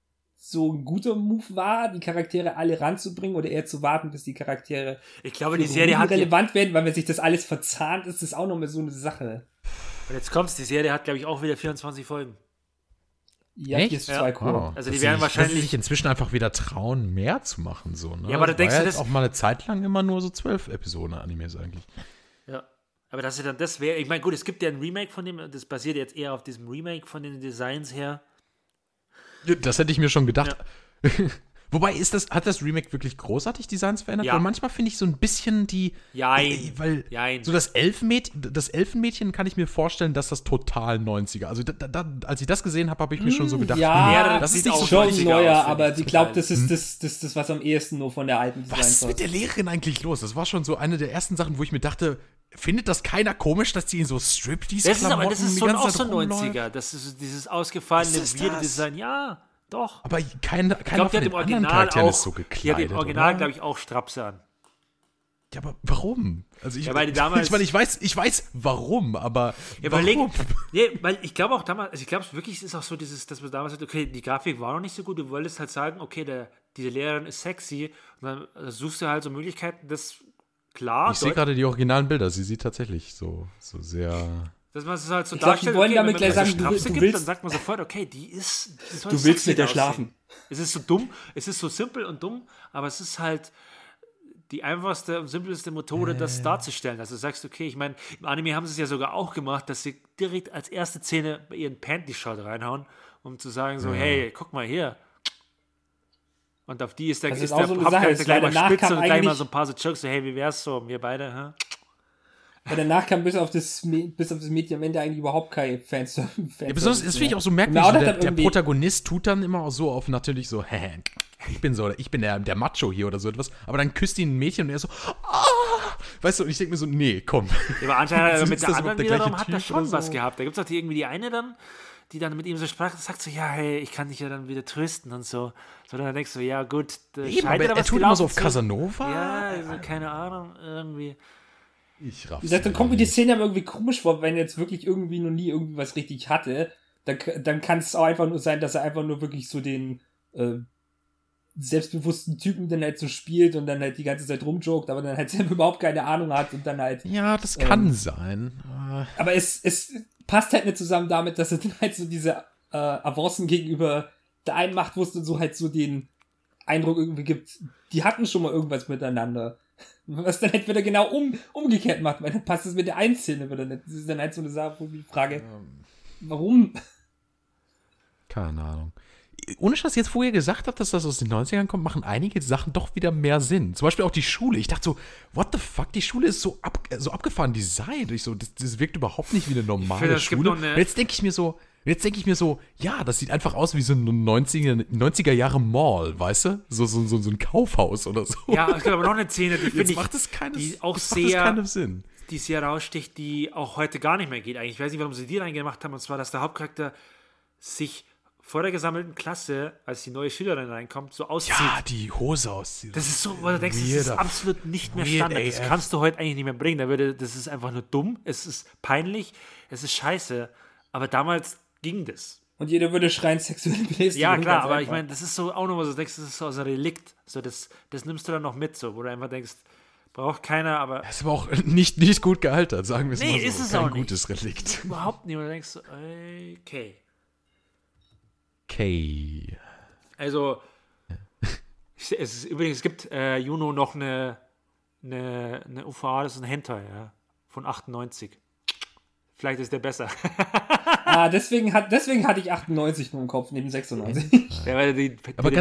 so ein guter Move war, die Charaktere alle ranzubringen oder eher zu warten, bis die Charaktere ich glaube, die Serie hat relevant werden, weil wenn sich das alles verzahnt, ist das auch noch mal so eine Sache. Und jetzt kommt's, die Serie hat, glaube ich, auch wieder 24 Folgen. Ja, hier ist 2 Wow. Also die werden wahrscheinlich... Dass sie sich inzwischen einfach wieder trauen, mehr zu machen, so, ne? Ja, aber da denkst du, das auch mal eine Zeit lang immer nur so 12 Episoden Animes eigentlich. Ja, aber dass sie dann das wäre... Ich meine, gut, es gibt ja ein Remake von dem, das basiert jetzt eher auf diesem Remake von den Designs her. Das hätte ich mir schon gedacht. Ja. Wobei, hat das Remake wirklich großartig Designs verändert? Ja. Weil manchmal finde ich so ein bisschen Jein. So das Elfenmädchen kann ich mir vorstellen, dass das total 90er. Also als ich das gesehen habe, habe ich mir schon so gedacht, ja, das ist nicht so schon neuer, aber ich glaube, das ist das, was am ehesten nur von der alten Design was ist mit der Lehrerin eigentlich los? Das war schon so eine der ersten Sachen, wo ich mir dachte, findet das keiner komisch, dass die in so Striptease-Klamotten das ist auch so 90er. Das ist dieses ausgefallene, weirde Design. Ja, doch. Aber keiner von den anderen Charakteren ist so gekleidet, die hat im Original, glaube ich, auch Strapse an. Ja, aber warum? Also weil die damals, ich weiß warum, aber warum? Weil ich glaube auch damals, also ich glaube wirklich, es ist auch so dieses, dass man damals sagt, okay, die Grafik war noch nicht so gut, du wolltest halt sagen, okay, diese Lehrerin ist sexy und dann suchst du halt so Möglichkeiten, das klar. Ich sehe gerade die originalen Bilder, sie sieht tatsächlich so sehr... Dass man es halt so darstellt, wollen damit gleich sagen, du willst, dann sagt man sofort, okay, die soll du willst mit der schlafen. Es ist so dumm, es ist so simpel und dumm, aber es ist halt die einfachste und simpelste Methode, das darzustellen. Also du sagst, okay, ich meine, im Anime haben sie es ja sogar auch gemacht, dass sie direkt als erste Szene bei ihren Panty-Shot reinhauen, um zu sagen so, hey, guck mal hier. Und auf die ist der Hauptcharakter gleich mal spitz und gleich mal so ein paar so Jokes, so, hey, wie wär's so, wir beide, hä? Aber danach kam bis auf das Mädchen am Ende eigentlich überhaupt keine Fans. Ja, besonders, das finde ich auch so merkwürdig. Der Protagonist tut dann immer auch so auf natürlich so, ich bin der Macho hier oder so etwas. Aber dann küsst ihn ein Mädchen und er so, weißt du, und ich denke mir so, nee, komm. Ja, aber anscheinend Ist mit der das anderen überhaupt der wiederum gleiche hat er Typ schon oder was so? gehabt. Da gibt es auch irgendwie die eine dann, die dann mit ihm so sprach, sagt so, ja, hey, ich kann dich ja dann wieder trösten und so. So, dann denkst du, ja gut, Eben, aber er tut immer so auf Casanova. Ja, also, keine Ahnung, irgendwie. Ich raff's. Wie gesagt, dann kommt mir die Szene aber irgendwie komisch vor, wenn er jetzt wirklich irgendwie noch nie irgendwie was richtig hatte, dann kann es auch einfach nur sein, dass er einfach nur wirklich so den selbstbewussten Typen dann halt so spielt und dann halt die ganze Zeit rumjoked, aber dann halt selber überhaupt keine Ahnung hat und dann halt... Ja, das kann sein. Aber es passt halt nicht zusammen damit, dass er dann halt so diese Avancen gegenüber der einen Machtwurst und so halt so den Eindruck irgendwie gibt, die hatten schon mal irgendwas miteinander. Was dann halt wieder genau umgekehrt macht, weil dann passt es mit der einen Szene wieder nicht. Das ist dann halt so eine Sache, wo die Frage, warum? Keine Ahnung. Ohne dass ihr jetzt vorher gesagt habt, dass das aus den 90ern kommt, machen einige Sachen doch wieder mehr Sinn. Zum Beispiel auch die Schule. Ich dachte so, what the fuck, die Schule ist so abgefahren designt. Ich so, das wirkt überhaupt nicht wie eine normale Schule. Und jetzt denke ich mir so, ja, das sieht einfach aus wie so eine 90er Jahre Mall, weißt du? So ein Kaufhaus oder so. Ja, es gibt aber noch eine Szene, die finde ich, macht das keinen Sinn. Die sehr raussticht, die auch heute gar nicht mehr geht eigentlich. Ich weiß nicht, warum sie die reingemacht haben, und zwar, dass der Hauptcharakter sich vor der gesammelten Klasse, als die neue Schülerin reinkommt, so auszieht. Ja, die Hose auszieht. Das ist so, wo du denkst, das ist absolut nicht mehr Standard. Das kannst du heute eigentlich nicht mehr bringen. Das ist einfach nur dumm, es ist peinlich, es ist scheiße. Aber damals ging das. Und jeder würde schreien, sexuelle Belästigung. Ja, klar, aber ich meine, das ist so auch noch, was du denkst, das ist so aus einem Relikt. So, das nimmst du dann noch mit, so, wo du einfach denkst, braucht keiner, aber... Das ist aber auch nicht gut gealtert, sagen wir es mal so. Nee, ist es Kein auch nicht. Gutes Relikt. Überhaupt nicht. Und du denkst so, okay. Also, es gibt Juno noch eine UVA, das ist ein Hentai, ja, von 98. Vielleicht ist der besser. Deswegen hatte ich 98 nur im Kopf, neben 96. Ja, weil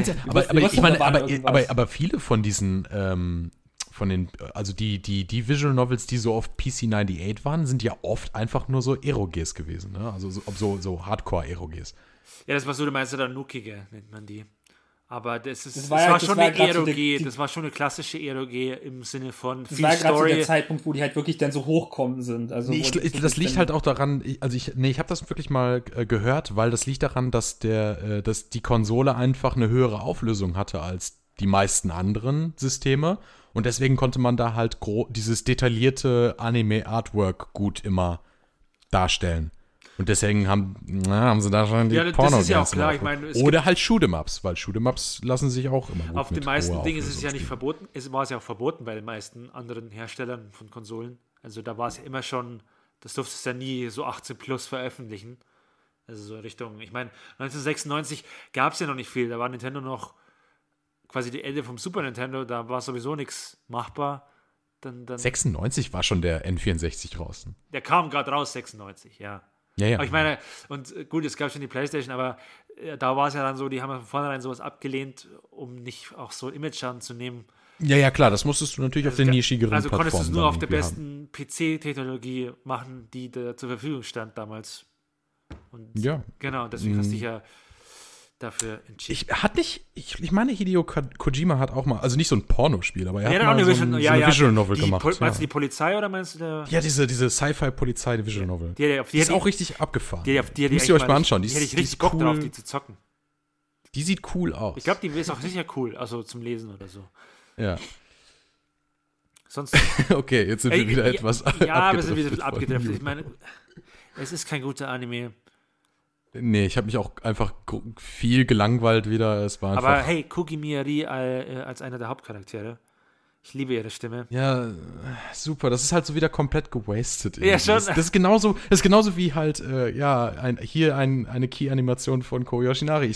aber viele von diesen, also die Visual Novels, die so auf PC 98 waren, sind ja oft einfach nur so Eroges gewesen, ne? Also so Hardcore-Eroges. Ja, das war so, du meinst ja dann Nuckige, nennt man die. Aber das war schon eine Eroge, das war schon eine klassische Eroge im Sinne von viel Story. Das war gerade so der Zeitpunkt, wo die halt wirklich dann so hochkommen sind. Also nee, das liegt halt auch daran, ich habe das wirklich mal gehört, weil das liegt daran, dass die Konsole einfach eine höhere Auflösung hatte als die meisten anderen Systeme und deswegen konnte man da halt dieses detaillierte Anime-Artwork gut immer darstellen. Und deswegen haben sie da schon die Porno. Das ist ja auch klar. Ich meine, oder halt Shoot'em-Ups, weil Shoot'em-Ups lassen sich auch immer gut auf den meisten Dingen ist es ja spielen. nicht verboten. Es war ja auch verboten bei den meisten anderen Herstellern von Konsolen. Also da war es ja immer schon, das durfte es ja nie so 18 plus veröffentlichen. Also so in Richtung, ich meine, 1996 gab es ja noch nicht viel. Da war Nintendo noch quasi die Ende vom Super Nintendo, da war sowieso nichts machbar. Dann 96 war schon der N64 draußen. Der kam gerade raus, 96, ja. Ja. Aber ich meine, und gut, es gab schon die PlayStation, aber da war es ja dann so, die haben von vornherein sowas abgelehnt, um nicht auch so Image-Schaden zu nehmen. Ja, klar, das musstest du natürlich auf den nischigeren Plattformen. Also konntest du es nur auf der besten PC-Technologie machen, die da zur Verfügung stand damals. Und ja. Genau, deswegen hast du dich ja dafür entschieden. Ich meine, Hideo Kojima hat auch mal, also nicht so ein Pornospiel, aber er hat auch mal eine so eine Visual Novel gemacht. Meinst du die Polizei oder meinst du Ja, diese Sci-Fi-Polizei, die Visual Novel. Die ist auch richtig abgefahren. Die müsst ihr euch mal anschauen. Die hätte ich richtig Bock drauf, die zu zocken. Die sieht cool aus. Ich glaube, die ist auch sicher cool, also zum Lesen oder so. Ja. Sonst. Okay, jetzt sind wir wieder etwas abgedriftet. Ja, wir sind wieder ein bisschen abgedriftet. Ich meine, es ist kein guter Anime. Nee, ich habe mich auch einfach viel gelangweilt wieder. Es war einfach. Aber hey, Kuki Miyari als einer der Hauptcharaktere. Ich liebe ihre Stimme. Ja, super. Das ist halt so wieder komplett gewastet. Ja, schon. Das ist genauso wie halt, eine Key-Animation von Ko Yoshinari.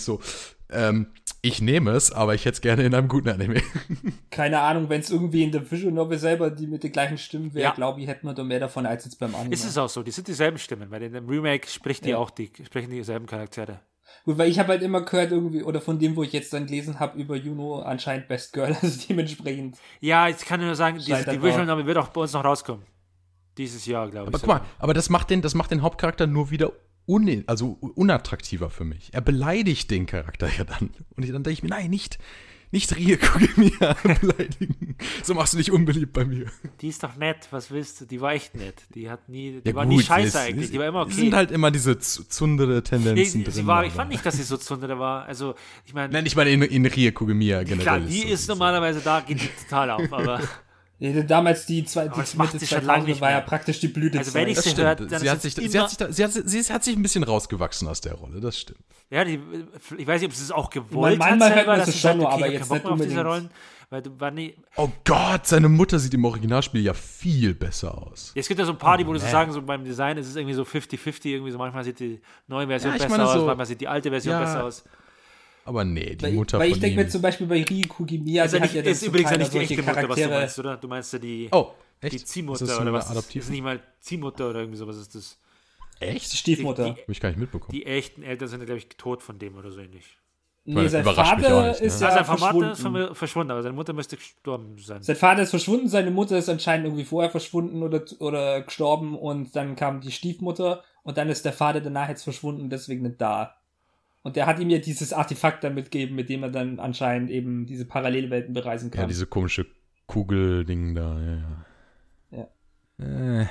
Ich nehme es, aber ich hätte es gerne in einem guten Anime. Keine Ahnung, wenn es irgendwie in der Visual Novel selber die mit den gleichen Stimmen wäre, glaube ich, hätten wir da mehr davon als jetzt beim Anime. Ist es auch so, die sind dieselben Stimmen, weil in dem Remake sprechen dieselben Charaktere. Gut, weil ich habe halt immer gehört irgendwie, oder von dem, wo ich jetzt dann gelesen habe, über Juno anscheinend Best Girl, also dementsprechend. Ja, ich kann nur sagen, die Visual Novel wird auch bei uns noch rauskommen. Dieses Jahr, glaube ich. Aber guck mal, aber das macht den Hauptcharakter nur wieder unattraktiver für mich. Er beleidigt den Charakter ja dann. Und dann denke ich mir, nein, nicht Nicht Rie Kugemiya beleidigen. So machst du dich unbeliebt bei mir. Die ist doch nett, was willst du? Die war echt nett. Die hat nie, die Ja, war gut, nie scheiße eigentlich, die war immer okay. Es sind halt immer diese zundere Tendenzen drin. Ich fand nicht, dass sie so zundere war. Also, ich meine. Nein, ich meine in Rie Kugemiya generell. Klar, die ist normalerweise da, geht die total auf, aber. Ja, damals die macht sie schon lange nicht war ja mehr. praktisch die Blütezeit. Also wenn ich sie höre, dann sie hat sich ein bisschen rausgewachsen aus der Rolle, das stimmt. Ja, ich weiß nicht, ob sie es auch gewollt hat manchmal selber, hört man dass es sie schon sagt, nur, okay, aber ich jetzt hab nicht Bock mehr auf diese unbedingt. Rollen, weil du war nie. Oh Gott, seine Mutter sieht im Originalspiel ja viel besser aus. Es gibt ja so ein paar, die, wo du so sagen, so beim Design ist es irgendwie so 50-50, irgendwie so manchmal sieht die neue Version besser aus, manchmal sieht die alte Version besser aus. Aber nee, die Mutter weil von ich denke mir zum Beispiel bei Rie Kugemiya, Also hat ja ist übrigens ja nicht die echte Mutter, was du Charaktere. meinst, oder? Du meinst ja die, echt? die Ziehmutter Ist das oder eine was? Adoptiv? Ist nicht mal Ziehmutter oder irgendwie sowas ist das. Echt? Die Stiefmutter. Hab ich gar nicht mitbekommen. Die echten Eltern sind ja, glaube ich, tot von dem oder so ähnlich. Nee, sein Überrascht mich auch Vater nicht, ne? ist ja sein Vater verschwunden. ist verschwunden, aber seine Mutter müsste gestorben sein. Sein Vater ist verschwunden, seine Mutter ist anscheinend irgendwie vorher verschwunden oder gestorben und dann kam die Stiefmutter und dann ist der Vater danach jetzt verschwunden, deswegen nicht da. Und der hat ihm ja dieses Artefakt dann mitgegeben, mit dem er dann anscheinend eben diese Parallelwelten bereisen kann. Ja, diese komische Kugelding da, ja.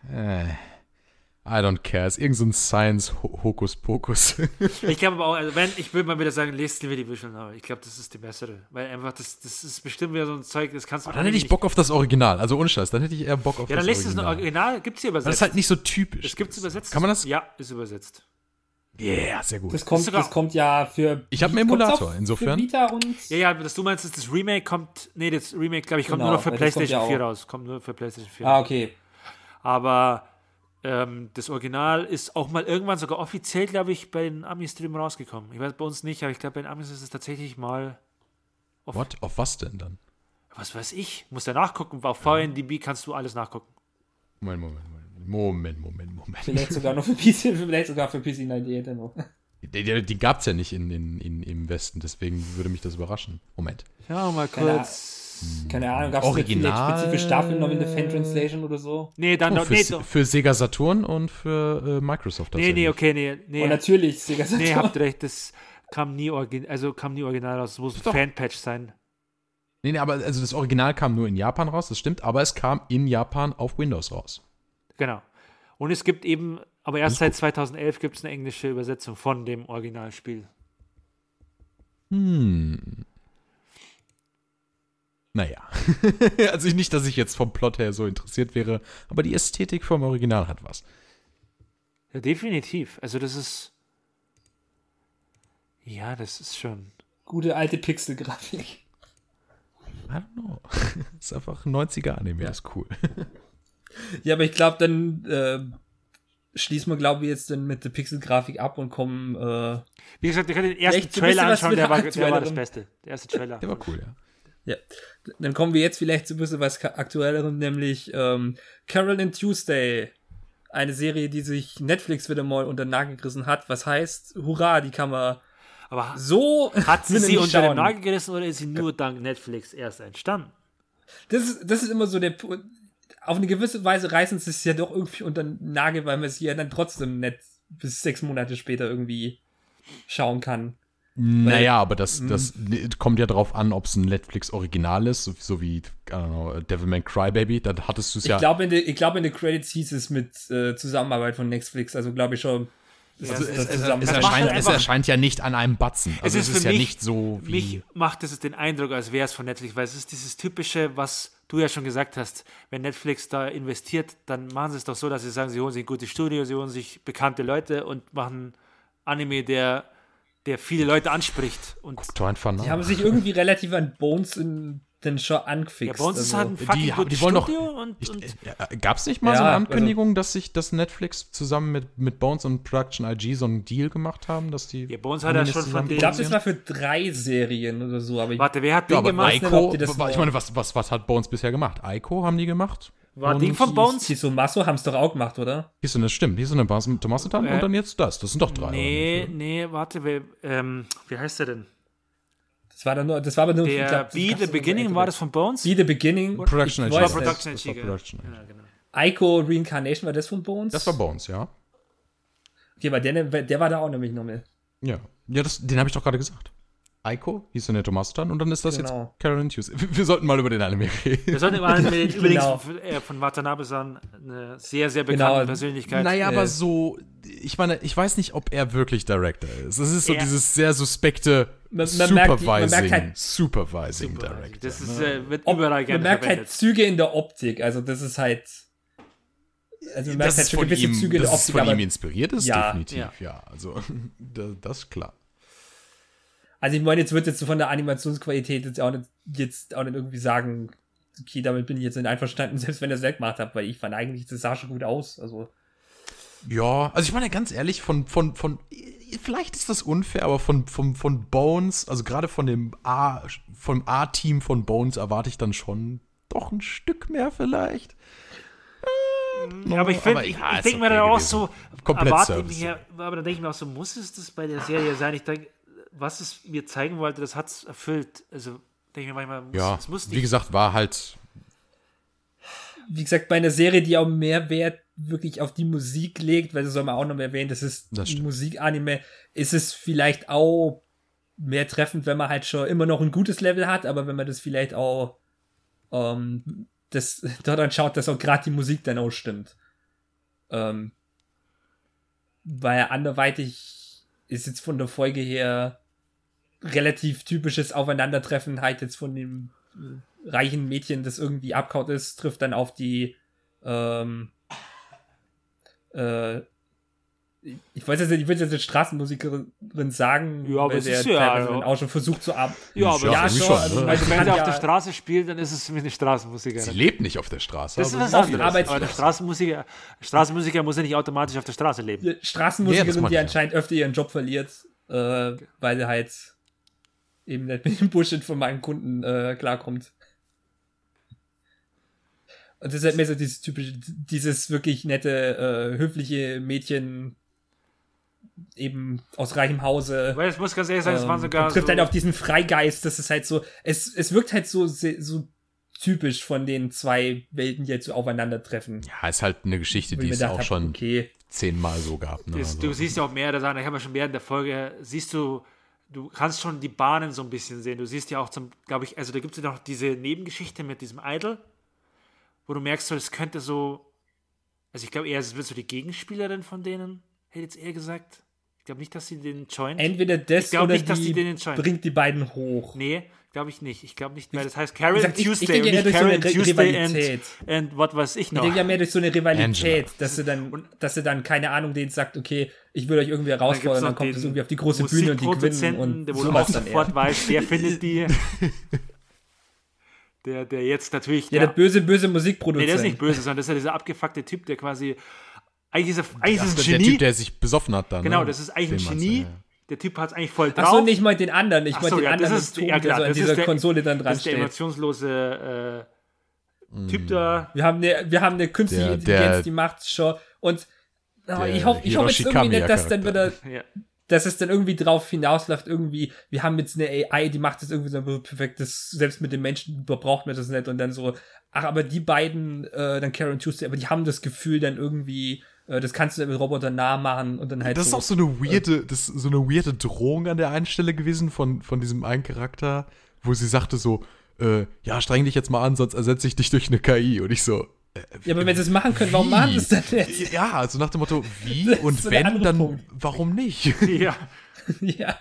I don't care. Ist irgend so ein Science-Hokuspokus. Ich glaube aber auch, also ich würde mal wieder sagen, lest lieber die Visual Novel. Ich glaube, das ist die bessere. Weil einfach, das ist bestimmt wieder so ein Zeug, das kannst du. Dann hätte ich Bock auf das Original. Also ohne Scheiß, dann hätte ich eher Bock auf ja, das dann lest Original. es ein Original, gibt es hier übersetzt. Das ist halt nicht so typisch. Es gibt es übersetzt. Kann man das? Ja, ist übersetzt. Yeah, sehr gut. Das kommt ja für. Ich habe einen Emulator, insofern. Für Vita und Ja, was du meinst, ist das Remake kommt. Nee, das Remake, glaube ich, kommt Genau, nur noch für weil das kommt PlayStation ja 4 raus. Kommt nur für PlayStation 4. Ah, okay. Aber das Original ist auch mal irgendwann sogar offiziell, glaube ich, bei den Amis drüben rausgekommen. Ich weiß bei uns nicht, aber ich glaube, bei den Amis ist es tatsächlich mal. What? Auf was denn dann? Was weiß ich? Muss ja nachgucken. Auf VNDB kannst du alles nachgucken. Moment. Vielleicht sogar noch für PC, vielleicht sogar für PC 98 noch. Die gab es ja nicht im Westen, deswegen würde mich das überraschen. Moment. Ja, mal kurz. Keine Ahnung, gab es Original spezifische Staffeln noch in der Fan-Translation oder so? Nee, dann noch. Für Sega Saturn und für Microsoft. Nee. Und natürlich Sega Saturn. Nee, habt recht, das kam nie original raus. Es muss ein Fanpatch sein. Nee, aber also das Original kam nur in Japan raus, das stimmt, aber es kam in Japan auf Windows raus. Genau. Und es gibt eben, aber erst seit 2011 gibt es eine englische Übersetzung von dem Originalspiel. Naja. Also nicht, dass ich jetzt vom Plot her so interessiert wäre, aber die Ästhetik vom Original hat was. Ja, definitiv. Also das ist. Ja, das ist schon. Gute alte Pixel-Grafik. I don't know. Das ist einfach ein 90er-Anime, das ist cool. Ja, aber ich glaube, dann schließen wir, glaube ich, jetzt dann mit der Pixel-Grafik ab und kommen. Wie gesagt, ihr könnt den ersten vielleicht so ein Trailer bisschen was anschauen, der war aktuellerem. das Beste. Der erste Trailer. Der war cool, ja. Ja, dann kommen wir jetzt vielleicht zu ein bisschen was Aktuellerem, nämlich Carol and Tuesday. Eine Serie, die sich Netflix wieder mal unter den Nagel gerissen hat. Was heißt, hurra, die kann man Aber so hat sie nicht unter den schauen. Nagel gerissen oder ist sie nur dank Netflix erst entstanden? Das ist immer so der auf eine gewisse Weise reißen sie es ja doch irgendwie unter den Nagel, weil man sie ja dann trotzdem nicht bis 6 Monate später irgendwie schauen kann. Naja, aber das kommt ja drauf an, ob es ein Netflix-Original ist, so wie, I don't know, Devilman Crybaby, da hattest du es ja. Ich glaube, in den Credits hieß es mit Zusammenarbeit von Netflix, also glaube ich schon. Also macht es erscheint ja nicht an einem Batzen. Also es ist für ja mich- nicht so wie. Mich macht es den Eindruck, als wäre es von Netflix, weil es ist dieses typische, was du ja schon gesagt hast, wenn Netflix da investiert, dann machen sie es doch so, dass sie sagen, sie holen sich ein gutes Studio, sie holen sich bekannte Leute und machen Anime, der viele Leute anspricht. Und Du einfach nach. Die haben sich irgendwie relativ an Bones dann schon angefixt. ja, bei uns ist halt ein die- fucking die gutes wollen doch- Studio und Gab es nicht mal Ja, so eine also- Ankündigung, dass Netflix zusammen mit Bones und Production IG so einen Deal gemacht haben, dass die. Ja, Bones hat ja schon von ich denen- glaube, das war für 3 Serien oder so, aber Warte, wer hat Ja, den aber gemacht? nicht, ob Ico, die das ich noch- meine, was hat Bones bisher gemacht? Ico haben die gemacht? War Und Ding von Bones? Hisomaso haben es doch auch gemacht, oder? Hieß das stimmt, hieß eine Tomatotan und dann jetzt das. Das sind doch 3. Nee, warte, wie heißt der denn? Das war aber nur. ich Der glaub, das Be gab's the nur Beginning, bei war das von Bones? Be the Beginning. Production Ich IG. weiß War nicht. Production Das war IG, Production IG. ja, genau. Ico Reincarnation, war das von Bones? Das war Bones, ja. Okay, aber der war da auch nämlich noch mit. Ja. Ja, den habe ich doch gerade gesagt. Aiko, Hisune Tomasutan, und dann ist das Genau. jetzt Carolyn Tuesday. Wir sollten mal über den Anime reden. Wir sollten über übrigens Genau. von Watanabe-san, eine sehr, sehr bekannte Genau. Persönlichkeit. Naja, aber so, ich meine, ich weiß nicht, ob er wirklich Director ist. Es ist so dieses sehr suspekte Man Supervising, merkt halt- Supervising Director. Das ist, ne? wird überall gerne Man merkt halt verwendet. Züge in der Optik, also das ist halt. Also man merkt Das halt ist schon von gewisse ihm, Züge in der dass es Optik, von aber ihm inspiriert ist, Ja. definitiv, ja. Also, das ist klar. also ich meine, jetzt wird jetzt so von der Animationsqualität jetzt auch nicht irgendwie sagen, okay, damit bin ich jetzt nicht einverstanden, selbst wenn ihr es weggemacht habt, weil ich fand eigentlich, das sah schon gut aus. Also Ja, also ich meine ganz ehrlich, vielleicht ist das unfair, aber von Bones, also gerade vom A-Team von Bones erwarte ich dann schon doch ein Stück mehr vielleicht. Ja, aber ich finde, ich ja, ist denke mir okay dann auch gewesen. so, Komplett erwarten Service. die mir, aber dann denke ich mir auch so, muss es das bei der Serie sein? Ich denke, was es mir zeigen wollte, das hat es erfüllt. Also denke ich mir manchmal, Ja, es muss wie nicht. gesagt, war halt, wie gesagt, bei einer Serie, die auch mehr Wert wirklich auf die Musik legt, weil das soll man auch noch mal erwähnen, das ist Das ein stimmt. Musikanime, ist es vielleicht auch mehr treffend, wenn man halt schon immer noch ein gutes Level hat, aber wenn man das vielleicht auch das daran schaut, dass auch gerade die Musik dann auch stimmt. Weil anderweitig ist jetzt von der Folge her relativ typisches Aufeinandertreffen halt jetzt von dem reichen Mädchen, das irgendwie abkaut ist, trifft dann auf die ich weiß jetzt nicht, ich will jetzt eine Straßenmusikerin sagen, Ja, aber weil es der ist ja- teilweise dann auch schon versucht zu ab. Ja, aber Ja, das ist schon, schon. ne? Also, Also wenn kann sie auf ja- der Straße spielt, dann ist es eine Straßenmusikerin. sie lebt nicht auf der Straße. Das ist aber was sie- auf anderes. Arbeits- Aber der Straßenmusiker muss ja nicht automatisch auf der Straße leben. Die Ja, das Straßenmusikerin, meine die ich, ja. anscheinend öfter ihren Job verliert, weil sie halt eben nicht mit dem Bullshit von meinen Kunden klarkommt. Und das ist halt mehr so dieses typische, dieses wirklich nette, höfliche Mädchen, eben aus reichem Hause. Weil ich muss ganz ehrlich sagen, es waren sogar und trifft so, halt auf diesen Freigeist, das ist halt so, es wirkt halt so typisch von den zwei Welten, die halt so aufeinandertreffen. Ja, ist halt eine Geschichte, Wo die ich mir es gedacht auch hab, schon okay, 10-mal so gab. Ne? Also, du siehst ja auch mehrere Sachen, ich habe ja schon während der Folge, siehst du kannst schon die Bahnen so ein bisschen sehen. Du siehst ja auch glaube ich, also da gibt es ja noch diese Nebengeschichte mit diesem Idol, wo du merkst, so, das könnte so, also ich glaube eher, es wird so die Gegenspielerin von denen, hätte ich jetzt eher gesagt. Ich glaube nicht, dass sie den joint. entweder das Ich glaub oder nicht, dass die den die entscheiden. bringt die beiden hoch. Nee, glaube ich nicht. Ich glaube nicht, weil das heißt Carol Wie and gesagt, ich Tuesday denke und eher nicht durch so Carol eine and Tuesday Rivalität. and what weiß ich Ich noch. denke ja mehr durch so eine Rivalität, Angela. dass sie dann, keine Ahnung, denen sagt, okay, ich will euch irgendwie herausfordern, dann kommt es irgendwie auf die große Bühne und die gewinnen und der wohl sowas auch dann sofort eher. weiß, wer findet die. der jetzt natürlich. Ja, der böse nee, Musikproduzent. der ist nicht böse, sondern das ist ja dieser abgefuckte Typ, der quasi. Eigentlich ist er das ein ist der Genie. Typ, der sich besoffen hat dann. Genau, ne? das ist eigentlich Den ein meinst du, Genie. ja. Der Typ hat es eigentlich voll drauf. Achso, nicht mal den anderen. Ich Ach meine so, den ja, anderen das ist- Ton, ja, der klar, so an das ist dieser der- Konsole dann das dran ist der steht. emotionslose Typ da. Wir haben eine künstliche Der- Intelligenz, die macht's schon. Und ich hoffe jetzt Hiroshi irgendwie nicht, dass dann Kamiya-Charakter. wieder, Ja. dass es dann irgendwie drauf hinausläuft, irgendwie, wir haben jetzt eine AI, die macht das irgendwie so perfekt, das, selbst mit den Menschen braucht man das nicht und dann so, ach, aber die beiden, dann Karen Tuesday, aber die haben das Gefühl dann irgendwie, das kannst du mit Robotern nachmachen und dann halt Das ist so. auch so eine weirde Drohung an der einen Stelle gewesen von diesem einen Charakter, wo sie sagte so, ja, streng dich jetzt mal an, sonst ersetze ich dich durch eine KI. Und ich so, Ja, aber wenn sie es machen können, warum wie? machen sie es dann nicht? Ja, also nach dem Motto, wie Das ist und so der wenn, andere dann Punkt. warum nicht? Ja, Ja,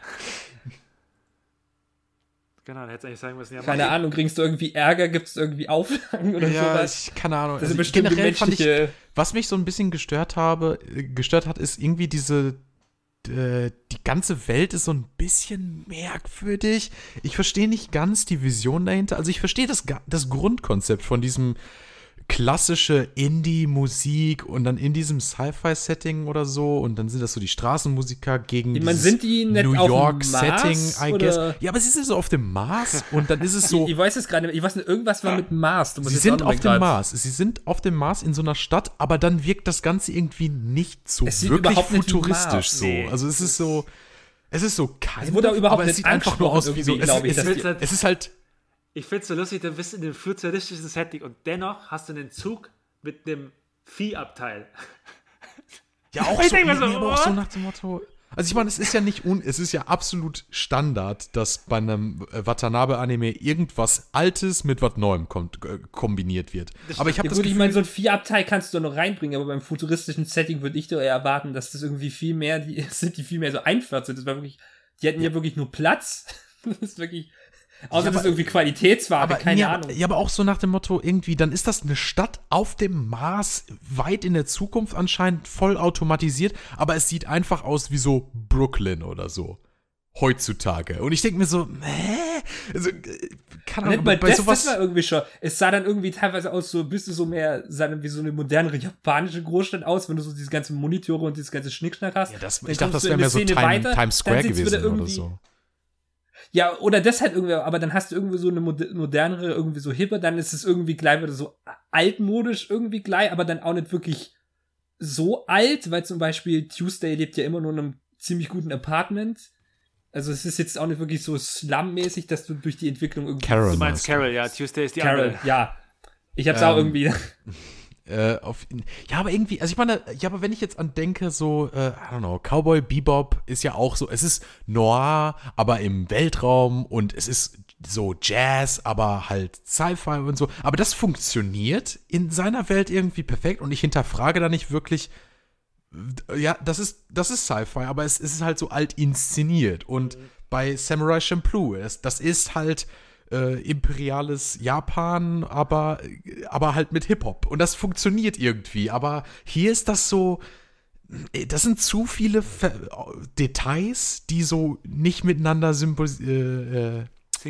genau, da hätte eigentlich sagen müssen, ja, keine Ahnung, kriegst du irgendwie Ärger, gibt's irgendwie Auflagen oder Ja, sowas? keine Ahnung. Das ist Also bestimmt die generell fand ich, menschliche. was mich so ein bisschen gestört hat, ist irgendwie die ganze Welt ist so ein bisschen merkwürdig. Ich verstehe nicht ganz die Vision dahinter. Also ich verstehe das Grundkonzept von diesem klassische Indie-Musik und dann in diesem Sci-Fi-Setting oder so und dann sind das so die Straßenmusiker gegen Ich meine, dieses sind die nicht New auf dem York-Setting, Mars, I guess. oder? Ja, aber sie sind so auf dem Mars und dann ist es so, Ich weiß es gerade nicht, ich weiß nicht, irgendwas war mit Mars. Du musst sie jetzt sind auch noch auf mal dem grad- Mars. Sie sind auf dem Mars in so einer Stadt, aber dann wirkt das Ganze irgendwie nicht so Es sieht wirklich überhaupt nicht wie futuristisch Mars. so. Nee. Also es ist so kind Es wurde auch überhaupt aber es nicht sieht einfach nur aus wie so. angesprochen irgendwie, Es, glaub ich, es, dass die- es ist halt Ich finde es so lustig, du bist in dem futuristischen Setting und dennoch hast du einen Zug mit einem Viehabteil. ja auch Ich so, denk mir so, aber auch so what? nach dem Motto. Also ich meine, es ist ja es ist ja absolut Standard, dass bei einem Watanabe-Anime irgendwas Altes mit was Neuem kombiniert wird. Aber ich habe das Gefühl, ich meine, so ein 4-Abteil kannst du noch reinbringen, aber beim futuristischen Setting würde ich doch eher erwarten, dass das irgendwie viel mehr viel mehr so einfach sind. Das war wirklich, die hatten ja wirklich nur Platz. Das ist wirklich, außer das ist irgendwie Qualitätsware, keine Ahnung. Ja, aber auch so nach dem Motto, irgendwie, dann ist das eine Stadt auf dem Mars, weit in der Zukunft anscheinend, voll automatisiert, aber es sieht einfach aus wie so Brooklyn oder so. Heutzutage. Und ich denke mir so, also, keine Ahnung, bei sowas. Das war irgendwie schon. Es sah dann irgendwie teilweise aus, so, bist du so mehr, sah dann wie so eine modernere japanische Großstadt aus, wenn du so diese ganzen Monitore und dieses ganze Schnickschnack hast. Ja, ich dachte, das wäre mehr so Times Square gewesen oder so. Ja, oder das halt irgendwie, aber dann hast du irgendwie so eine modernere, irgendwie so hipper, dann ist es irgendwie gleich wieder so altmodisch irgendwie gleich, aber dann auch nicht wirklich so alt, weil zum Beispiel Tuesday lebt ja immer nur in einem ziemlich guten Apartment. Also es ist jetzt auch nicht wirklich so slum-mäßig, dass du durch die Entwicklung irgendwie... Du meinst Carol, ja, Tuesday ist die andere. Ja. Ich hab's auch irgendwie... ja, aber irgendwie, also ich meine, ja, aber wenn ich jetzt an denke, so, I don't know, Cowboy Bebop ist ja auch so, es ist Noir, aber im Weltraum und es ist so Jazz, aber halt Sci-Fi und so. Aber das funktioniert in seiner Welt irgendwie perfekt und ich hinterfrage da nicht wirklich, ja, das ist Sci-Fi, aber es ist halt so alt inszeniert. Und bei Samurai Champloo, das ist halt imperiales Japan, aber halt mit Hip-Hop. Und das funktioniert irgendwie. Aber hier ist das so, das sind zu viele Details, die so nicht miteinander synchronisieren.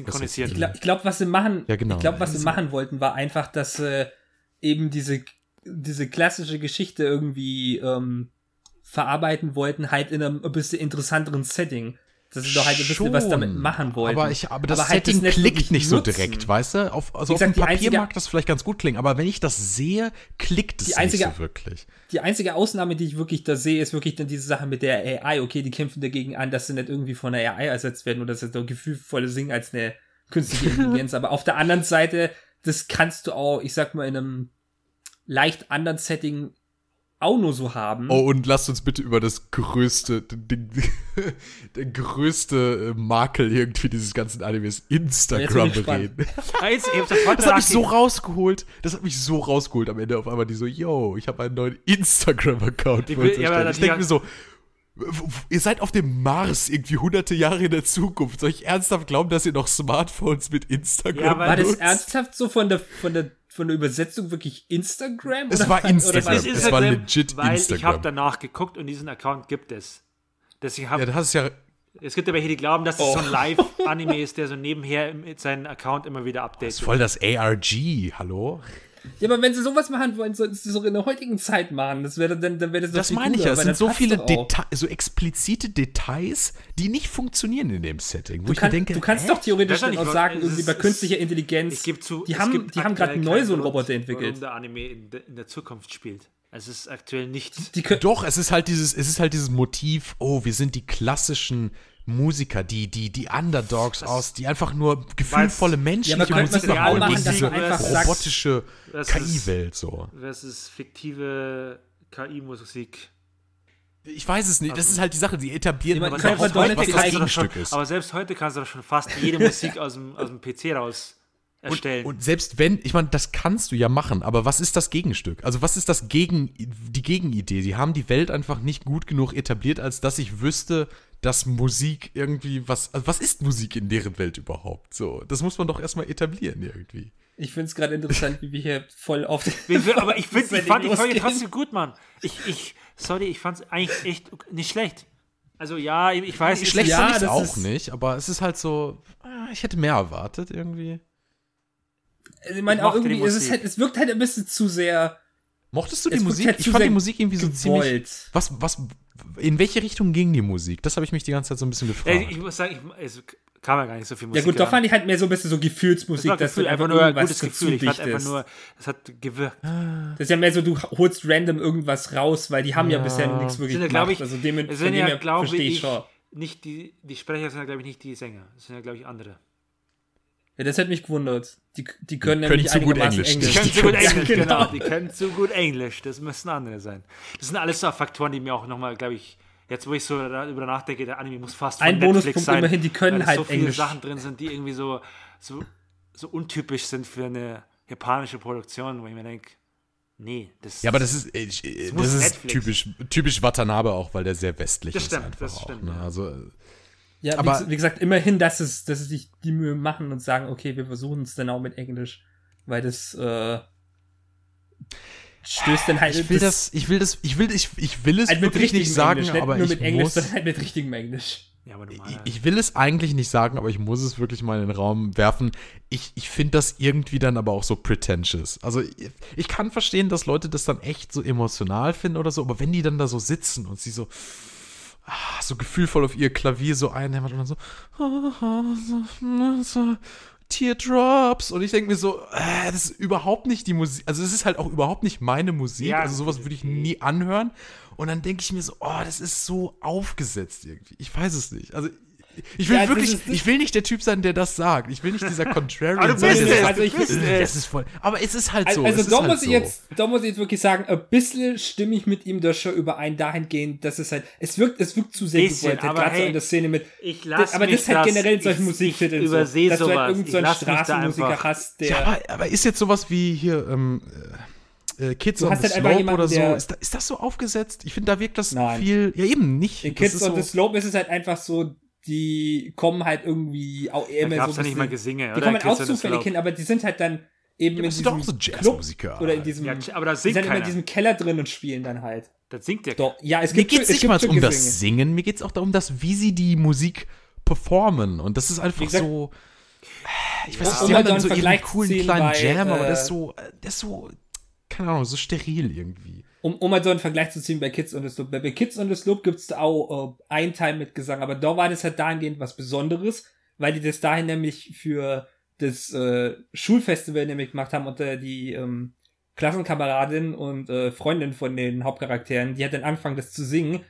Ich glaube, was sie machen, ja, genau. Ich glaube, was sie machen wollten, war einfach, dass eben diese klassische Geschichte irgendwie verarbeiten wollten, halt in einem ein bisschen interessanteren Setting. Das ist doch halt ein bisschen was damit machen wollten. Aber das Setting klickt nicht so direkt, weißt du? Auf dem Papier mag das vielleicht ganz gut klingen, aber wenn ich das sehe, klickt es nicht so wirklich. Die einzige Ausnahme, die ich wirklich da sehe, ist wirklich dann diese Sache mit der AI. Okay, die kämpfen dagegen an, dass sie nicht irgendwie von der AI ersetzt werden oder dass sie so gefühlvolle singen als eine künstliche Intelligenz. Aber auf der anderen Seite, das kannst du auch, ich sag mal, in einem leicht anderen Setting auch nur so haben. Oh, und lasst uns bitte über das größte, der größte Makel irgendwie dieses ganzen Animes, Instagram, reden. Das hat mich so rausgeholt. Am Ende auf einmal die so, yo, ich habe einen neuen Instagram-Account. Ich denke mir so, ihr seid auf dem Mars irgendwie hunderte Jahre in der Zukunft. Soll ich ernsthaft glauben, dass ihr noch Smartphones mit Instagram war das ernsthaft so von der Übersetzung wirklich Instagram? Es war Instagram. Es war legit weil Instagram. Ich habe danach geguckt und diesen Account gibt es. Es gibt aber hier die glauben, dass es so ein Live-Anime ist, der so nebenher seinen Account immer wieder updatet. Das ist voll das ARG, hallo? Ja, aber wenn sie sowas machen wollen, sollten sie es auch in der heutigen Zeit machen. Dann wäre das das meine ich ja. Es sind so viele so explizite Details, die nicht funktionieren in dem Setting. Wo ich mir denke, du kannst doch theoretisch dann auch sagen, irgendwie bei künstlicher Intelligenz, die haben gerade neu so einen Roboter entwickelt. Warum der Anime in der Zukunft spielt. Es ist aktuell nicht... Doch, es ist halt dieses Motiv, oh, wir sind die klassischen Musiker, die Underdogs die einfach nur gefühlvolle menschliche Musik machen gegen diese robotische KI-Welt so. Das ist fiktive KI-Musik. Ich weiß es nicht, das ist halt die Sache, die etablieren, was das Gegenstück ist. Aber selbst heute kannst du doch schon fast jede Musik aus dem PC raus erstellen. Und selbst wenn, ich meine, das kannst du ja machen, aber was ist das Gegenstück? Also was ist die Gegenidee? Sie haben die Welt einfach nicht gut genug etabliert, als dass ich wüsste, dass Musik irgendwie was ist Musik in deren Welt überhaupt? So, das muss man doch erstmal etablieren irgendwie. Ich finde es gerade interessant, wie wir hier voll auf aber ich fand die Folge trotzdem gut, Mann. Ich fand es eigentlich echt nicht schlecht. Also ja, ich weiß nicht. Schlecht fand ich es auch nicht, aber es ist halt so, ich hätte mehr erwartet irgendwie. Ich meine, auch irgendwie, es wirkt halt ein bisschen zu sehr. Mochtest du die Musik? Ich fand die Musik irgendwie so ziemlich. In welche Richtung ging die Musik? Das habe ich mich die ganze Zeit so ein bisschen gefragt. Ich muss sagen, es kam ja gar nicht so viel Musik. Ja gut, da fand ich halt mehr so ein bisschen so Gefühlsmusik, dass du einfach nur ein gutes Gefühl. Ich fand einfach nur, es hat gewirkt. Das ist ja mehr so, du holst random irgendwas raus, weil die haben ja bisher nichts wirklich gemacht. Also verstehe ich schon. Nicht die Sprecher sind ja, glaube ich, nicht die Sänger. Das sind ja, glaube ich, andere. Ja, das hätte mich gewundert. Die können nämlich zu gut Englisch. Die können zu gut Englisch, genau. Die können zu gut Englisch. Das müssen andere sein. Das sind alles so Faktoren, die mir auch nochmal, glaube ich, jetzt wo ich so darüber nachdenke, der Anime muss fast von Ein Netflix Bonuspunkt sein, immerhin, die können weil halt so viele Englisch. Sachen drin sind, die irgendwie so untypisch sind für eine japanische Produktion, wo ich mir denke, nee, das Ja, aber das ist Netflix. typisch Watanabe auch, weil der sehr westlich Das ist. stimmt, einfach das auch, stimmt, ne? ja. Also, Ja, aber wie gesagt, immerhin, dass sie sich die Mühe machen und sagen, okay, wir versuchen es dann auch mit Englisch, weil das stößt dann halt. ich will es halt mit wirklich nicht sagen, Englisch, aber nicht nur ich mit Englisch, muss. sondern halt mit richtigem Englisch. Ja, aber Ich will es eigentlich nicht sagen, aber ich muss es wirklich mal in den Raum werfen. Ich finde das irgendwie dann aber auch so pretentious. Also ich kann verstehen, dass Leute das dann echt so emotional finden oder so, aber wenn die dann da so sitzen und sie so gefühlvoll auf ihr Klavier so einhämmert und dann so Teardrops und ich denke mir so, das ist überhaupt nicht die Musik, also es ist halt auch überhaupt nicht meine Musik, Ja, also sowas würde ich nie anhören und dann denke ich mir so, das ist so aufgesetzt irgendwie, ich weiß es nicht, also ich will ich will nicht der Typ sein, der das sagt. Ich will nicht dieser Contrarian Aber du sein. bist der es, sagt, also ich bist das ist voll. Aber es ist halt so. Also da muss ich jetzt wirklich sagen, ein bisschen stimme ich mit ihm da schon überein dahingehend, dass es halt, es wirkt zu sehr Bisschen, gewollt, aber gerade so hey, in der Szene mit. aber das ist halt generell in solchen Musiktiteln übersehe dass du sowas. halt irgend so einen Ich lass mich da Straßenmusiker einfach- hast, der. Ja, aber ist jetzt sowas wie hier Kids Du on hast the halt einfach Slope jemanden, oder so? der- Ist das so aufgesetzt? Ich finde, da wirkt das Nein. viel. Ja, eben nicht. In Das Kids ist on the so, Slope ist es halt einfach so, die kommen halt irgendwie auch eher Da mehr gab's so. ja nicht mal bisschen- Gesinge, Die oder? kommen halt Kids auch on the zufällig Slope. hin, aber die sind halt dann eben Ja, in das sind doch diesem auch so Club Jazzmusiker. oder in diesem. Ja, aber da die singt sind immer in keiner. diesem Keller drin und spielen dann halt. Das singt ja Doch, ja, es Mir gibt geht es nicht gibt mal schon um das Gesinge. Singen, mir geht es auch darum, wie sie die Musik performen. Und das ist einfach Wie gesagt, so. Ich weiß um nicht, die mal haben so dann einen so ihren Vergleich zu coolen ziehen kleinen bei, Jam, aber der ist so, keine Ahnung, so steril irgendwie. Um mal so einen Vergleich zu ziehen bei Kids on the Slope. Bei Kids on the Slope gibt es auch einen Teil mit Gesang, aber da war das halt dahingehend was Besonderes, weil die das dahin nämlich für das Schulfestival nämlich gemacht haben und die Klassenkameradin und Freundin von den Hauptcharakteren, die hat dann angefangen, das zu singen,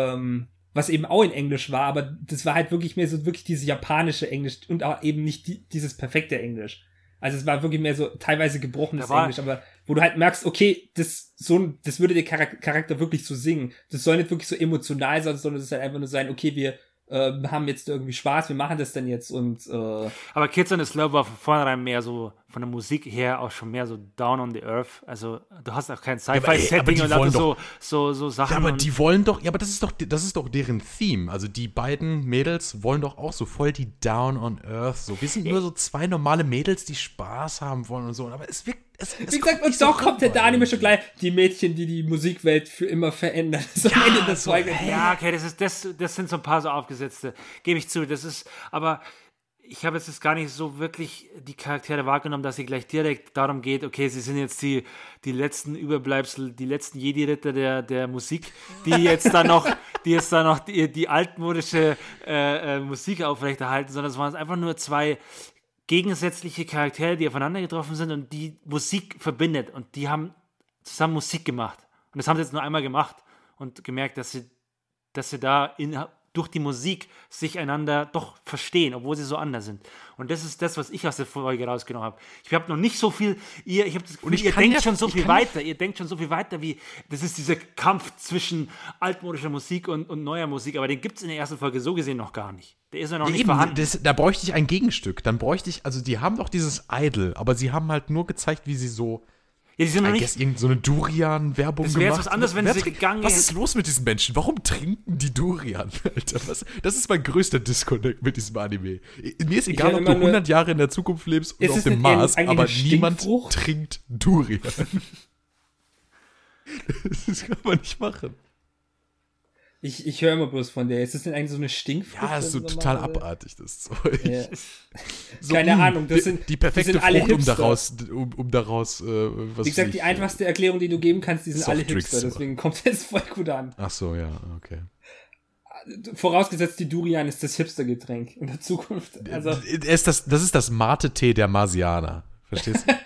was eben auch in Englisch war, aber das war halt wirklich mehr so wirklich dieses japanische Englisch und auch eben nicht dieses perfekte Englisch. Also es war wirklich mehr so teilweise gebrochenes Englisch, aber wo du halt merkst, okay, das würde der Charakter wirklich so singen. Das soll nicht wirklich so emotional sein, sondern es soll einfach nur sein, okay, wir haben jetzt irgendwie Spaß, wir machen das dann jetzt und Aber Kids on the Slope war von vornherein mehr so, von der Musik her auch schon mehr so down on the earth. Also du hast auch kein aber Sci-Fi-Setting die und lauter wollen so Sachen. Ja, aber und die wollen doch, aber das ist doch deren Theme. Also die beiden Mädels wollen doch auch so voll die Down on Earth. So, wir sind nur so zwei normale Mädels, die Spaß haben wollen und so. Aber es wirkt, wie gesagt, und doch kommt der Anime schon gleich, die Mädchen, die die Musikwelt für immer verändern. So am Ende des Folges. ja, okay, das sind so ein paar so aufgesetzte, gebe ich zu. Das ist, aber ich habe jetzt gar nicht so wirklich die Charaktere wahrgenommen, dass sie gleich direkt darum geht, okay, sie sind jetzt die letzten Überbleibsel, die letzten Jedi-Ritter der Musik, die jetzt dann noch die altmodische Musik aufrechterhalten, sondern es waren einfach nur zwei gegensätzliche Charaktere, die aufeinander getroffen sind und die Musik verbindet. Und die haben zusammen Musik gemacht. Und das haben sie jetzt nur einmal gemacht und gemerkt, dass sie da durch die Musik sich einander doch verstehen, obwohl sie so anders sind. Und das ist das, was ich aus der Folge rausgenommen habe. Ich habe noch nicht so viel, ich habe das Gefühl, ihr denkt schon so viel weiter, wie, das ist dieser Kampf zwischen altmodischer Musik und neuer Musik, aber den gibt es in der ersten Folge so gesehen noch gar nicht. Der ist ja noch nicht vorhanden. Da bräuchte ich ein Gegenstück. Dann bräuchte ich, also die haben doch dieses Idol, aber sie haben halt nur gezeigt, wie sie so Ja, die sind noch nicht. irgend so eine Durian-Werbung gemacht. Das wäre jetzt was anderes, wenn sie gegangen Was ist los mit diesen Menschen? Warum trinken die Durian, Alter? Das ist mein größter Disconnect mit diesem Anime. Mir ist egal, ob du 100 Jahre in der Zukunft lebst und auf dem Mars, aber niemand trinkt Durian. Das kann man nicht machen. Ich höre immer bloß von der. Ist das denn eigentlich so eine Stinkfrucht? Ja, ist so total abartig, das Zeug. Ja. So, Keine Ahnung, das sind die perfekte die sind alle Frucht, um Hipster. daraus was Wie gesagt, die einfachste Erklärung, die du geben kannst, die sind alle Softdrinks Hipster, deswegen kommt das voll gut an. Ach so, ja, okay. Vorausgesetzt, die Durian ist das Hipster-Getränk in der Zukunft. Also, Das ist das Mate-Tee der Marsianer. Verstehst du?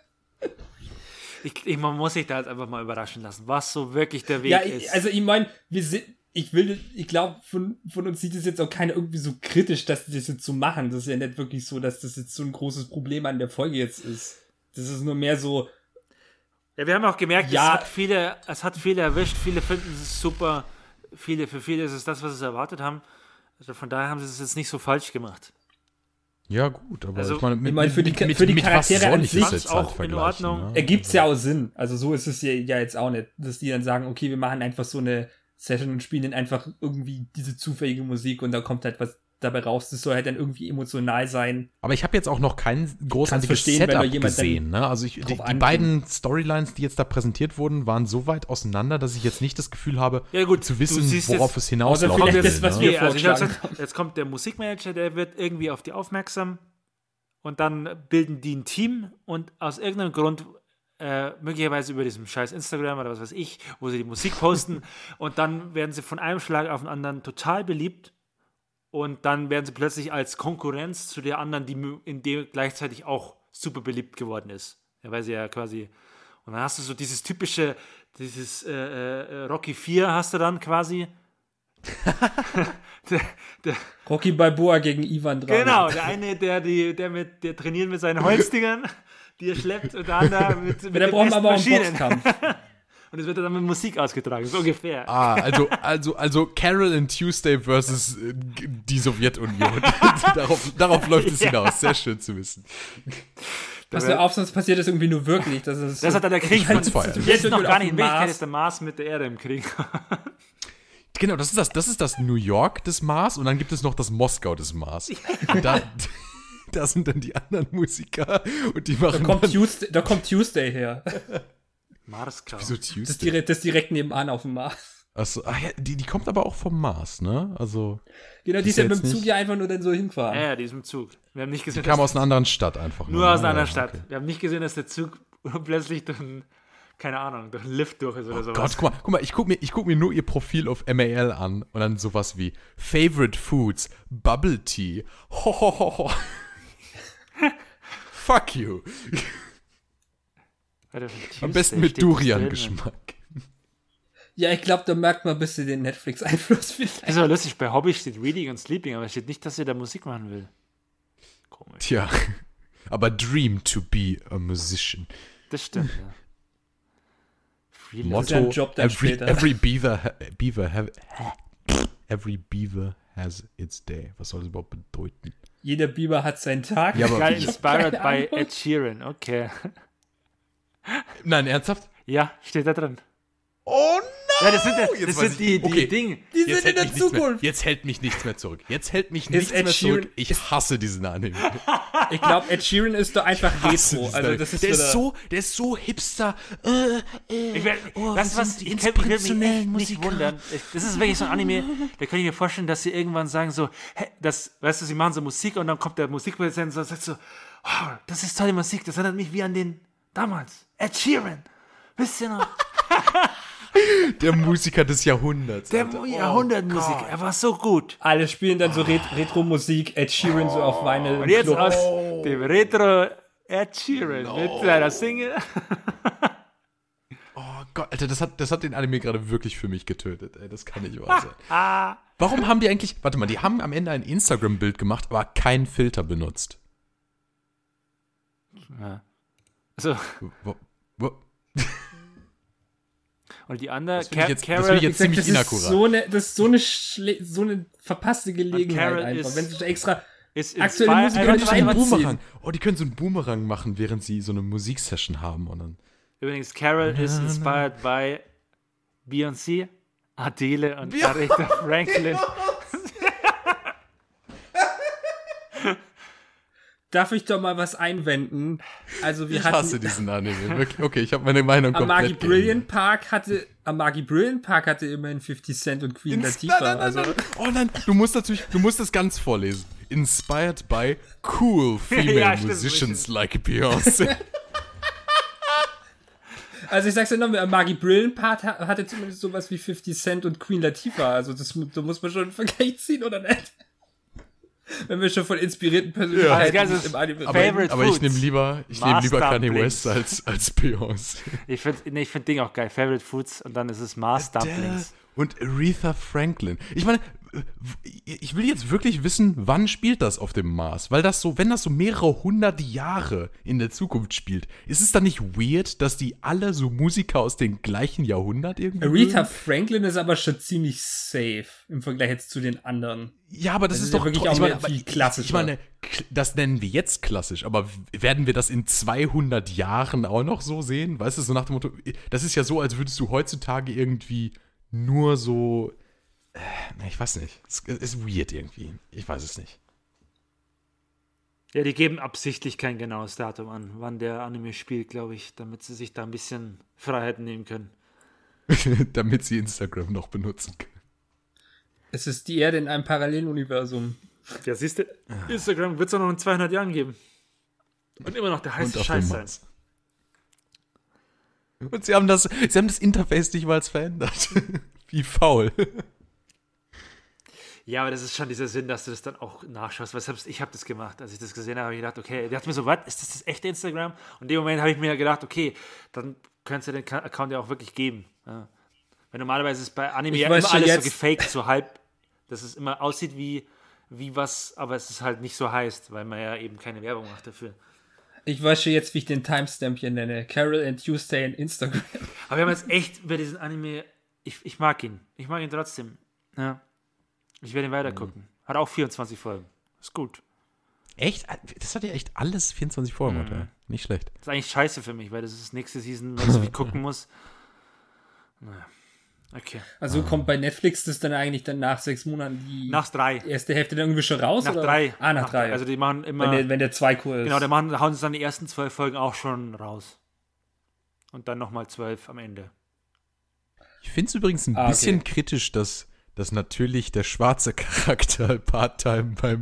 Man muss sich da jetzt einfach mal überraschen lassen, was so wirklich der Weg ist. Also ich meine, ich glaube, von uns sieht es jetzt auch keiner irgendwie so kritisch, dass die das jetzt so machen. Das ist ja nicht wirklich so, dass das jetzt so ein großes Problem an der Folge jetzt ist. Das ist nur mehr so. Ja, wir haben auch gemerkt, Ja. es hat viele erwischt, viele finden es super. für viele ist es das, was sie erwartet haben. Also von daher haben sie es jetzt nicht so falsch gemacht. Ja, gut, aber Also, ich meine, ich meine, für die Charaktere an sich jetzt auch halt in Ordnung. Ne? Ergibt's ja auch Sinn. Also so ist es ja jetzt auch nicht, dass die dann sagen, okay, wir machen einfach so eine Session und spielen dann einfach irgendwie diese zufällige Musik und da kommt halt was dabei raus. Das soll halt dann irgendwie emotional sein. Aber ich habe jetzt auch noch kein großartiges verstehen, wenn da Setup jemand gesehen. Ne? Also die beiden Storylines, die jetzt da präsentiert wurden, waren so weit auseinander, dass ich jetzt nicht das Gefühl habe, Ja, gut, zu wissen, du worauf es hinauslaufen vielleicht will. das, was wir Also ich habe vorgeschlagen gesagt, jetzt kommt der Musikmanager, der wird irgendwie auf die aufmerksam und dann bilden die ein Team und aus irgendeinem Grund, möglicherweise über diesem scheiß Instagram oder was weiß ich, wo sie die Musik posten und dann werden sie von einem Schlag auf den anderen total beliebt und dann werden sie plötzlich als Konkurrenz zu der anderen, die in dem gleichzeitig auch super beliebt geworden ist. Ja, weil sie ja quasi, und dann hast du so dieses typische, Rocky 4 hast du dann quasi. der Rocky Balboa gegen Ivan Drago. Genau, der eine, der trainiert mit seinen Holzdingern, die er schleppt, und der andere mit Der den braucht besten aber auch einen Maschinen. Boxkampf. Und es wird dann mit Musik ausgetragen, so ungefähr. Also Carol and Tuesday versus die Sowjetunion. darauf läuft es hinaus. Sehr schön zu wissen. Pass nur auf, sonst passiert das irgendwie nur wirklich. Das hat dann der Krieg von jetzt noch gar nicht. In Wirklichkeit Mars. ist der Mars mit der Erde im Krieg. Genau, das ist das New York des Mars und dann gibt es noch das Moskau des Mars. Und da sind dann die anderen Musiker und die machen. Da kommt Tuesday her. Marskau. Wieso Tuesday? Das ist direkt nebenan auf dem Mars. Achso, ja, die kommt aber auch vom Mars, ne? Also. Genau, die ist ja mit dem Zug ja einfach nur dann so hingefahren. Ja, die ist im Zug. Wir haben nicht gesehen, Die kam aus einer anderen Stadt einfach. Nur aus einer anderen Ja, Stadt. okay. Wir haben nicht gesehen, dass der Zug plötzlich durch einen Lift durch ist oder sowas. Gott, guck mal, ich guck mir nur ihr Profil auf MAL an und dann sowas wie Favorite Foods, Bubble Tea. Ho, ho, ho, ho. Fuck you. Am besten mit Durian-Geschmack. Ja, ich glaube, da merkt man ein bisschen den Netflix-Einfluss vielleicht. Das ist aber lustig, bei Hobby steht Reading und Sleeping, aber es steht nicht, dass er da Musik machen will. Komisch. Tja, aber dream to be a musician. Das stimmt, ja. Freelance. Motto, ein Job dann später. every beaver has its day. Was soll das überhaupt bedeuten? Jeder Biber hat seinen Tag. Ja, aber Geil, Ich hab inspired keine by Ahnung. Ed Sheeran, okay. Nein, ernsthaft? Ja, steht da drin. Oh Ja, das Jetzt weiß sind ich. die Okay. Dinge. Die sind in der Zukunft. Jetzt hält mich nichts mehr zurück. Ist Ed Sheeran- zurück. Ich hasse diesen Anime. Ich glaube, Ed Sheeran ist doch einfach Hasse Retro. diesen Also Anime. das ist der ist so hipster. Ich will, was, ich will mich echt nicht wundern. Das ist wirklich so ein Anime, da kann ich mir vorstellen, dass sie irgendwann sagen so, weißt du, sie machen so Musik und dann kommt der Musikproduzent und sagt so, oh, das ist tolle Musik, das erinnert mich wie an den damals, Ed Sheeran. Wisst ihr noch? Der Musiker des Jahrhunderts. Der Alter. Jahrhundertmusik, er war so gut. alle spielen dann so Retro-Musik, Ed Sheeran so auf Vinyl. Und jetzt Club. aus dem Retro Ed Sheeran mit seiner Single. Oh Gott, Alter, das hat den Anime gerade wirklich für mich getötet. Ey, das kann nicht wahr sein. Warum haben die eigentlich, warte mal, die haben am Ende ein Instagram-Bild gemacht, aber keinen Filter benutzt. Ja. So, Wo- und die andere, Das finde ich Carol, jetzt ziemlich das ist inakkurat. das ist so eine verpasste Gelegenheit Carol einfach. ist- Wenn sie extra ist aktuelle Musik inspired- könnte Die können ich so einen einziehen. Boomerang. Oh, die können so einen Boomerang machen, während sie so eine Musiksession haben und dann. Übrigens, Carol ist inspired by Beyoncé, Adele und Aretha Franklin. Darf ich doch mal was einwenden? Also wir Ich hasse hatten diesen Anime. Wirklich. Okay, ich habe meine Meinung Amagi komplett Brilliant Park hatte immerhin 50 Cent und Queen Latifah. Also Oh nein, du musst das ganz vorlesen. Inspired by cool female Ja, stimmt, musicians like Beyoncé. ich sag's ja nochmal, Amagi Brilliant Park hatte zumindest sowas wie 50 Cent und Queen Latifah. Also da muss man schon einen Vergleich ziehen, oder nicht? Wenn wir schon von inspirierten Persönlichkeiten Ja, das Ganze im Anime ist Aber, reden. Favorite aber ich Foods. nehme lieber Mars Kanye Dumplings. West als Beyoncé. Ich finde Ding auch geil. Favorite Foods und dann ist es Mars Dumplings. Und Aretha Franklin. Ich meine, ich will jetzt wirklich wissen, wann spielt das auf dem Mars? Weil wenn das so mehrere hundert Jahre in der Zukunft spielt, ist es dann nicht weird, dass die alle so Musiker aus dem gleichen Jahrhundert irgendwie Aretha mögen? Franklin ist aber schon ziemlich safe im Vergleich jetzt zu den anderen. Ja, aber das ist ja doch wirklich auch viel klassischer. Ich meine, das nennen wir jetzt klassisch, aber werden wir das in 200 Jahren auch noch so sehen? Weißt du, so nach dem Motto, das ist ja so, als würdest du heutzutage irgendwie nur so, ich weiß nicht, es ist weird irgendwie, ich weiß es nicht. Ja, die geben absichtlich kein genaues Datum an, wann der Anime spielt, glaube ich, damit sie sich da ein bisschen Freiheiten nehmen können. Damit sie Instagram noch benutzen können. Es ist die Erde in einem Paralleluniversum. Ja, siehst du, Instagram wird es auch noch in 200 Jahren geben. Und immer noch der heiße Scheiß sein. Und sie haben das Interface nicht mal verändert. Wie faul. Ja, aber das ist schon dieser Sinn, dass du das dann auch nachschaust. Weil selbst ich habe das gemacht. Als ich das gesehen habe, habe ich gedacht, okay, der hat mir so, was, ist das echte Instagram? Und in dem Moment habe ich mir gedacht, okay, dann könntest du den Account ja auch wirklich geben. Ja. Weil normalerweise ist bei Anime ja immer alles so gefaked, so halb, dass es immer aussieht wie was, aber es ist halt nicht so heißt, weil man ja eben keine Werbung macht dafür. Ich weiß schon jetzt, wie ich den Timestamp hier nenne. Carol and Tuesday in Instagram. Aber wir haben jetzt echt über diesen Anime, ich mag ihn. Ich mag ihn trotzdem. Ja. Ich werde ihn weitergucken. Hat auch 24 Folgen. Ist gut. Echt? Das hat ja echt alles 24 Folgen, oder? Nicht schlecht. Das ist eigentlich scheiße für mich, weil das ist nächste Season, wenn ich so viel gucken muss. Naja. Okay. Also kommt bei Netflix das dann eigentlich dann nach 6 Monaten die nach 3. erste Hälfte dann irgendwie schon raus? Nach oder? 3. Nach 3. Also die machen immer... Wenn der 2 cool ist. Genau, hauen sie dann die ersten 12 Folgen auch schon raus. Und dann nochmal 12 am Ende. Ich finde es übrigens ein bisschen kritisch, dass natürlich der schwarze Charakter Part-Time beim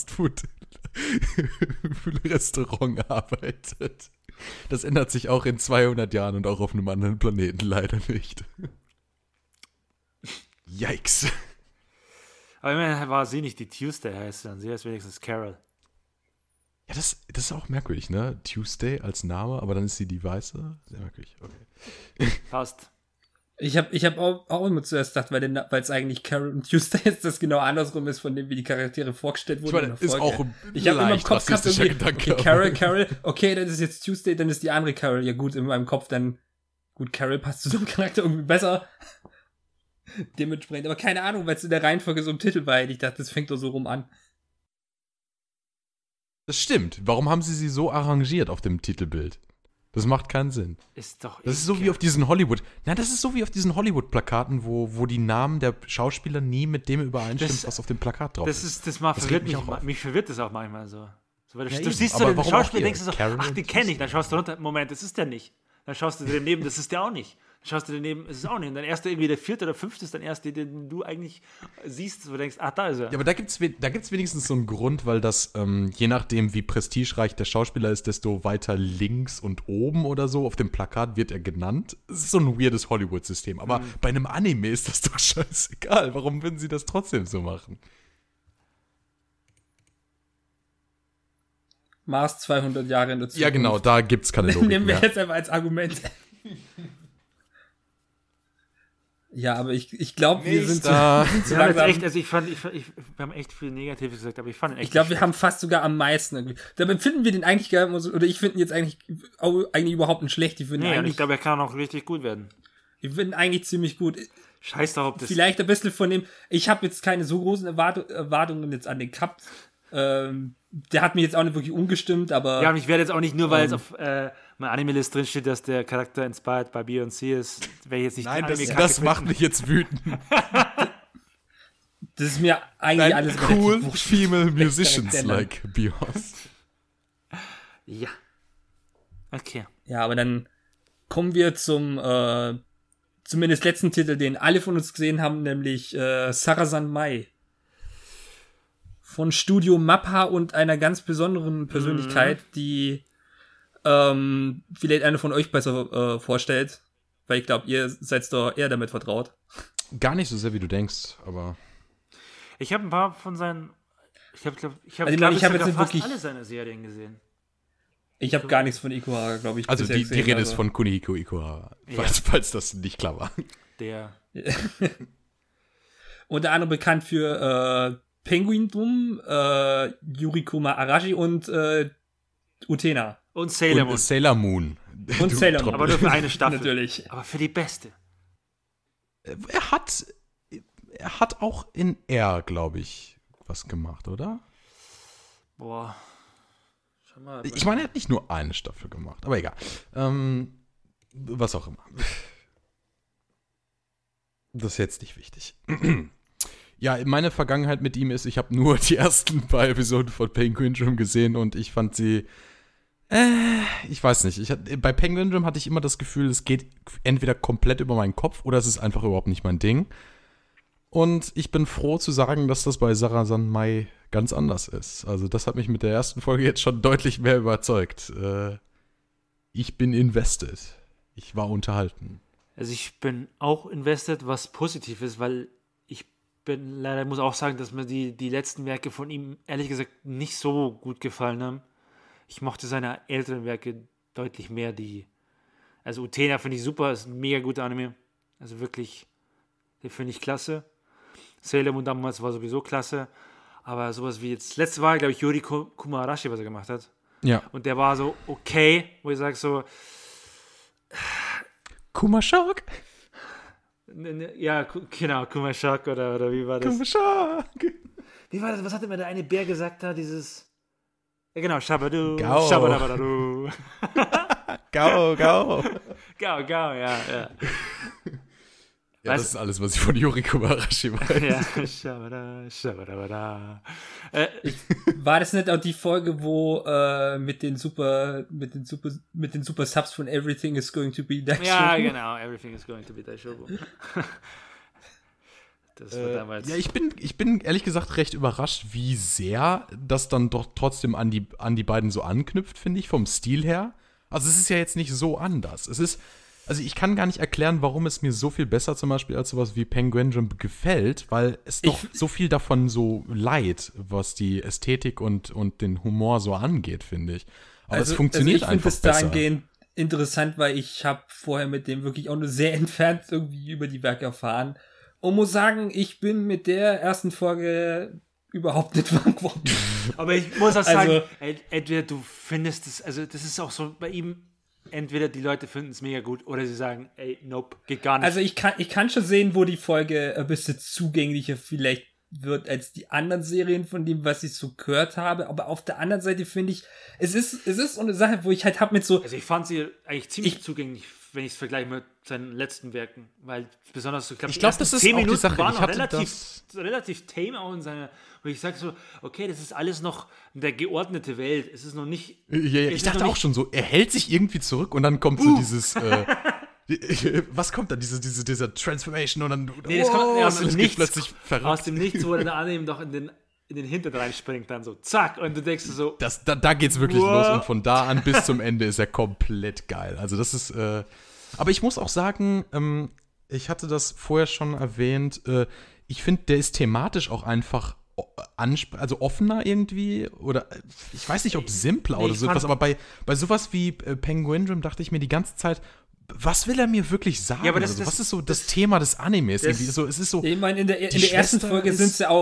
Fastfood-Restaurant arbeitet. Das ändert sich auch in 200 Jahren und auch auf einem anderen Planeten leider nicht. Yikes. Aber immerhin war sie nicht die Tuesday, heißt sie. Sie heißt wenigstens Carol. Ja, das ist auch merkwürdig, ne? Tuesday als Name, aber dann ist sie die Weiße. Sehr merkwürdig, okay. Passt. Ich hab auch immer zuerst gedacht, weil es eigentlich Carol und Tuesday ist, das genau andersrum ist, von dem, wie die Charaktere vorgestellt wurden. Ich meine, ist auch ich habe immer im Kopf gehabt, Gedanke, okay, Carol, okay, dann ist jetzt Tuesday, dann ist die andere Carol. Ja gut, in meinem Kopf dann, gut, Carol passt zu so einem Charakter irgendwie besser. Dementsprechend, aber keine Ahnung, weil es in der Reihenfolge so im Titel war. Ich dachte, das fängt doch so rum an. Das stimmt. Warum haben sie so arrangiert auf dem Titelbild? Das macht keinen Sinn. Ist doch das ist so wie auf diesen Hollywood-Plakaten, wo die Namen der Schauspieler nie mit dem übereinstimmen, was auf dem Plakat drauf ist. Das verwirrt mich auch. Mich verwirrt das auch manchmal so. Weil du siehst so den Schauspieler, denkst du so, Carol, ach, den kenne ich. Dann schaust du runter, Moment, das ist der nicht. Dann schaust du dir neben, das ist der auch nicht. Dann schaust du dir neben, ist es auch nicht. Und dann erst irgendwie der 4. oder 5. ist dann erst, den du eigentlich siehst, wo du denkst, ach, da ist er. Ja, aber da gibt's wenigstens so einen Grund, weil das, je nachdem, wie prestigereich der Schauspieler ist, desto weiter links und oben oder so auf dem Plakat wird er genannt. Das ist so ein weirdes Hollywood-System. Aber bei einem Anime ist das doch scheißegal. Warum würden sie das trotzdem so machen? Mars 200 Jahre in der Zukunft. Ja, genau, da gibt's keine Logik Nehmen wir jetzt einfach als Argument. Ja, aber ich glaube, wir sind zu langsam. Echt, also wir haben echt viel Negatives gesagt, aber ich fand ihn echt. Ich glaube, wir haben fast sogar am meisten irgendwie. Dabei finden wir den eigentlich gar nicht so, oder ich finde ihn jetzt eigentlich überhaupt nicht schlecht. Und ich glaube, er kann auch richtig gut werden. Ich finde ihn eigentlich ziemlich gut. Scheiß doch, ob das. Vielleicht ein bisschen von dem. Ich habe jetzt keine so großen Erwartungen jetzt an den gehabt. Der hat mich jetzt auch nicht wirklich umgestimmt, aber. Ja, und ich werde jetzt auch nicht, nur weil es auf meiner Anime-List drin steht, dass der Charakter inspired by Beyoncé ist, wäre jetzt nicht. Nein, das macht mich jetzt wütend. Das ist mir eigentlich alles cool female musicians like Beyoncé. Ja. Okay. Ja, aber dann kommen wir zum zumindest letzten Titel, den alle von uns gesehen haben, nämlich Sarasan Mai. Von Studio Mappa und einer ganz besonderen Persönlichkeit, die vielleicht einer von euch besser vorstellt, weil ich glaube, ihr seid doch eher damit vertraut. Gar nicht so sehr, wie du denkst, aber ich habe ein paar von seinen ich habe jetzt fast alle seine Serien gesehen. Ich habe gar nichts von Ikuhara, glaube ich. Also die Rede ist von Kunihiko Ikuhara, falls das nicht klar war. Der unter anderem bekannt für Penguin Drum, Yurikuma Arashi und Utena. Und Sailor Moon. Sailor Moon. Und Sailor Moon. Aber nur für eine Staffel. Natürlich. Aber für die beste. Er hat auch in R, glaube ich, was gemacht, oder? Boah. Schau mal. Ich meine, er hat nicht nur eine Staffel gemacht, aber egal. Was auch immer. Das ist jetzt nicht wichtig. Ja, meine Vergangenheit mit ihm ist, ich habe nur die ersten paar Episoden von Penguin Drum gesehen und ich fand sie, ich weiß nicht. Bei Penguin Drum hatte ich immer das Gefühl, es geht entweder komplett über meinen Kopf oder es ist einfach überhaupt nicht mein Ding. Und ich bin froh zu sagen, dass das bei Sarasan Mai ganz anders ist. Also das hat mich mit der ersten Folge jetzt schon deutlich mehr überzeugt. Ich bin invested. Ich war unterhalten. Also ich bin auch invested, was positiv ist, weil ich bin leider, muss auch sagen, dass mir die letzten Werke von ihm ehrlich gesagt nicht so gut gefallen haben. Ich mochte seine älteren Werke deutlich mehr. Also Utena finde ich super, ist ein mega guter Anime. Also wirklich, den finde ich klasse. Sailor Moon damals war sowieso klasse. Aber sowas wie jetzt, letzte war, glaube ich, Yurikuma Arashi, was er gemacht hat. Ja. Und der war so okay, wo ich sage so, Kumashok? Ja, genau, Kumashok oder wie war das? Kumashok! Wie war das? Was hatte mir der eine Bär gesagt da? Dieses. Ja, genau, Shabadu. Gau. Shabadabadadu. Gau, gau. Gau, ja. Ja, das ist alles, was ich von Yuriko Arashi weiß. Ja, Shabadabada. War das nicht auch die Folge, wo mit den Super Subs von Everything is Going to be Daishobu? Ja, genau, Everything is Going to be Daishobu. Das war damals. Ja, ich bin ehrlich gesagt recht überrascht, wie sehr das dann doch trotzdem an die beiden so anknüpft, finde ich, vom Stil her. Also es ist ja jetzt nicht so anders. Also ich kann gar nicht erklären, warum es mir so viel besser zum Beispiel als sowas wie Penguin Drum gefällt, weil es doch so viel davon so leiht, was die Ästhetik und den Humor so angeht, finde ich. Aber es funktioniert einfach besser. Ich finde es dahingehend interessant, weil ich habe vorher mit dem wirklich auch nur sehr entfernt irgendwie über die Werke erfahren und muss sagen, ich bin mit der ersten Folge überhaupt nicht warm geworden. Aber ich muss auch sagen, entweder du findest es, also das ist auch so bei ihm, entweder die Leute finden es mega gut oder sie sagen, ey, nope, geht gar nicht. Also ich kann schon sehen, wo die Folge ein bisschen zugänglicher vielleicht wird als die anderen Serien von dem, was ich so gehört habe. Aber auf der anderen Seite finde ich, es ist so eine Sache, wo ich halt hab mit so... Also ich fand sie eigentlich ziemlich zugänglich, wenn ich es vergleiche mit seinen letzten Werken, weil besonders so, ich glaube, das ist 10 Minuten die Sache. Waren relativ tame auch in seiner, wo ich sage so, okay, das ist alles noch in der geordnete Welt, es ist noch nicht... Ja, ich dachte auch schon so, er hält sich irgendwie zurück und dann kommt so dieses... was kommt da? Dieser Transformation und dann... Nee, das kommt aus dem Nichts, plötzlich verrückt. Aus dem Nichts, wo der Anime doch in den Hintern reinspringt, dann so, zack, und du denkst so... Da geht's wirklich los und von da an bis zum Ende ist er komplett geil. Also das ist... aber ich muss auch sagen, ich hatte das vorher schon erwähnt, ich finde, der ist thematisch auch einfach also offener irgendwie oder ich weiß nicht, ob simpler oder so etwas, aber bei sowas wie Penguin Drum dachte ich mir die ganze Zeit, was will er mir wirklich sagen? Ja, aber was ist so das Thema des Animes? Irgendwie? Es ist so, ich meine, in der ersten Folge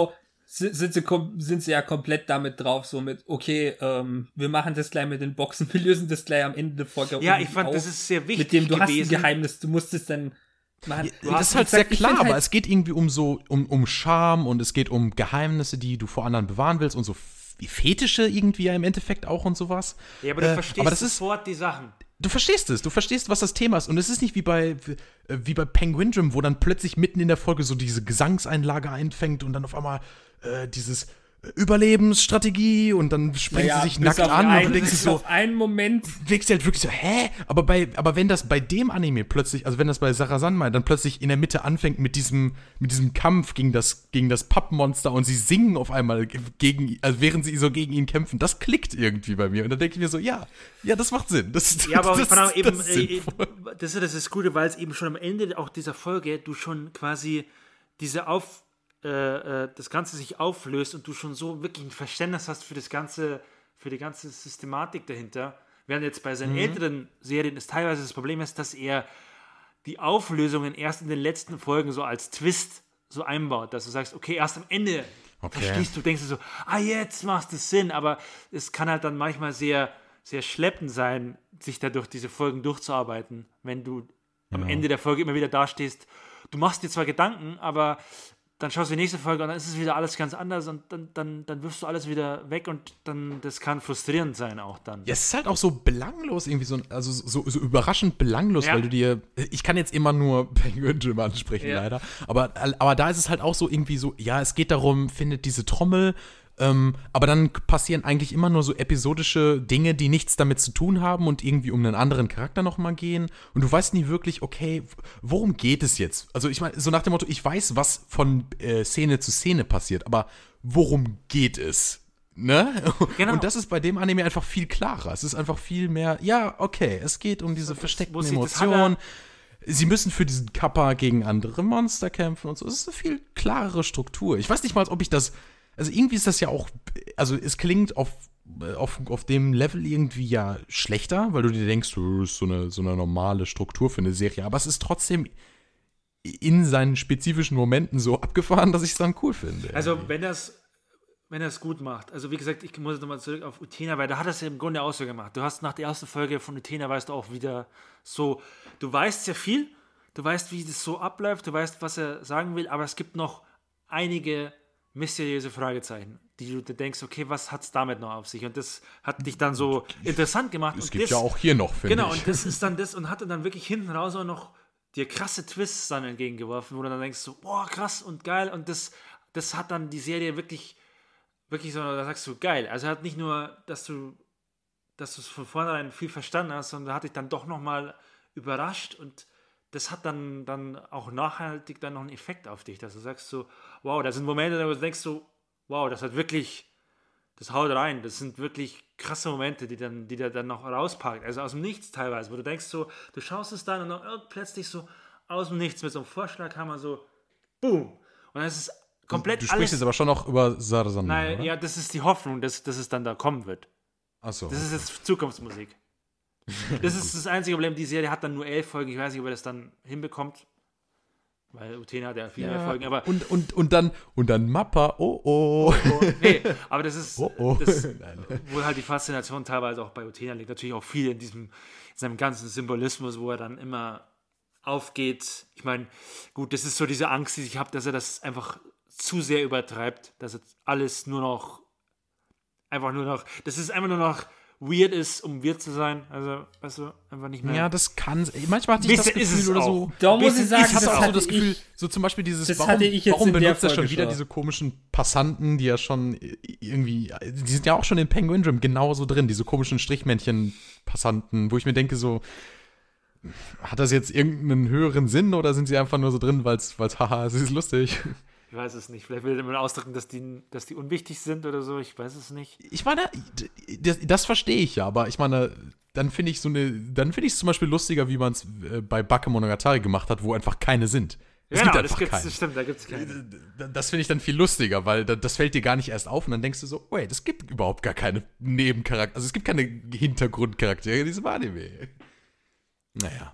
sind sie ja komplett damit drauf, so mit, okay, wir machen das gleich mit den Boxen, wir lösen das gleich am Ende der Folge. Ja, ich fand, das ist sehr wichtig mit dem, du gewesen. hast ein Geheimnis, du musst es dann machen. Ja, das ist halt sehr klar, aber es geht irgendwie um Charme und es geht um Geheimnisse, die du vor anderen bewahren willst und so wie Fetische irgendwie ja im Endeffekt auch und sowas. Ja, aber du verstehst sofort die Sachen. Du verstehst, was das Thema ist. Und es ist nicht wie bei Penguin Drum, wo dann plötzlich mitten in der Folge so diese Gesangseinlage einfängt und dann auf einmal dieses Überlebensstrategie und dann springt sie sich nackt an und du denkst so, auf einen Moment denkst du halt wirklich so, hä? Aber wenn das bei dem Anime plötzlich, also wenn das bei Sarasan Mai dann plötzlich in der Mitte anfängt mit diesem Kampf gegen das Pappmonster und sie singen auf einmal während sie so gegen ihn kämpfen, das klickt irgendwie bei mir und dann denke ich mir so, ja, das macht Sinn. Das ist das Gute, weil es eben schon am Ende auch dieser Folge du schon quasi das Ganze sich auflöst und du schon so wirklich ein Verständnis hast für die ganze Systematik dahinter. Während jetzt bei seinen älteren Serien ist teilweise das Problem ist, dass er die Auflösungen erst in den letzten Folgen so als Twist so einbaut, dass du sagst, okay, erst am Ende verstehst du, denkst du so, jetzt macht es Sinn, aber es kann halt dann manchmal sehr, sehr schleppend sein, sich da durch diese Folgen durchzuarbeiten, wenn du am Ende der Folge immer wieder dastehst. Du machst dir zwar Gedanken, aber dann schaust du die nächste Folge und dann ist es wieder alles ganz anders und dann wirfst du alles wieder weg und dann, das kann frustrierend sein auch dann. Ja, es ist halt auch so belanglos irgendwie, so überraschend belanglos, weil du dir, ich kann jetzt immer nur Penguin Jim ansprechen, leider, aber da ist es halt auch so irgendwie so, ja, es geht darum, findet diese Trommel, aber dann passieren eigentlich immer nur so episodische Dinge, die nichts damit zu tun haben und irgendwie um einen anderen Charakter nochmal gehen. Und du weißt nie wirklich, okay, worum geht es jetzt? Also ich meine, so nach dem Motto, ich weiß, was von Szene zu Szene passiert, aber worum geht es? Ne? Genau. Und das ist bei dem Anime einfach viel klarer. Es ist einfach viel mehr, ja, okay, es geht um diese versteckten Emotionen. Sie müssen für diesen Kappa gegen andere Monster kämpfen und so. Es ist eine viel klarere Struktur. Ich weiß nicht mal, ob ich das. Also irgendwie ist das ja auch, also es klingt auf dem Level irgendwie ja schlechter, weil du dir denkst, das ist so eine normale Struktur für eine Serie, aber es ist trotzdem in seinen spezifischen Momenten so abgefahren, dass ich es dann cool finde. Also wenn er gut macht, also wie gesagt, ich muss jetzt nochmal zurück auf Utena, weil da hat er es ja im Grunde auch so gemacht. Du hast nach der ersten Folge von Utena, weißt du auch wieder so, du weißt sehr viel, du weißt, wie das so abläuft, du weißt, was er sagen will, aber es gibt noch einige mysteriöse Fragezeichen, die du dir denkst, okay, was hat es damit noch auf sich? Und das hat dich dann so interessant gemacht. Es gibt ja auch hier noch, finde ich. Genau, und das ist dann das und hat dann wirklich hinten raus auch noch dir krasse Twists dann entgegengeworfen, wo du dann denkst so, boah, krass und geil und das hat dann die Serie wirklich so, da sagst du, geil. Also hat nicht nur, dass du es von vornherein viel verstanden hast, sondern hat dich dann doch nochmal überrascht und das hat dann auch nachhaltig dann noch einen Effekt auf dich, dass du sagst so, wow, da sind Momente, wo du denkst so, wow, das haut rein, das sind wirklich krasse Momente, die der dann noch rauspackt, also aus dem Nichts teilweise, wo du denkst so, du schaust es dann und dann plötzlich so aus dem Nichts mit so einem Vorschlaghammer so, boom, und dann ist es komplett alles. Du sprichst jetzt aber schon noch über Sarasan. Nein, ja, das ist die Hoffnung, dass es dann da kommen wird. Ach so. Das ist jetzt Zukunftsmusik. Das ist das einzige Problem. Die Serie hat dann nur 11 Folgen. Ich weiß nicht, ob er das dann hinbekommt. Weil Utena hat ja viel mehr Folgen. Aber und dann Mappa, oh. Nee, aber das ist wohl halt die Faszination teilweise auch bei Utena liegt. Natürlich auch viel in seinem ganzen Symbolismus, wo er dann immer aufgeht. Ich meine, gut, das ist so diese Angst, die ich habe, dass er das einfach zu sehr übertreibt. Dass jetzt alles dass es einfach nur noch weird ist, um weird zu sein. Also, weißt du, einfach nicht mehr. Ja, das kann. Manchmal hatte ich das Gefühl oder so. Da muss ich sagen, ich hatte auch so das Gefühl, so zum Beispiel dieses, warum benutzt er schon wieder diese komischen Passanten, die ja schon irgendwie, die sind ja auch schon in Penguin Jim genauso drin, diese komischen Strichmännchen-Passanten, wo ich mir denke so, hat das jetzt irgendeinen höheren Sinn oder sind sie einfach nur so drin, weil's haha, es ist lustig. Ich weiß es nicht. Vielleicht will er mal ausdrücken, dass die unwichtig sind oder so. Ich weiß es nicht. Ich meine, das verstehe ich ja, aber ich meine, dann finde ich es zum Beispiel lustiger, wie man es bei Bakemonogatari gemacht hat, wo einfach keine sind. Es gibt einfach keine. Das stimmt, da gibt es keine. Das finde ich dann viel lustiger, weil das fällt dir gar nicht erst auf und dann denkst du so, wait, es gibt überhaupt gar keine Nebencharaktere, also es gibt keine Hintergrundcharaktere in diesem Anime. Naja.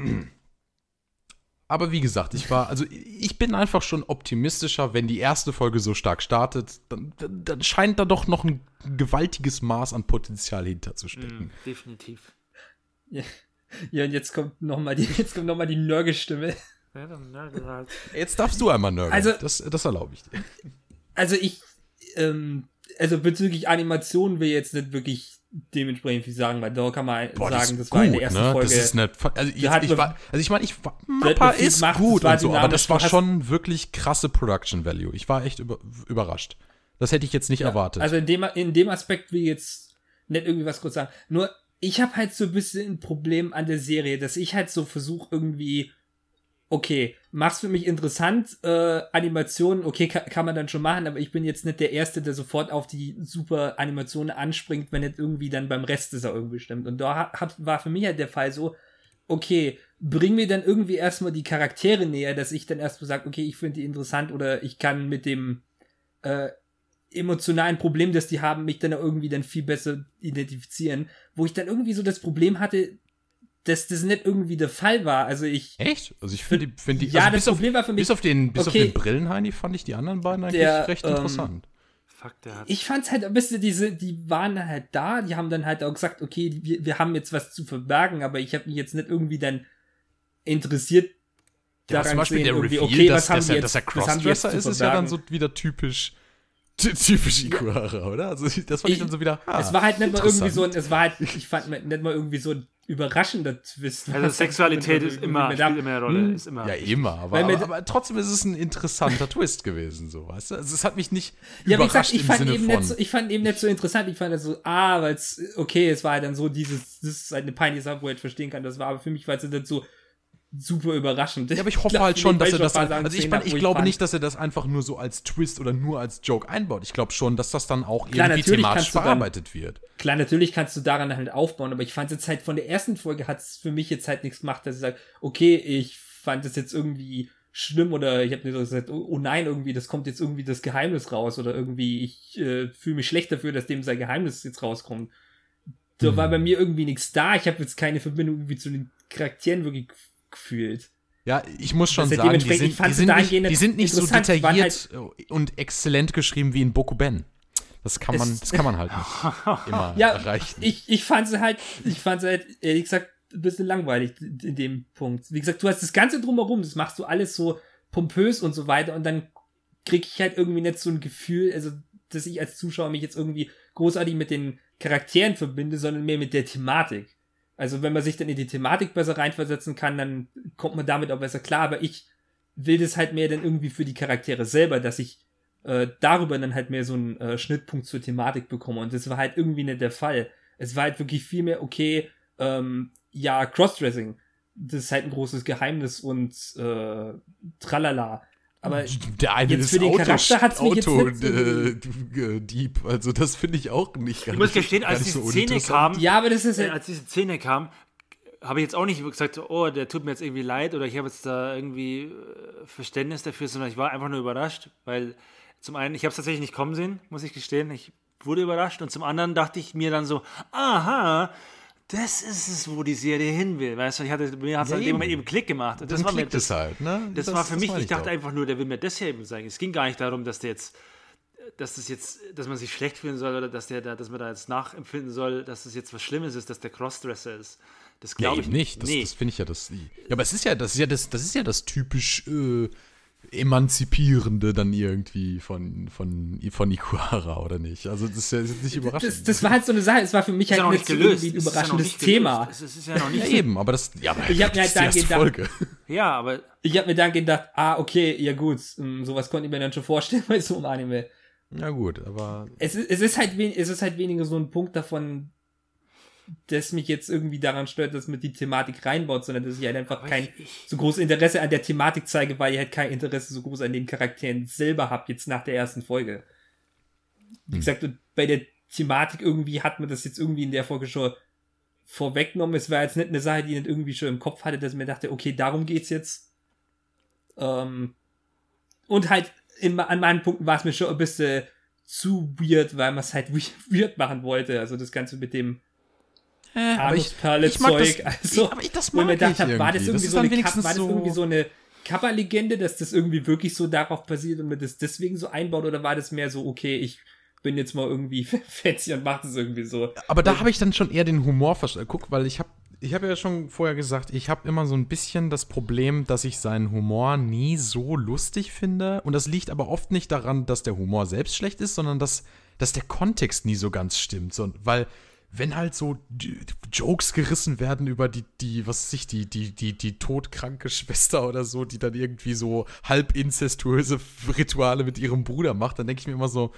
Aber wie gesagt, ich bin einfach schon optimistischer, wenn die erste Folge so stark startet, dann scheint da doch noch ein gewaltiges Maß an Potenzial hinterzustecken. Definitiv. Ja, und jetzt kommt noch mal die Nörgelstimme. Ja, dann nörgel halt. Jetzt darfst du einmal nörgeln. Also, das erlaube ich dir. Also bezüglich Animationen will ich jetzt nicht wirklich dementsprechend viel sagen, weil da kann man sagen, das gut, war in der ersten Folge. Das ist nicht, Mappa ist gut und so, aber das war schon wirklich krasse Production Value. Ich war echt überrascht. Das hätte ich jetzt nicht erwartet. Also in dem Aspekt will ich jetzt nicht irgendwie was kurz sagen. Nur, ich habe halt so ein bisschen ein Problem an der Serie, dass ich halt so versuche irgendwie, okay, mach's für mich interessant, Animationen, okay, kann man dann schon machen, aber ich bin jetzt nicht der Erste, der sofort auf die super Animationen anspringt, wenn nicht irgendwie dann beim Rest ist er irgendwie stimmt. Und da war für mich halt der Fall so, okay, bring mir dann irgendwie erstmal die Charaktere näher, dass ich dann erstmal sage, okay, ich finde die interessant oder ich kann mit dem emotionalen Problem, das die haben, mich dann irgendwie dann viel besser identifizieren, wo ich dann irgendwie so das Problem hatte, dass das nicht irgendwie der Fall war. Also Echt? Also ich finde die ja, also das Problem war für mich... Bis auf den Brillenheini fand ich die anderen beiden eigentlich recht interessant. Fuck, ich fand's halt ein bisschen, die waren halt da, die haben dann halt auch gesagt, okay, wir haben jetzt was zu verbergen, aber ich habe mich jetzt nicht irgendwie dann interessiert daran zum Beispiel sehen, der Reveal, okay, dass er Crossdresser ist, ist ja dann so wieder typisch Ikuhara, oder? Also das fand ich dann so wieder, es war halt nicht mal irgendwie so ich fand nicht mal irgendwie so ein überraschender Twist. Also Sexualität spielt immer eine Rolle. Ist immer ja, immer, aber trotzdem ist es ein interessanter Twist gewesen, so, weißt du? Also es hat mich nicht überrascht ich fand eben nicht so interessant, ich fand das so, weil es war halt dann so das ist halt eine peinliche Sache, wo ich verstehen kann, das war, aber für mich war es dann so super überraschend. Ja, aber ich hoffe halt schon, dass er das... Also ich glaube nicht, dass er das einfach nur so als Twist oder nur als Joke einbaut. Ich glaube schon, dass das dann auch irgendwie thematisch verarbeitet wird. Klar, natürlich kannst du daran halt aufbauen, aber ich fand es jetzt halt von der ersten Folge hat es für mich jetzt halt nichts gemacht, dass ich sage, okay, ich fand das jetzt irgendwie schlimm oder ich habe mir so gesagt, oh nein, irgendwie, das kommt jetzt irgendwie das Geheimnis raus oder irgendwie, ich fühle mich schlecht dafür, dass dem sein Geheimnis jetzt rauskommt. Da war bei mir irgendwie nichts da. Ich habe jetzt keine Verbindung irgendwie zu den Charakteren wirklich gefühlt. Ja, ich muss schon sagen, die sind nicht so detailliert und exzellent geschrieben wie in Bokuben. Das kann man halt nicht immer erreichen. Ich fand sie halt, ehrlich gesagt, ein bisschen langweilig in dem Punkt. Wie gesagt, du hast das Ganze drumherum, das machst du alles so pompös und so weiter und dann kriege ich halt irgendwie nicht so ein Gefühl, also, dass ich als Zuschauer mich jetzt irgendwie großartig mit den Charakteren verbinde, sondern mehr mit der Thematik. Also wenn man sich dann in die Thematik besser reinversetzen kann, dann kommt man damit auch besser klar. Aber ich will das halt mehr dann irgendwie für die Charaktere selber, dass ich darüber dann halt mehr so einen Schnittpunkt zur Thematik bekomme. Und das war halt irgendwie nicht der Fall. Es war halt wirklich viel mehr, okay, Crossdressing, das ist halt ein großes Geheimnis und tralala. Aber der eine jetzt für den Charakter hat's mich jetzt Dieb, also das finde ich auch nicht ganz. Ich muss gestehen, als diese Szene kam, als diese Szene kam, habe ich jetzt auch nicht gesagt, oh, der tut mir jetzt irgendwie leid oder ich habe jetzt da irgendwie Verständnis dafür, sondern ich war einfach nur überrascht, weil zum einen, ich habe es tatsächlich nicht kommen sehen, muss ich gestehen, ich wurde überrascht und zum anderen dachte ich mir dann so, aha, das ist es, wo die Serie hin will, weißt du, mir hat es in dem Moment eben Klick gemacht. Und das dann war klickt es halt, ne? Das war für mich, ich dachte einfach nur, der will mir das hier eben sagen. Es ging gar nicht darum, dass man sich schlecht fühlen soll oder dass man da jetzt nachempfinden soll, dass es jetzt was Schlimmes ist, dass der Crossdresser ist. Das glaube ich nicht. Das finde ich ja das. Ja, aber das ist ja das typisch Emanzipierende dann irgendwie von Ikuhara, oder nicht? Also das ist ja nicht überraschend. Das war halt so eine Sache, es war für mich halt nicht irgendwie ein überraschendes Thema. Es ist ja noch nicht ja, eben, aber das ich habe mir halt dann gedacht, Folge. Ja, aber ich habe mir dann gedacht, okay, ja gut, sowas konnte ich mir dann schon vorstellen bei so einem Anime. Ja gut, aber es ist halt weniger so ein Punkt davon, das mich jetzt irgendwie daran stört, dass man die Thematik reinbaut, sondern dass ich halt einfach kein so großes Interesse an der Thematik zeige, weil ich halt kein Interesse so groß an den Charakteren selber habe, jetzt nach der ersten Folge. Wie gesagt, und bei der Thematik irgendwie hat man das jetzt irgendwie in der Folge schon vorweggenommen. Es war jetzt nicht eine Sache, die ich nicht irgendwie schon im Kopf hatte, dass ich mir dachte, okay, darum geht's jetzt. Und halt an meinen Punkten war es mir schon ein bisschen zu weird, weil man es halt weird machen wollte. Also das Ganze mit dem Anusperle-Zeug. Also, das wo ich mir gedacht habe, war das irgendwie so eine Kappa-Legende, dass das irgendwie wirklich so darauf basiert und man das deswegen so einbaut, oder war das mehr so, okay, ich bin jetzt mal irgendwie fancy und mach das irgendwie so. Aber da habe ich dann schon eher den Humor verstanden. Guck, weil ich habe ja schon vorher gesagt, ich habe immer so ein bisschen das Problem, dass ich seinen Humor nie so lustig finde. Und das liegt aber oft nicht daran, dass der Humor selbst schlecht ist, sondern dass der Kontext nie so ganz stimmt. Weil wenn halt so Jokes gerissen werden über die todkranke Schwester oder so, die dann irgendwie so halb inzestuöse Rituale mit ihrem Bruder macht, dann denke ich mir immer so,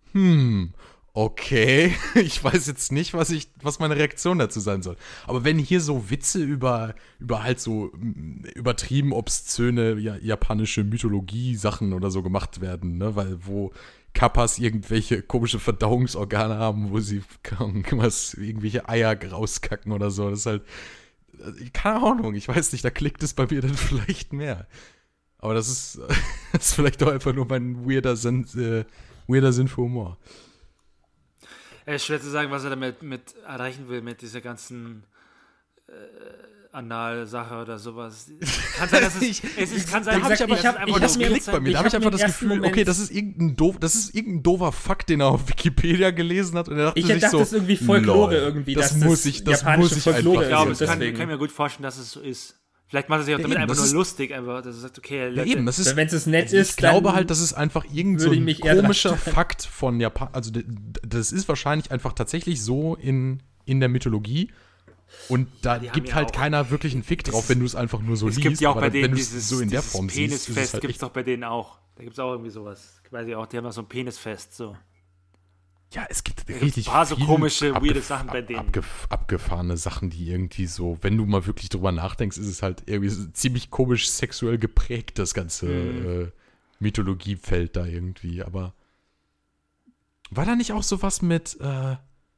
okay, ich weiß jetzt nicht, was meine Reaktion dazu sein soll. Aber wenn hier so Witze über halt so übertrieben obszöne japanische Mythologie-Sachen oder so gemacht werden, ne, wo Kappas irgendwelche komische Verdauungsorgane haben, wo sie irgendwelche Eier rauskacken oder so. Das ist halt, keine Ahnung, ich weiß nicht, da klickt es bei mir dann vielleicht mehr. Aber das ist vielleicht doch einfach nur mein weirder Sinn für Humor. Es ist schwer zu sagen, was er damit mit erreichen will, mit dieser ganzen Anal-Sache oder sowas. Kann sein, dass kann sein, da habe ich einfach das Klick bei mir. Da habe ich einfach das Gefühl, Moment, okay, das ist irgendein doofer Fakt, den er auf Wikipedia gelesen hat. Und er dachte ich sich dachte, so, das ist irgendwie Folklore irgendwie. Das muss ich einfach. Ich glaube, ich kann mir gut vorstellen, dass es so ist. Vielleicht macht er sich auch damit einfach nur lustig, einfach, dass er sagt, okay, ja, eben, das ist, wenn es nett ist, ich glaube halt, das ist einfach irgend so ein komischer dran Fakt von Japan. Also das ist wahrscheinlich einfach tatsächlich so in der Mythologie. Und da gibt halt keiner wirklich einen Fick drauf, wenn du es einfach nur so liest. Es gibt ja auch bei denen wenn du es so in der Form siehst. Penisfest halt gibt es doch bei denen auch. Da gibt es auch irgendwie sowas. Weiß ich auch, die haben auch so ein Penisfest, so. Ja, es gibt richtig ein paar so komische, weirde Sachen bei denen. Abgefahrene Sachen, die irgendwie so, wenn du mal wirklich drüber nachdenkst, ist es halt irgendwie so ziemlich komisch sexuell geprägt, das ganze Mythologiefeld da irgendwie. Aber war da nicht auch sowas mit, da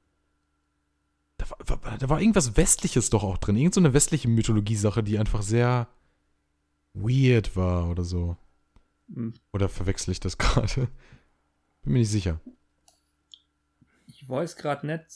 war irgendwas Westliches doch auch drin. Irgend so eine westliche Mythologie-Sache, die einfach sehr weird war oder so. Oder verwechsel ich das gerade? Bin mir nicht sicher. Ich weiß gerade nicht.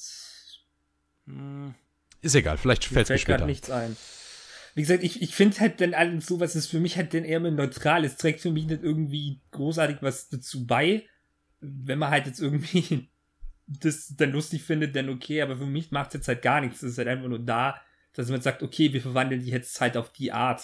Ist egal, vielleicht fällt es mir später. Mir nichts ein. Wie gesagt, ich finde halt dann alles sowas ist für mich halt dann eher neutral. Es trägt für mich nicht irgendwie großartig was dazu bei. Wenn man halt jetzt irgendwie das dann lustig findet, dann okay, aber für mich macht es jetzt halt gar nichts. Es ist halt einfach nur da, dass man sagt, okay, wir verwandeln die jetzt halt auf die Art.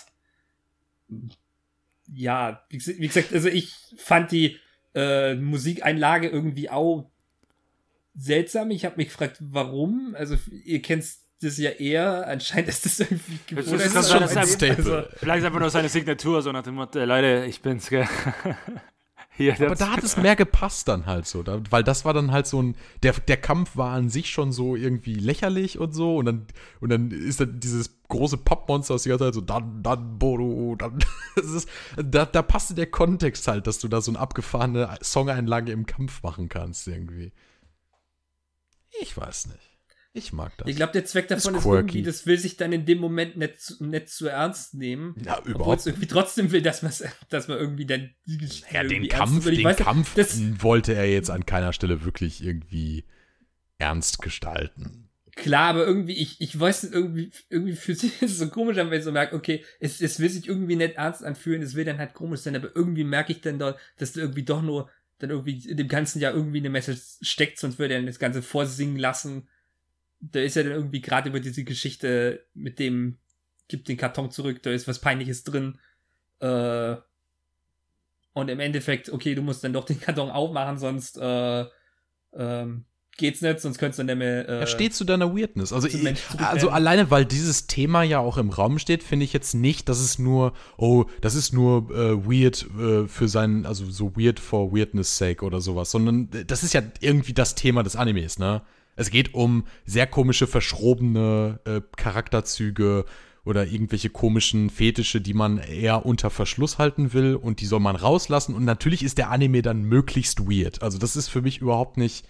Ja, wie gesagt, also ich fand die Musikeinlage irgendwie auch seltsam. Ich habe mich gefragt, warum? Also ihr kennt das ja eher. Anscheinend ist das irgendwie gewohnt. Das ist schon ein Staple. Vielleicht einfach nur seine Signatur, so nach dem Motto, Leute, ich bin's, gell. Hier, aber da hat es mehr gepasst dann halt so, weil das war dann halt so der Kampf war an sich schon so irgendwie lächerlich und so und dann ist dann dieses große Pappmonster aus die ganze Zeit so, dann, Bodo, dann, da passte der Kontext halt, dass du da so eine abgefahrene Songeinlage im Kampf machen kannst irgendwie. Ich weiß nicht. Ich mag das. Ich glaube, der Zweck davon ist irgendwie, das will sich dann in dem Moment nicht zu ernst nehmen. Ja, überhaupt. Obwohl es irgendwie trotzdem will, dass man irgendwie dann die Geschichte den Kampf wollte er jetzt an keiner Stelle wirklich irgendwie ernst gestalten. Klar, aber irgendwie, ich weiß nicht, irgendwie fühlt sich das so komisch an, wenn ich so merke, okay, es will sich irgendwie nicht ernst anfühlen, es will dann halt komisch sein, aber irgendwie merke ich dann dort, dass da irgendwie doch nur dann irgendwie in dem ganzen Jahr irgendwie eine Message steckt, sonst würde er dann das Ganze vorsingen lassen. Da ist ja dann irgendwie gerade über diese Geschichte mit dem, gib den Karton zurück, da ist was Peinliches drin. Und im Endeffekt, okay, du musst dann doch den Karton aufmachen, sonst geht's nicht, sonst könntest du dann nicht mehr. Er steht zu deiner Weirdness. Also alleine, weil dieses Thema ja auch im Raum steht, finde ich jetzt nicht, dass es nur, weird für seinen, also so weird for weirdness sake oder sowas, sondern das ist ja irgendwie das Thema des Animes, ne? Es geht um sehr komische, verschrobene Charakterzüge oder irgendwelche komischen Fetische, die man eher unter Verschluss halten will und die soll man rauslassen. Und natürlich ist der Anime dann möglichst weird. Also das ist für mich überhaupt nicht.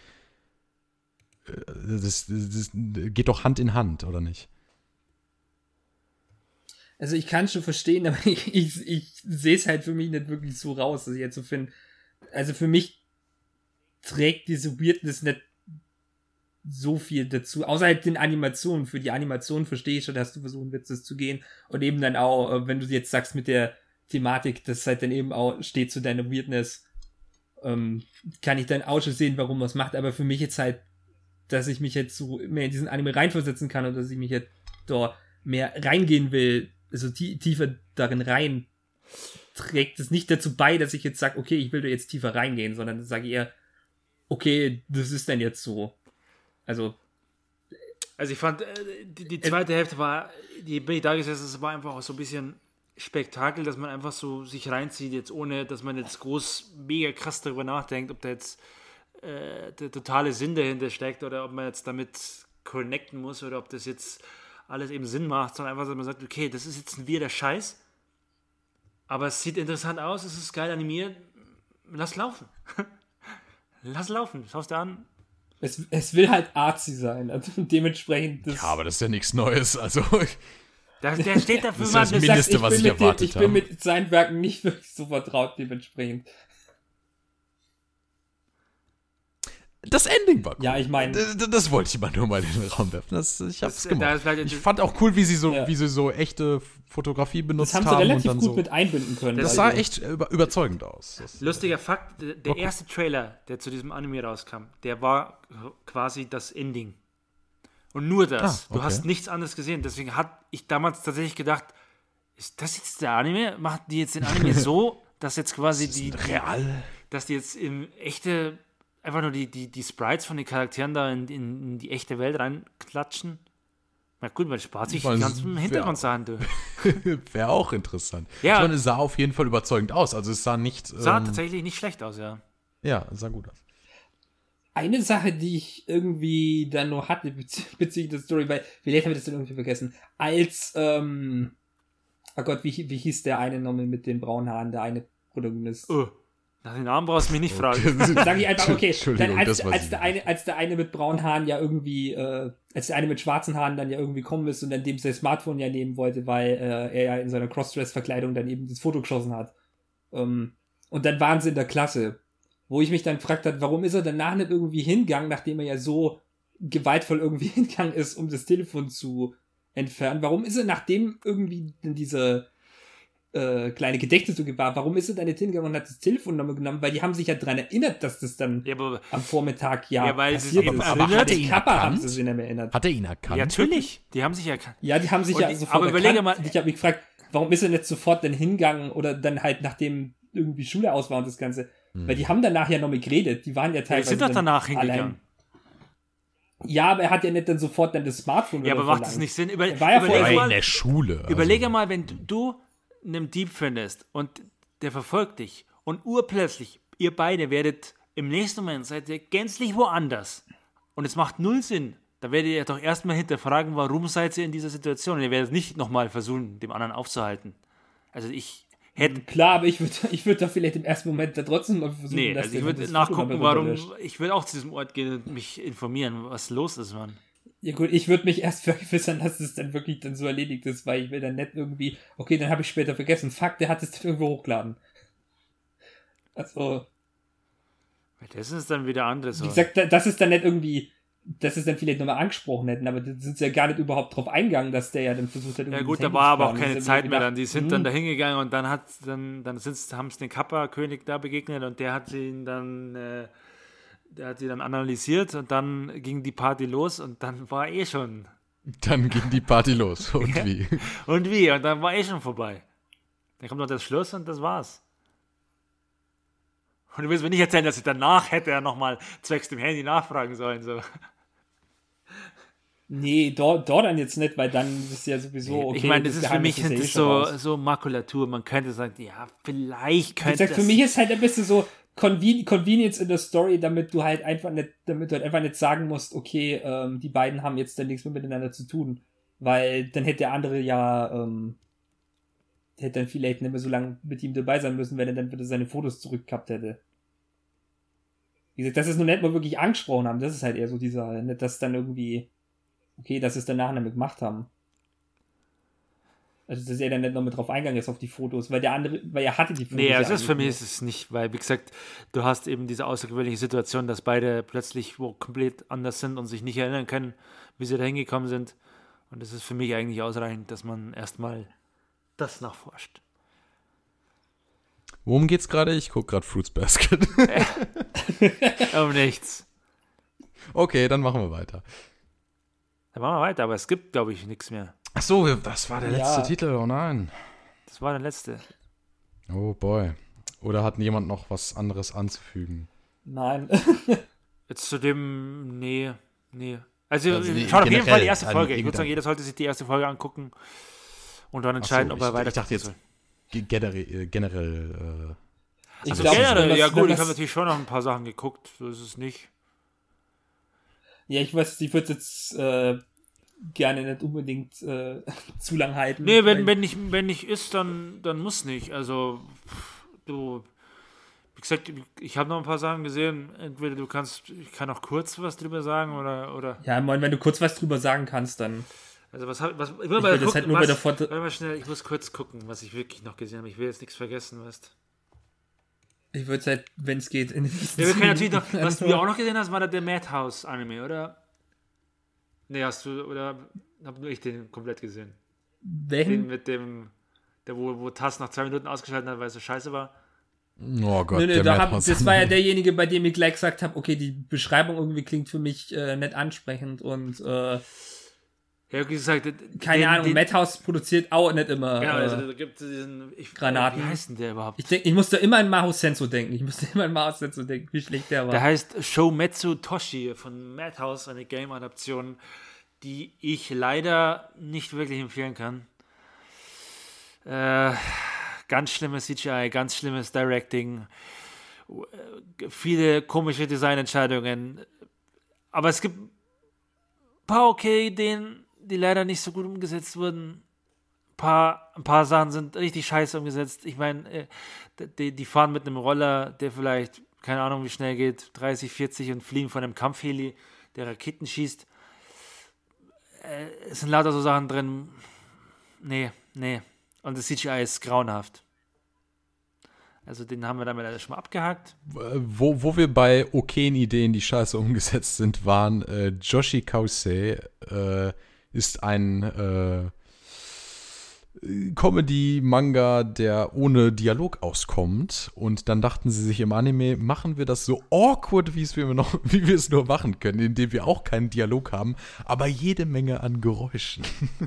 Das geht doch Hand in Hand, oder nicht? Also ich kann schon verstehen, aber ich sehe es halt für mich nicht wirklich so raus, dass ich jetzt so finde. Also für mich trägt diese Weirdness nicht so viel dazu, außer halt den Animationen. Für die Animationen verstehe ich schon, dass du versuchen willst, das zu gehen. Und eben dann auch, wenn du jetzt sagst mit der Thematik, das halt dann eben auch steht zu deiner Weirdness, kann ich dann auch schon sehen, warum man es macht. Aber für mich jetzt halt, dass ich mich jetzt so mehr in diesen Anime reinversetzen kann und dass ich mich jetzt da mehr reingehen will, also tiefer darin rein, trägt es nicht dazu bei, dass ich jetzt sage, okay, ich will da jetzt tiefer reingehen, sondern sage eher, okay, das ist dann jetzt so. Also ich fand, die zweite Hälfte war, die bin ich da gesessen, es war einfach auch so ein bisschen Spektakel, dass man einfach so sich reinzieht, jetzt ohne, dass man jetzt groß, mega krass darüber nachdenkt, ob da jetzt der totale Sinn dahinter steckt oder ob man jetzt damit connecten muss oder ob das jetzt alles eben Sinn macht, sondern einfach, dass man sagt, okay, das ist jetzt ein weirder Scheiß, aber es sieht interessant aus, es ist geil animiert, lass laufen. Lass laufen, schaust dir an. Es will halt artsy sein, also dementsprechend. Ja, aber das ist ja nichts Neues, also. Der steht dafür, das ist das Mindeste, was ich erwartet habe. Ich bin mit seinen Werken nicht wirklich so vertraut, dementsprechend. Das Ending war cool. Ja, ich meine, Das wollte ich nur mal in den Raum werfen. Ich hab's Da gemacht. ist vielleicht- Ich fand auch cool, wie sie so echte Fotografie benutzt das haben haben. sie relativ und dann gut mit einbinden können. Das sah echt überzeugend aus. Lustiger Fakt, der erste Trailer, der zu diesem Anime rauskam, der war quasi das Ending. Und nur das. Du okay. hast nichts anderes gesehen. Deswegen hatte ich damals tatsächlich gedacht, ist das jetzt der Anime? Machen die jetzt den Anime so, dass jetzt quasi dass die jetzt in echte, einfach nur die Sprites von den Charakteren da in die echte Welt reinklatschen? Na gut, man spart sich die ganzen Hintergrundsachen durch. Wäre auch interessant. Ja. Ich meine, es sah auf jeden Fall überzeugend aus. Also es sah nicht. Sah tatsächlich nicht schlecht aus, ja. Ja, es sah gut aus. Eine Sache, die ich irgendwie dann noch hatte bezüglich der Story, weil vielleicht haben wir das dann irgendwie vergessen, als, oh Gott, wie hieß der eine nochmal mit den braunen Haaren, der eine Protagonist? Nach den Namen brauchst du mich nicht fragen. Sag ich einfach, okay, Entschuldigung, dann das weiß ich als der eine mit braunen Haaren ja irgendwie, als der eine mit schwarzen Haaren dann ja irgendwie kommen ist und dann dem sein Smartphone ja nehmen wollte, weil er ja in seiner Crossdress-Verkleidung dann eben das Foto geschossen hat. Und dann waren sie in der Klasse, wo ich mich dann gefragt habe, warum ist er danach nicht irgendwie hingegangen, nachdem er ja so gewaltvoll irgendwie hingegangen ist, um das Telefon zu entfernen. Warum ist er, nachdem irgendwie diese kleine Gedächtnislücke war, warum ist er dann nicht hingegangen und hat das Telefon nochmal genommen? Weil die haben sich ja daran erinnert, dass das dann am Vormittag weil sie passiert eben ist. erinnert, Hat er ihn Kappa haben erkannt? sie sich nicht mehr erinnert. Hat er ihn erkannt? Ja, natürlich. Die haben sich erkannt. Ja, die haben sich Und ja ich- sofort aber überlege erkannt. mal- Ich habe mich gefragt, warum ist er nicht sofort dann hingegangen oder dann halt nachdem irgendwie Schule aus war und das Ganze. Weil die haben danach ja noch mal geredet. Die waren ja Die teilweise sind doch dann danach allein. hingegegangen. Ja, aber er hat ja nicht dann sofort dann das Smartphone Ja, wieder aber macht das verlangt. nicht Sinn? Er war ja Überleg vorher in mal, der Schule. überlege mal, wenn du einen Dieb findest und der verfolgt dich und urplötzlich, ihr beide werdet im nächsten Moment seid ihr gänzlich woanders und es macht null Sinn. Da werdet ihr doch erstmal hinterfragen, warum seid ihr in dieser Situation und ihr werdet nicht nochmal versuchen, dem anderen aufzuhalten. Also ich hätte... Klar, aber ich würd doch vielleicht im ersten Moment da trotzdem mal versuchen, Nee, dass also ich der würde das nachgucken, Foto mal warum... runterlöscht. Ich würde auch zu diesem Ort gehen und mich informieren, was los ist, Mann. Ja gut, ich würde mich erst vergewissern, dass es dann wirklich dann so erledigt ist, weil ich will dann nicht irgendwie, okay, dann habe ich später vergessen, fuck, der hat es dann irgendwo hochgeladen. Also, Das ist dann wieder anderes. wie gesagt, das ist dann nicht irgendwie, dass es dann vielleicht nochmal angesprochen hätten, aber da sind sie ja gar nicht überhaupt drauf eingegangen, dass der ja dann versucht hat, Ja irgendwie gut, das da Handy war zu aber auch klauen. keine Das ist Zeit irgendwie mehr gedacht, dann. Die sind dann da hingegangen und dann haben sie den Kappa-König da begegnet und der hat sie dann analysiert und dann ging die Party los und dann war schon. Dann ging die Party los. Und wie? Und wie? Und dann war schon vorbei. Dann kommt noch das Schluss und das war's. Und du willst mir nicht erzählen, dass ich danach hätte ja nochmal zwecks dem Handy nachfragen sollen. So. Nee, dort dann jetzt nicht, weil dann ist ja sowieso, okay. Ich meine, das ist für Geheimnis mich ja eh das schon raus. so Makulatur. Man könnte sagen, ja, vielleicht Wie könnte gesagt, für mich ist halt ein bisschen so Convenience in der Story, damit du halt einfach nicht sagen musst, okay, die beiden haben jetzt dann nichts mehr miteinander zu tun. Weil dann hätte der andere ja, hätte dann vielleicht nicht mehr so lange mit ihm dabei sein müssen, wenn er dann wieder seine Fotos zurückgehabt hätte. Wie gesagt, dass sie es nur nicht mal wirklich angesprochen haben, das ist halt eher so dieser, nicht, dass dann irgendwie, okay, dass sie es danach damit gemacht haben. Also, dass er dann nicht noch mit drauf eingegangen ist auf die Fotos, weil er hatte die Fotos. Nee, ja also für eigentlich mich ist es nicht, weil, wie gesagt, du hast eben diese außergewöhnliche Situation, dass beide plötzlich wo komplett anders sind und sich nicht erinnern können, wie sie da hingekommen sind. Und das ist für mich eigentlich ausreichend, dass man erstmal das nachforscht. Worum geht's gerade? Ich gucke gerade Fruits Basket. Um nichts. Okay, dann machen wir weiter. Dann machen wir weiter, aber es gibt, glaube ich, nichts mehr. Ach so, das war der letzte Ja. Titel. Oh nein. Das war der letzte. Oh boy. Oder hat jemand noch was anderes anzufügen? Nein. Jetzt zu dem, nee. Also Also schaut auf jeden Fall die generell erste an Folge. Ich würde irgendein- sagen, jeder sollte sich die erste Folge angucken und dann entscheiden, ob er weiter. Ich dachte jetzt generell Ich Also glaub, generell, wenn ja was- gut, wenn ich habe was- natürlich schon noch ein paar Sachen geguckt, so ist es nicht. Ja, ich weiß, ich würde jetzt gerne nicht unbedingt zu lang halten. Nee, weil- wenn nicht ist, dann muss nicht. Also, wie gesagt, ich habe noch ein paar Sachen gesehen. Entweder ich kann auch kurz was drüber sagen oder Ja, moin, wenn du kurz was drüber sagen kannst, dann. also ich will Ich würde das halt nur bei der warte mal schnell, ich muss kurz gucken, was ich wirklich noch gesehen habe. Ich will jetzt nichts vergessen, weißt. Ich würde es halt, wenn es geht, in den nächsten Ja, wir können natürlich 10 noch, Minuten was du ja auch noch gesehen hast, war der Madhouse-Anime, oder? Nee, hast du, oder hab nur ich den komplett gesehen? Den Welchen? mit dem, wo Tass nach 2 Minuten ausgeschaltet hat, weil es so scheiße war. Oh Gott, Nö, der Madhouse. das war ja derjenige, bei dem ich gleich gesagt habe, okay, die Beschreibung irgendwie klingt für mich nicht ansprechend und Ja, wie gesagt, keine Ahnung, Madhouse produziert auch nicht immer genau, also da gibt es diesen Granaten. Wie heißt denn der überhaupt? Ich musste immer an Mahou Senso denken. Wie schlecht der war. Der heißt Shoumetsu Toshi von Madhouse, eine Game-Adaption, die ich leider nicht wirklich empfehlen kann. Ganz schlimmes CGI, ganz schlimmes Directing, viele komische Designentscheidungen, aber es gibt ein paar okay Ideen, die leider nicht so gut umgesetzt wurden. Ein paar Sachen sind richtig scheiße umgesetzt. Ich meine, die fahren mit einem Roller, der vielleicht, keine Ahnung wie schnell geht, 30, 40 und fliegen von einem Kampfheli, der Raketen schießt. Es sind lauter so Sachen drin. Nee. Und das CGI ist grauenhaft. Also den haben wir damit leider schon mal abgehakt. Wo wir bei okayen Ideen, die scheiße umgesetzt sind, waren Joshi Kausei ist ein Comedy-Manga, der ohne Dialog auskommt. Und dann dachten sie sich im Anime, machen wir das so awkward, wie wir es nur machen können, indem wir auch keinen Dialog haben, aber jede Menge an Geräuschen.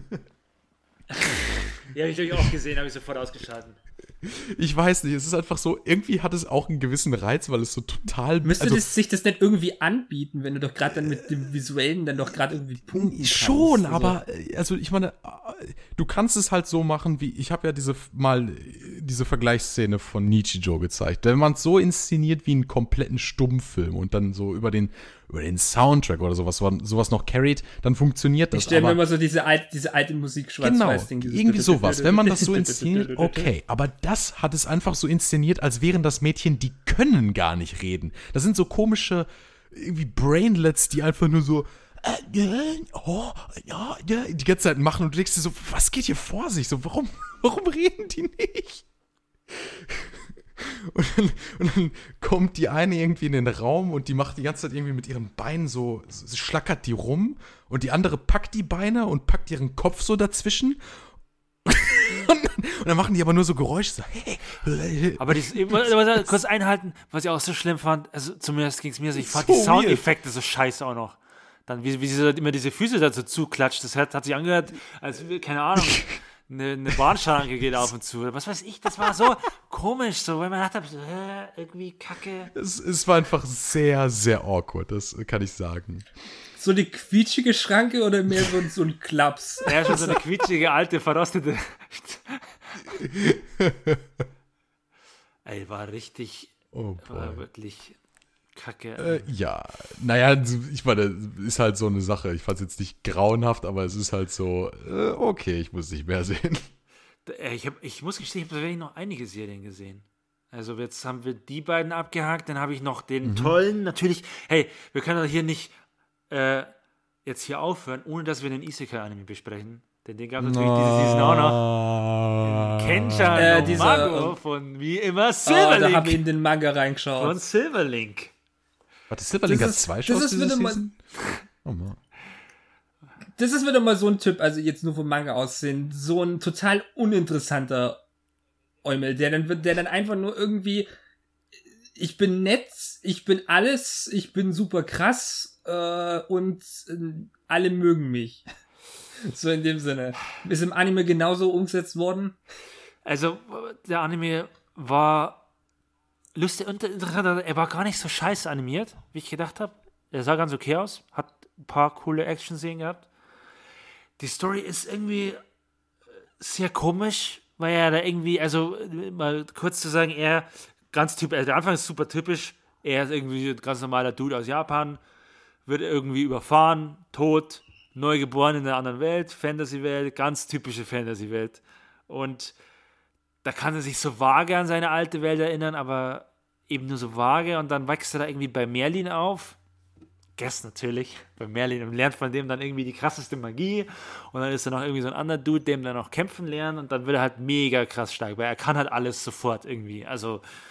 Ja, habe ich auch gesehen, habe ich sofort ausgeschaltet. Ich weiß nicht, es ist einfach so, irgendwie hat es auch einen gewissen Reiz, weil es so total... Müsste sich das nicht irgendwie anbieten, wenn du doch gerade dann mit dem Visuellen dann doch gerade irgendwie punkten kannst? Schon, aber also ich meine, du kannst es halt so machen, wie, ich habe ja diese Vergleichsszene von Nichijou gezeigt. Wenn man es so inszeniert wie einen kompletten Stummfilm und dann so über den Soundtrack oder sowas noch carried, dann funktioniert das. Ich stelle mir immer so diese alte Musik schwarz-weiß-Ding. Genau, irgendwie sowas. Wenn man das so inszeniert, okay. Aber das hat es einfach so inszeniert, als wären das Mädchen, die können gar nicht reden. Das sind so komische irgendwie Brainlets, die einfach nur so die ganze Zeit machen und du denkst dir so, was geht hier vor sich? So, warum reden die nicht? Und dann kommt die eine irgendwie in den Raum und die macht die ganze Zeit irgendwie mit ihren Beinen so, sie schlackert die rum und die andere packt die Beine und packt ihren Kopf so dazwischen. Und dann machen die aber nur so Geräusche, so, hey. Aber kurz einhalten, was ich auch so schlimm fand, also zumindest ging es mir so, ich fand so die Soundeffekte so scheiße auch noch. Dann, wie sie immer diese Füße dazu zuklatscht, das hat sich angehört, als, keine Ahnung, eine Bahnschranke geht auf und zu. Was weiß ich, das war so komisch, so, weil man dachte, so, irgendwie kacke. Es war einfach sehr, sehr awkward, das kann ich sagen. So eine quietschige Schranke oder mehr so ein Klaps? Ja, schon so eine quietschige, alte, verrostete. Ey, war richtig, war wirklich kacke. Ja, naja, ich meine, ist halt so eine Sache. Ich fand es jetzt nicht grauenhaft, aber es ist halt so, okay, ich muss nicht mehr sehen. Ich muss gestehen, ich habe tatsächlich noch einige Serien gesehen. Also jetzt haben wir die beiden abgehakt, dann habe ich noch den tollen, natürlich, hey, wir können doch hier nicht jetzt hier aufhören, ohne dass wir den Isekai-Anime besprechen. Denn den gab es natürlich diese Season auch noch. Kensha no Mago von wie immer Silverlink. Da habe ich in den Manga reingeschaut. Von Silverlink. Warte, Silverlink hat 2 Shows das ist wieder mal, oh Mann. Das ist wieder mal so ein Typ, also jetzt nur vom Manga aussehen, so ein total uninteressanter Eumel, der dann einfach nur irgendwie, ich bin nett, ich bin alles, ich bin super krass und alle mögen mich. So in dem Sinne. Ist im Anime genauso umgesetzt worden? Also, der Anime war lustig und interessant. Er war gar nicht so scheiße animiert, wie ich gedacht habe. Er sah ganz okay aus, hat ein paar coole Action-Szenen gehabt. Die Story ist irgendwie sehr komisch, weil er da irgendwie, also mal kurz zu sagen, der Anfang ist super typisch. Er ist irgendwie ein ganz normaler Dude aus Japan, wird irgendwie überfahren, tot, neu geboren in einer anderen Welt, Fantasy-Welt, ganz typische Fantasy-Welt. Und da kann er sich so vage an seine alte Welt erinnern, aber eben nur so vage. Und dann wächst er da irgendwie bei Merlin auf. Guess natürlich, bei Merlin, und lernt von dem dann irgendwie die krasseste Magie. Und dann ist er noch irgendwie so ein anderer Dude, dem dann noch kämpfen lernen. Und dann wird er halt mega krass stark, weil er kann halt alles sofort irgendwie. Also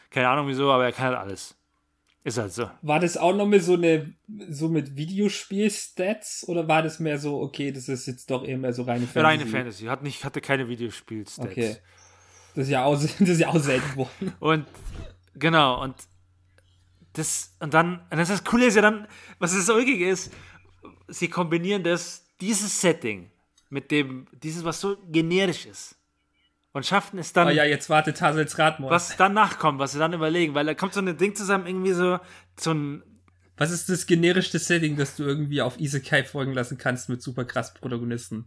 Keine Ahnung wieso, aber er kann halt alles. Ist halt so. War das auch noch mit so mit Videospiel-Stats oder war das mehr so, okay, das ist jetzt doch eher mehr so reine Fantasy? Reine Fantasy. Hatte keine Videospiel-Stats. Okay. Das ist ja auch selten geworden. Und genau, und das Coole ist ja dann, was das Ulkige ist, sie kombinieren dieses Setting mit dieses, was so generisch ist. Und schaffen es dann. Oh ja, jetzt wartet Tassels Radmord. Was danach kommt, was sie dann überlegen, weil da kommt so ein Ding zusammen, irgendwie so ein. Was ist das generischste Setting, das du irgendwie auf Isekai folgen lassen kannst mit super krassen Protagonisten?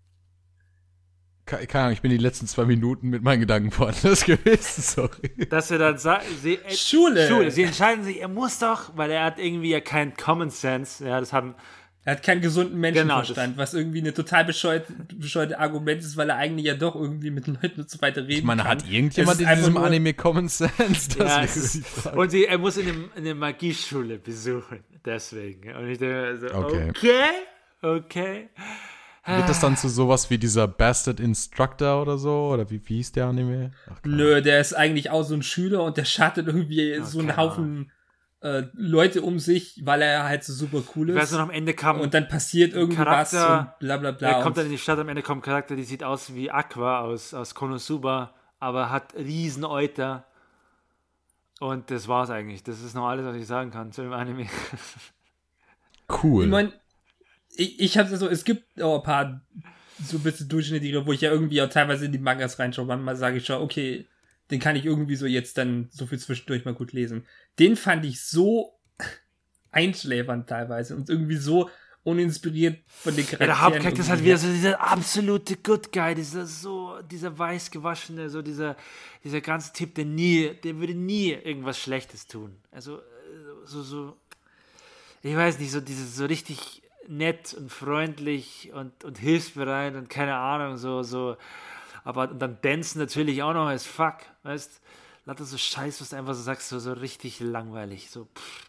Keine Ahnung, ich bin die letzten 2 Minuten mit meinen Gedanken woanders gewesen, sorry. Dass wir dann sagen, Schule. Sie entscheiden sich, er muss doch, weil er hat irgendwie ja keinen Common Sense, ja, das haben. Er hat keinen gesunden Menschenverstand, was irgendwie eine total bescheuerte Argument ist, weil er eigentlich ja doch irgendwie mit den Leuten und so weiter reden kann. Ich meine, hat irgendjemand in diesem Anime Common Sense? Und er muss in eine Magieschule besuchen, deswegen. Und ich denke so, okay. Wird das dann zu sowas wie dieser Bastard Instructor oder so? Oder wie hieß der Anime? Nö, der ist eigentlich auch so ein Schüler und der schattet irgendwie so einen Haufen Leute um sich, weil er halt so super cool ist. Ich weiß noch, am Ende kam und dann passiert irgendwas und bla bla bla. Er kommt dann in die Stadt, am Ende kommt ein Charakter, die sieht aus wie Aqua aus Konosuba, aber hat riesen Euter. Und das war's eigentlich. Das ist noch alles, was ich sagen kann zu dem Anime. Cool. Ich meine, ich habe so, es gibt auch ein paar so ein bisschen durchschnittliche, wo ich ja irgendwie auch teilweise in die Mangas reinschaue. Manchmal sage ich schon, okay, den kann ich irgendwie so jetzt dann so viel zwischendurch mal gut lesen. Den fand ich so einschläfernd teilweise und irgendwie so uninspiriert von den Charakteren. Ja, der Hauptcharakter ist halt wieder so dieser absolute Good Guy, dieser weiß gewaschene, so dieser ganze Typ, der würde nie irgendwas Schlechtes tun. Also so ich weiß nicht, so richtig nett und freundlich und hilfsbereit und keine Ahnung, so. Aber dann Dance natürlich auch noch als Fuck, weißt du? Lauter so Scheiß, was du einfach so sagst, so richtig langweilig, so pff.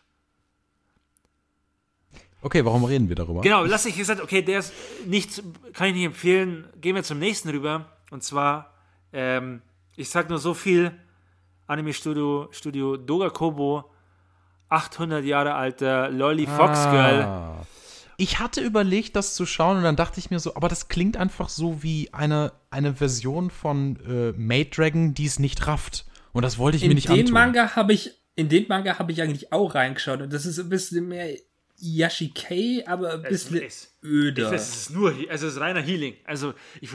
Okay, warum reden wir darüber? Genau, lass ich gesagt, okay, der ist nicht, kann ich nicht empfehlen. Gehen wir zum nächsten rüber. Und zwar, ich sag nur so viel, Anime-Studio Dogakobo, 800 Jahre alter Lolly Fox Girl. Ich hatte überlegt, das zu schauen und dann dachte ich mir so, aber das klingt einfach so wie eine Version von Maid Dragon, die es nicht rafft. Und das wollte ich mir nicht antun. In den Manga habe ich eigentlich auch reingeschaut und das ist ein bisschen mehr Yashikei, aber ein bisschen öder. Ich weiß, es ist reiner Healing. Also,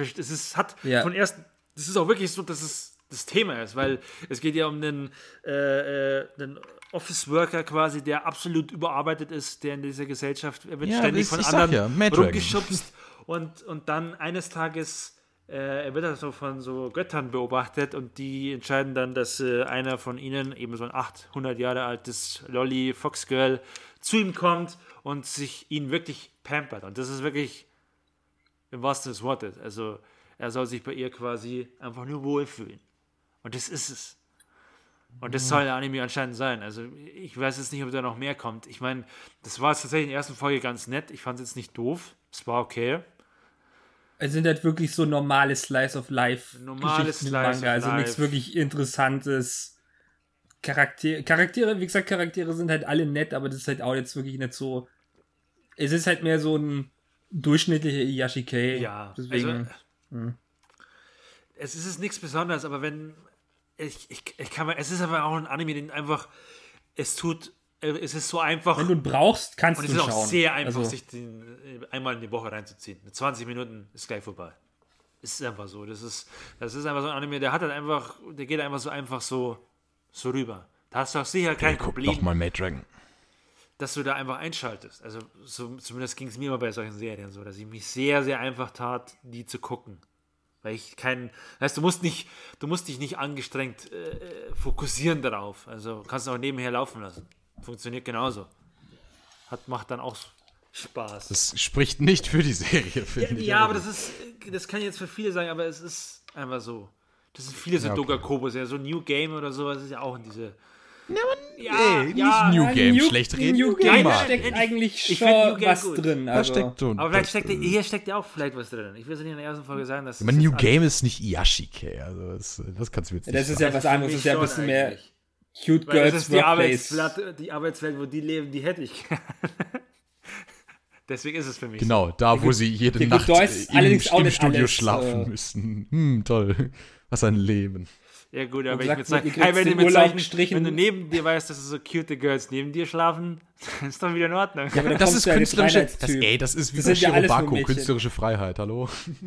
das ist auch wirklich so, dass es das Thema ist, weil es geht ja um einen Office-Worker quasi, der absolut überarbeitet ist, der in dieser Gesellschaft, er wird ständig von anderen rumgeschubst und dann eines Tages er wird also von so Göttern beobachtet und die entscheiden dann, dass einer von ihnen, eben so ein 800 Jahre altes Lolly Fox Girl, zu ihm kommt und sich ihn wirklich pampert. Und das ist wirklich im wahrsten Sinne des Wortes. Also er soll sich bei ihr quasi einfach nur wohlfühlen. Und das ist es. Und das soll der Anime anscheinend sein. Also ich weiß jetzt nicht, ob da noch mehr kommt. Ich meine, das war jetzt tatsächlich in der ersten Folge ganz nett. Ich fand es jetzt nicht doof. Es war okay. Es sind halt wirklich so normale Slice of Life Geschichten im Manga, also nichts wirklich Interessantes. Charaktere, wie gesagt, Charaktere sind halt alle nett, aber das ist halt auch jetzt wirklich nicht so. Es ist halt mehr so ein durchschnittlicher Yashikei. Ja, deswegen. Also, es ist nichts Besonderes, aber wenn es ist aber auch ein Anime, den einfach es ist so einfach. Wenn du ihn brauchst, kannst du schauen. Und es ist auch sehr einfach, sich den einmal in die Woche reinzuziehen. 20 Minuten ist gleich vorbei. Ist einfach so. Das ist einfach so ein Anime, der geht einfach so rüber. Da hast du auch sicher kein Problem. Doch mal Maid Dragon. Dass du da einfach einschaltest. Also zumindest ging es mir immer bei solchen Serien so, dass ich mich sehr, sehr einfach tat, die zu gucken. Weil du musst dich nicht angestrengt fokussieren darauf. Also kannst du auch nebenher laufen lassen. Funktioniert genauso. Macht dann auch Spaß. Das spricht nicht für die Serie, finde ich. Ja, aber das kann ich jetzt für viele sagen, aber es ist einfach so. Das sind viele so Dogakobos, ja, so New Game oder sowas ist ja auch in diese. Nicht New Game, schlecht reden. New Game steckt eigentlich schon was drin. Also. Aber hier steckt ja auch vielleicht was drin. Ich will es nicht in der ersten Folge sagen, dass New Game ist nicht Yashikei, also das kannst du jetzt nicht Das ist ja was anderes, das ist ja ein bisschen mehr. Cute Weil Girls das ist Workplace. die Arbeitswelt, wo die leben, die hätte ich gerne. Deswegen ist es für mich Genau, da wo sie jede die Nacht Good Boys allerdings auch im nicht Studio alles, schlafen müssen. Toll. Was ein Leben. so. Ja gut, aber Und ich sagt, würde sagen, ihr kriegt wenn du den mit Urlaub solchen, gestrichen. wenn du neben dir weißt, dass so cute Girls neben dir schlafen, dann ist doch wieder in Ordnung. Ja, aber da Das kommst ist du ja als künstlerische, Freiheitstyp. das ist wie Das bei sind ja alles nur Shirobako, Mädchen. künstlerische Freiheit, hallo?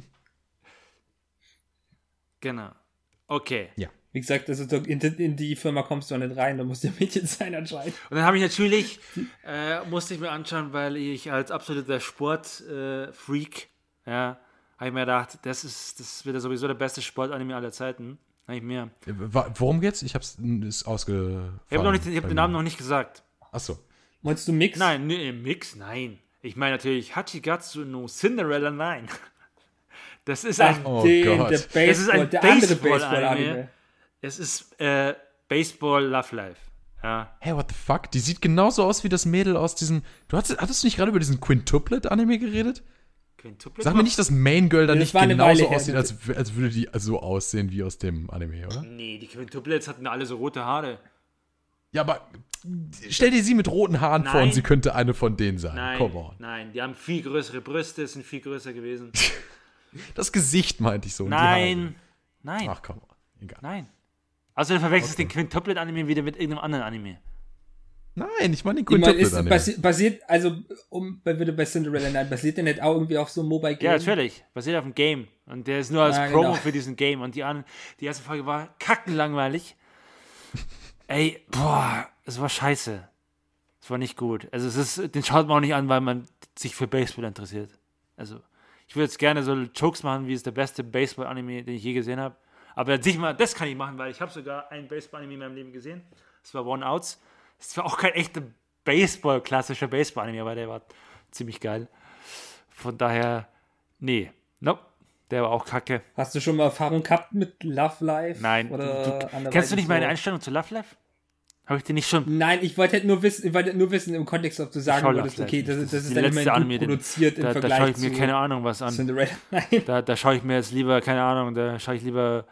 Genau. Okay. Wie gesagt, also in die Firma kommst du auch nicht rein, da musst du Mädchen sein anscheinend. Und dann habe ich natürlich, musste ich mir anschauen, weil ich als absoluter Sportfreak, ja, habe ich mir gedacht, das wird ja sowieso der beste Sportanime aller Zeiten. Habe ich mir. Worum geht's? Ich hab's ist ausgefallen. Ich habe den Namen noch nicht gesagt. Achso. Meinst du Mix? Nein, Mix, nein. Ich meine natürlich Hachigatsu no Cinderella, nein. Das ist ein, Oh der Gott. Baseball, Das ist ein der andere Baseball-Anime. Baseball-Anime. es ist Baseball Love Life. Ja. Hey, what the fuck? Die sieht genauso aus wie das Mädel aus diesem. Hattest du nicht gerade über diesen Quintuplet-Anime geredet? Quintuplet Sag mir nicht, dass Main Girl dann Nee, nicht das war eine genauso Weile her. aussieht, als würde die so aussehen wie aus dem Anime, oder? Nee, die Quintuplets hatten alle so rote Haare. Ja, aber stell dir sie mit roten Haaren vor Nein. und sie könnte eine von denen sein. Nein, Come on. nein, die haben viel größere Brüste, sind viel größer gewesen. Das Gesicht meinte ich so. und die Haare. Nein, nein, Ach, come on. Egal. nein. Also du verwechselst den Quintuplet-Anime wieder mit irgendeinem anderen Anime. Nein, ich meine den Ich meine, Quintuplet-Anime. basiert, also, würde bei Cinderella Night, basiert der nicht auch irgendwie auf so einem Mobile Game? Ja, natürlich. Basiert auf dem Game. Und der ist nur als Ja, Promo genau. für diesen Game. Und die erste Folge war kackenlangweilig. Ey, boah, es war scheiße. Es war nicht gut. Also den schaut man auch nicht an, weil man sich für Baseball interessiert. Also, ich würde jetzt gerne so Jokes machen, wie es der beste Baseball-Anime, den ich je gesehen habe. Aber nicht mal, das kann ich machen, weil ich habe sogar einen Baseball-Anime in meinem Leben gesehen. Das war One Outs. Das war auch kein echter klassischer Baseball-Anime, aber der war ziemlich geil. Von daher, nee, nope, der war auch kacke. Hast du schon mal Erfahrung gehabt mit Love Life? Nein, Oder kennst du nicht meine so? Einstellung zu Love Life? Habe ich dir nicht schon... Nein, ich wollte halt nur wissen im Kontext, ob du sagen schau würdest, Love okay, Life das nicht. ist die dann letzte immerhin Anime, gut produziert im da Vergleich schaue ich mir zu keine Ahnung was an. Cinderella Night. Da schaue ich mir jetzt lieber, keine Ahnung, da schaue ich lieber...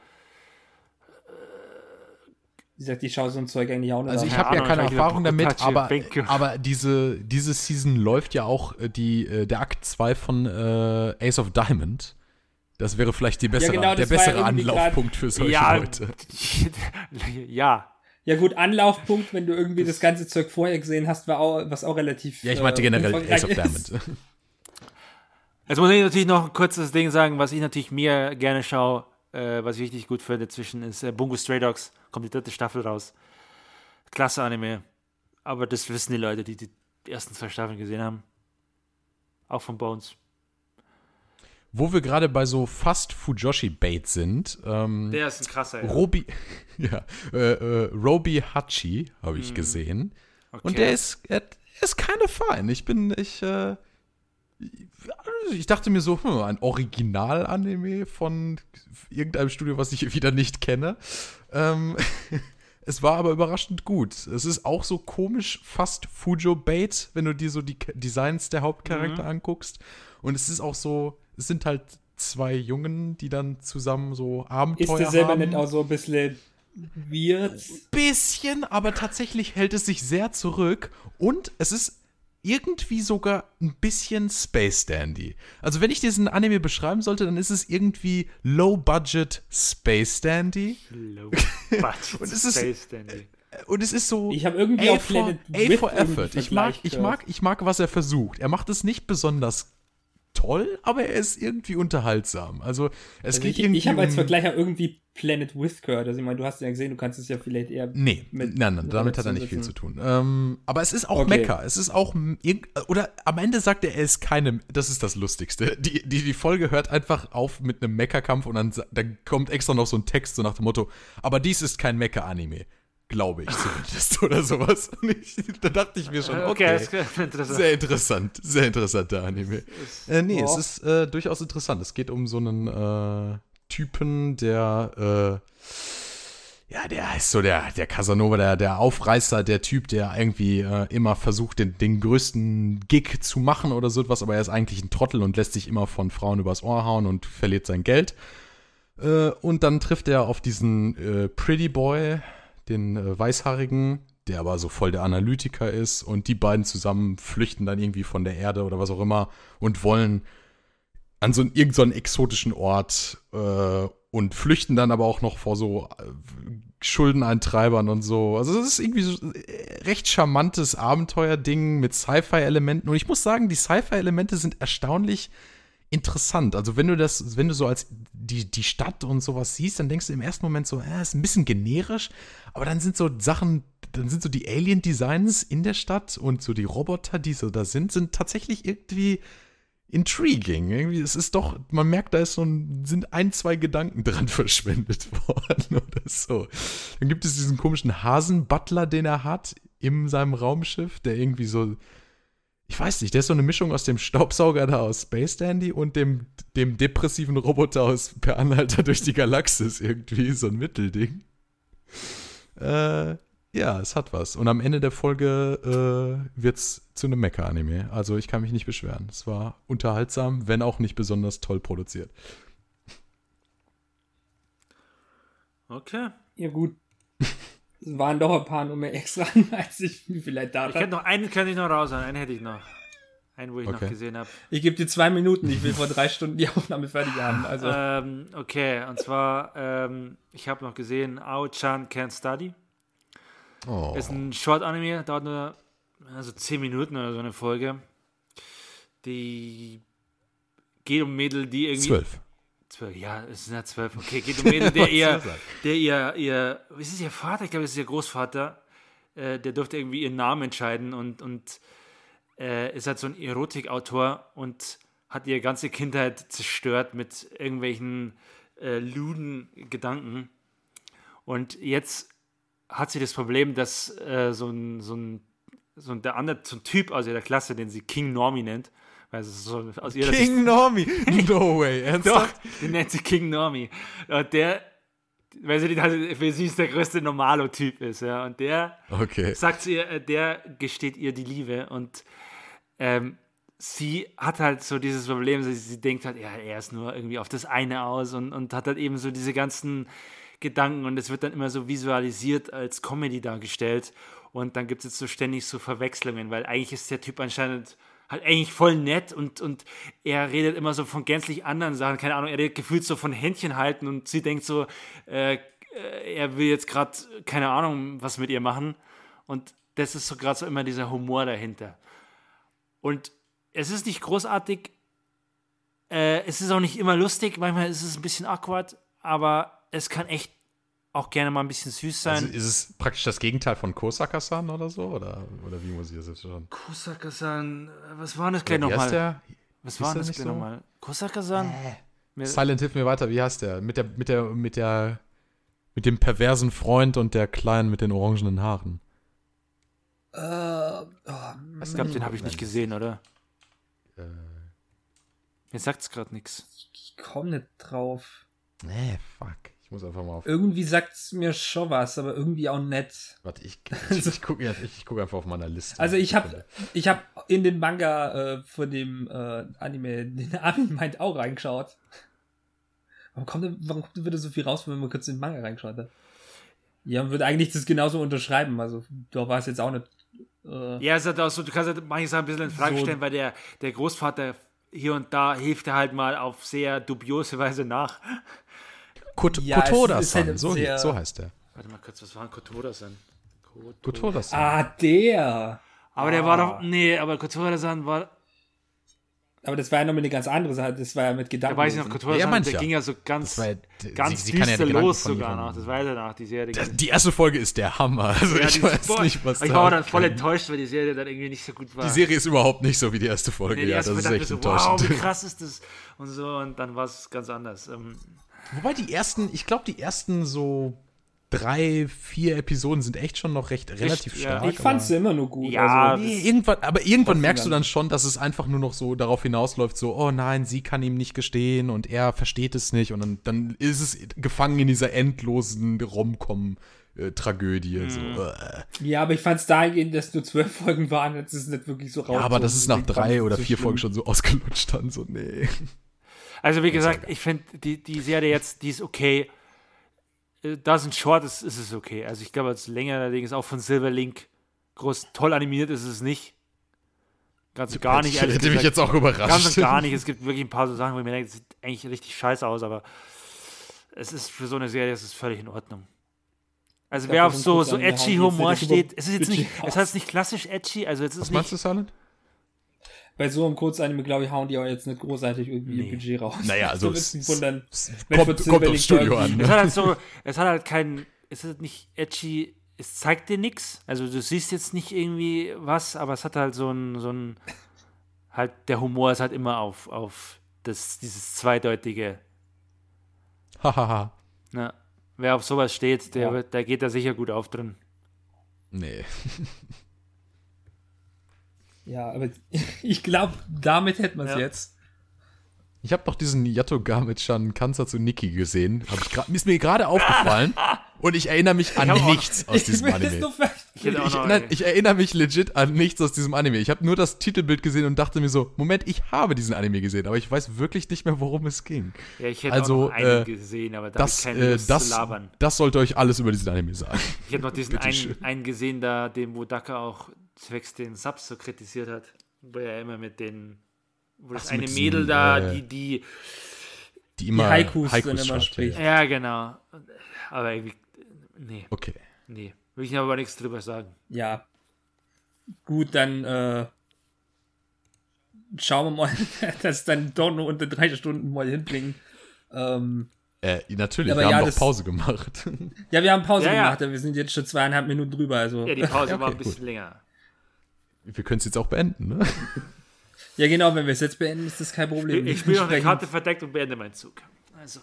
Wie gesagt, ich schaue so ein Zeug eigentlich auch nicht Also an. ich Keine habe ja Ahnung, keine ich hab Erfahrung wieder damit, Potatsche, Bänke. aber diese Season läuft ja auch der Akt 2 von Ace of Diamond. Das wäre vielleicht der genau, bessere das war ja irgendwie Anlaufpunkt für solche Ja, Leute. ja. Ja gut, Anlaufpunkt, wenn du irgendwie das ganze Zeug vorher gesehen hast, was auch relativ Ja, ich meinte generell umfangreich Ace of ist. Diamond. Jetzt muss ich natürlich noch ein kurzes Ding sagen, was ich natürlich mir gerne schaue, was ich richtig gut finde zwischen ist Bungo Stray Dogs, kommt die 3. Staffel raus. Klasse Anime. Aber das wissen die Leute, die ersten 2 Staffeln gesehen haben. Auch von Bones. Wo wir gerade bei so fast Fujoshi-Bait sind, Der ist ein krasser. Ja. Robi Hachi habe ich gesehen. Okay. Und er ist keine fein. Ich dachte mir so, ein Original-Anime von irgendeinem Studio, was ich wieder nicht kenne. Es war aber überraschend gut. Es ist auch so komisch, fast Fujo-Bait, wenn du dir so die Designs der Hauptcharakter anguckst. Und es ist auch so, es sind halt 2 Jungen, die dann zusammen so Abenteuer haben. Ist der selber nicht auch so ein bisschen weird? Bisschen, aber tatsächlich hält es sich sehr zurück. Und es ist irgendwie sogar ein bisschen Space Dandy. Also wenn ich diesen Anime beschreiben sollte, dann ist es irgendwie Low-Budget Space Dandy. Low Budget Und es ist- Space Dandy. Und es ist so Ich habe irgendwie A auch for, Planet A With for irgendwie Effort. Vergleich Ich mag, was er versucht. Er macht es nicht besonders toll, aber er ist irgendwie unterhaltsam. Also es Also geht irgendwie ich habe als um- Vergleich auch irgendwie Planet With gehört. Also ich meine, du hast ja gesehen, du kannst es ja vielleicht eher Nee, mit nein, damit hat er nicht viel zu tun. Aber es ist auch Okay. Mecha. Es ist auch, oder am Ende sagt er ist keine, das ist das Lustigste. Die Folge hört einfach auf mit einem Mecha-Kampf und dann kommt extra noch so ein Text so nach dem Motto, aber dies ist kein Mecha-Anime. Glaube ich zumindest oder sowas. Und da dachte ich mir schon, okay. Das ist interessant. Sehr interessanter Anime. Es ist durchaus interessant. Es geht um so einen Typen, der heißt so der Casanova, der Aufreißer, der Typ, der irgendwie immer versucht, den größten Gig zu machen oder so etwas, aber er ist eigentlich ein Trottel und lässt sich immer von Frauen übers Ohr hauen und verliert sein Geld. Und dann trifft er auf diesen Pretty Boy, den Weißhaarigen, der aber so voll der Analytiker ist. Und die beiden zusammen flüchten dann irgendwie von der Erde oder was auch immer und wollen an so irgendeinen exotischen Ort und flüchten dann aber auch noch vor so Schuldeneintreibern und so. Also das ist irgendwie so ein recht charmantes Abenteuerding mit Sci-Fi-Elementen. Und ich muss sagen, die Sci-Fi-Elemente sind erstaunlich interessant. Also wenn du so als die Stadt und sowas siehst, dann denkst du im ersten Moment so, ist ein bisschen generisch, aber dann sind so Sachen, dann sind so die Alien-Designs in der Stadt und so die Roboter, die so da sind tatsächlich irgendwie intriguing. Irgendwie, es ist doch, man merkt, sind 1-2 Gedanken dran verschwendet worden oder so. Dann gibt es diesen komischen Hasen-Butler, den er hat in seinem Raumschiff, der irgendwie so, ich weiß nicht, der ist so eine Mischung aus dem Staubsauger da aus Space Dandy und dem depressiven Roboter aus Per Anhalter durch die Galaxis, irgendwie so ein Mittelding. Ja, es hat was. Und am Ende der Folge wird's zu einem Mecha-Anime. Also ich kann mich nicht beschweren. Es war unterhaltsam, wenn auch nicht besonders toll produziert. Okay. Ja, gut. Es waren doch ein paar Nummer extra, als ich mir vielleicht da Ich hätte noch einen, könnte ich noch raushauen. Einen hätte ich noch. Einen, wo ich noch gesehen habe. Ich gebe dir 2 Minuten. Ich will vor 3 Stunden die Aufnahme fertig haben. Also. Okay, und zwar, ich habe noch gesehen, Ao-chan Can't Study. Oh. Ist ein Short-Anime, dauert nur 10 Minuten oder so eine Folge. Die geht um Mädel, die irgendwie... 12. Ja, es sind ja 12. Okay, geht um Mädel, der ihr, was ist ihr Vater? Ich glaube, es ist ihr Großvater. Der durfte irgendwie ihren Namen entscheiden und ist halt so ein Erotikautor und hat ihre ganze Kindheit zerstört mit irgendwelchen luden Gedanken. Und jetzt hat sie das Problem, dass so ein Typ aus ihrer Klasse, den sie King Normie nennt, weil es so aus ihrer King Normie? No way, ernsthaft? Doch, den nennt sie King Normie. Und der, weil sie halt für sie ist der größte Normalo-Typ ist, ja. Und der sagt zu ihr, der gesteht ihr die Liebe und sie hat halt so dieses Problem, sie denkt halt, ja, er ist nur irgendwie auf das eine aus und hat halt eben so diese ganzen Gedanken und es wird dann immer so visualisiert als Comedy dargestellt und dann gibt es jetzt so ständig so Verwechslungen, weil eigentlich ist der Typ anscheinend halt eigentlich voll nett und er redet immer so von gänzlich anderen Sachen, keine Ahnung, er redet gefühlt so von Händchen halten und sie denkt so, er will jetzt gerade, keine Ahnung, was mit ihr machen und das ist so gerade so immer dieser Humor dahinter. Und es ist nicht großartig, es ist auch nicht immer lustig, manchmal ist es ein bisschen awkward, aber es kann echt auch gerne mal ein bisschen süß sein. Also ist es praktisch das Gegenteil von Kosaka-san oder so? Oder wie muss ich das jetzt schon? Kosaka-san, was war das gleich nochmal? Was war das gleich nochmal? Kosaka-san? Silent, hilf mir weiter, wie heißt der? Mit dem perversen Freund und der Kleinen mit den orangenen Haaren. Ich glaube, den habe ich nicht gesehen, oder? Mir sagt's gerade nichts. Ich komme nicht drauf. Nee, fuck. Ich muss einfach mal auf. Irgendwie sagt's mir schon was, aber irgendwie auch nett. Warte, ich gucke einfach auf meiner Liste. Also ich hab in den Manga von dem Anime, den Armin meint, auch reingeschaut. Warum kommt wieder so viel raus, wenn man kurz in den Manga reingeschaut hat? Ja, würde eigentlich das genauso unterschreiben. Also da war es jetzt auch nicht. Ja, es ist halt auch so, du kannst halt manche Sachen ein bisschen in Frage stellen, weil der Großvater hier und da hilft er halt mal auf sehr dubiose Weise nach. Kotoda-san, halt so heißt der. Warte mal kurz, was war ein Kotoda-san? Kotoda-san. Ah, der! Aber der war doch, nee, aber Kotoda-san war... Aber das war ja noch mit eine ganz andere Sache, das war ja mit Gedanken. Da weiß ich noch, Kotoda-san, der ging ja so ganz düster los sogar noch, das weiß er noch, die Serie. Die erste Folge ist der Hammer, also ja, ich weiß nicht, was da... Ich war dann voll enttäuscht, weil die Serie dann irgendwie nicht so gut war. Die Serie ist überhaupt nicht so wie die erste Folge, nee, die erste das ist echt so, enttäuschend. Wow, wie krass ist das? Und so, und dann war es ganz anders. Wobei die ersten so 3-4 Episoden sind echt schon noch relativ stark. Ich fand sie immer nur gut. Ja, also, irgendwann merkst du dann schon, dass es einfach nur noch so darauf hinausläuft, so, oh nein, sie kann ihm nicht gestehen und er versteht es nicht und dann ist es gefangen in dieser endlosen Rom-Com-Tragödie. So. Ja, aber ich fand es dahingehend, dass nur 12 Folgen waren, jetzt ist es nicht wirklich so raus. Ja, aber das ist nach 3 oder 4 Folgen schon so ausgelutscht dann, so, nee. Also wie gesagt, ich finde die Serie jetzt, die ist okay. da es ein Short ist, ist es okay. Also ich glaube, als länger allerdings auch von Silverlink groß toll animiert ist es nicht. Ganz und gar nicht. Ich hätte mich jetzt auch überrascht. Ganz und gar nicht. Es gibt wirklich ein paar so Sachen, wo ich mir denke, das sieht eigentlich richtig scheiße aus, aber es ist für so eine Serie, das ist völlig in Ordnung. Also wer auf so edgy Humor steht, es ist jetzt nicht, es heißt nicht klassisch edgy, also jetzt ist Was meinst du, Silent? Bei so einem Kurzanime, glaube ich, hauen die auch jetzt nicht großartig irgendwie ihr Budget raus. Naja, also kommt aufs Studio an. Es hat halt so, es hat halt kein, es ist nicht edgy, es zeigt dir nichts. Also du siehst jetzt nicht irgendwie was, aber es hat halt so ein halt der Humor ist halt immer auf dieses Zweideutige. Hahaha. Na, wer auf sowas steht, der geht da sicher gut auf drin. Nee. Ja, aber ich glaube, damit hätten wir es jetzt. Ich habe doch diesen Yatogame-chan Kanza zu Nikki gesehen. Ist mir gerade aufgefallen. Und ich erinnere mich an nichts aus diesem Anime. Ich erinnere mich legit an nichts aus diesem Anime. Ich habe nur das Titelbild gesehen und dachte mir so, Moment, ich habe diesen Anime gesehen, aber ich weiß wirklich nicht mehr, worum es ging. Ja, ich hätte auch noch einen gesehen, aber da habe ich keine Lust zu labern. Das sollte euch alles über diesen Anime sagen. Ich habe noch diesen einen gesehen, wo Daka auch zwecks den Subs so kritisiert hat, wo er immer mit den, wo das eine Mädel da, die immer Haikus dann immer spricht. Ja, genau. Aber irgendwie, nee. Okay. Nee, will ich aber nichts drüber sagen. Ja. Gut, dann schauen wir mal, dass dann doch nur unter 3 Stunden mal hinbringen. Natürlich, wir haben doch Pause gemacht. Ja, wir haben Pause gemacht, aber wir sind jetzt schon 2,5 Minuten drüber. Also. Ja, die Pause war ein bisschen länger. Wir können es jetzt auch beenden, ne? Ja, genau, wenn wir es jetzt beenden, ist das kein Problem. Ich spiele noch eine Karte verdeckt und beende meinen Zug. Also.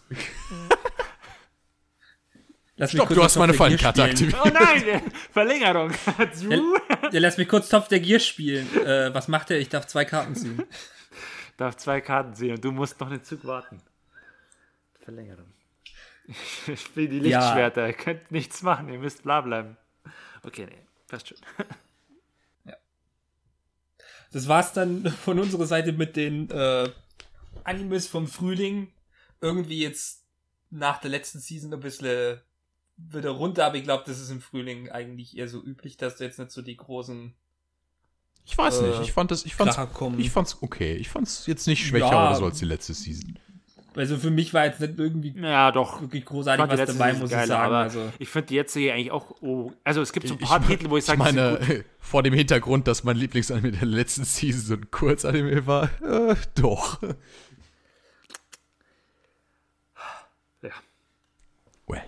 Stopp, du hast meine Fallenkarte aktiviert. Oh nein, Verlängerung. Ja, lass mich kurz Topf der Gier spielen. Was macht er? Ich darf 2 Karten ziehen. Darf 2 Karten ziehen und du musst noch den Zug warten. Verlängerung. Ich spiele die Lichtschwerter. Ihr könnt nichts machen, ihr müsst bla bleiben. Okay, nee, passt schon. Ja. Das war's dann von unserer Seite mit den Animes vom Frühling. Irgendwie jetzt nach der letzten Season ein bisschen wieder runter, aber ich glaube, das ist im Frühling eigentlich eher so üblich, dass da jetzt nicht so die großen Ich weiß nicht, ich fand's okay. Ich fand's jetzt nicht schwächer oder so als die letzte Season. Also für mich war jetzt nicht irgendwie wirklich großartig was dabei, muss ich sagen. Aber also ich finde die jetzige eigentlich auch, also es gibt so ein paar Titel, wo ich sage, ich meine, vor dem Hintergrund, dass mein Lieblingsanime der letzten Season so ein Kurzanime war, doch. Ja. Well.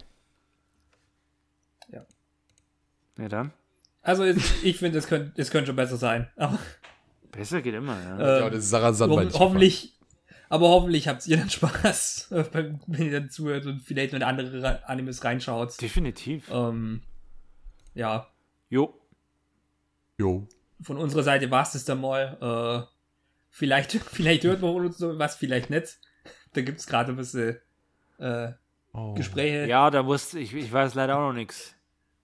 Ja, dann. Also ich finde, es könnte schon besser sein. Aber, besser geht immer, ja. Das ist Sarah Sandweiler. Hoffentlich habt ihr dann Spaß, wenn ihr dann zuhört und vielleicht noch in andere Animes reinschaut. Definitiv. Ja. Jo. Von unserer Seite war es das dann mal. Vielleicht hört man uns so was, vielleicht nicht. Da gibt es gerade ein bisschen Gespräche. Ja, ich weiß leider auch noch nichts.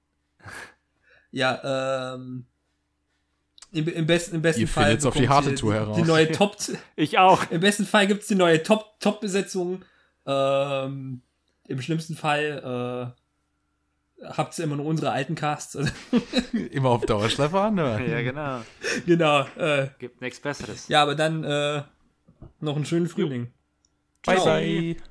Ja, im besten Fall jetzt auf die harte Tour heraus. Die neue Top. Ich auch. Im besten Fall gibt es die neue Top-Besetzung. Im schlimmsten Fall habt ihr immer nur unsere alten Casts. Also immer auf Dauerschleife an, oder? Ja, genau. Genau. Gibt nichts Besseres. Ja, aber dann noch einen schönen Frühling. Bye, bye.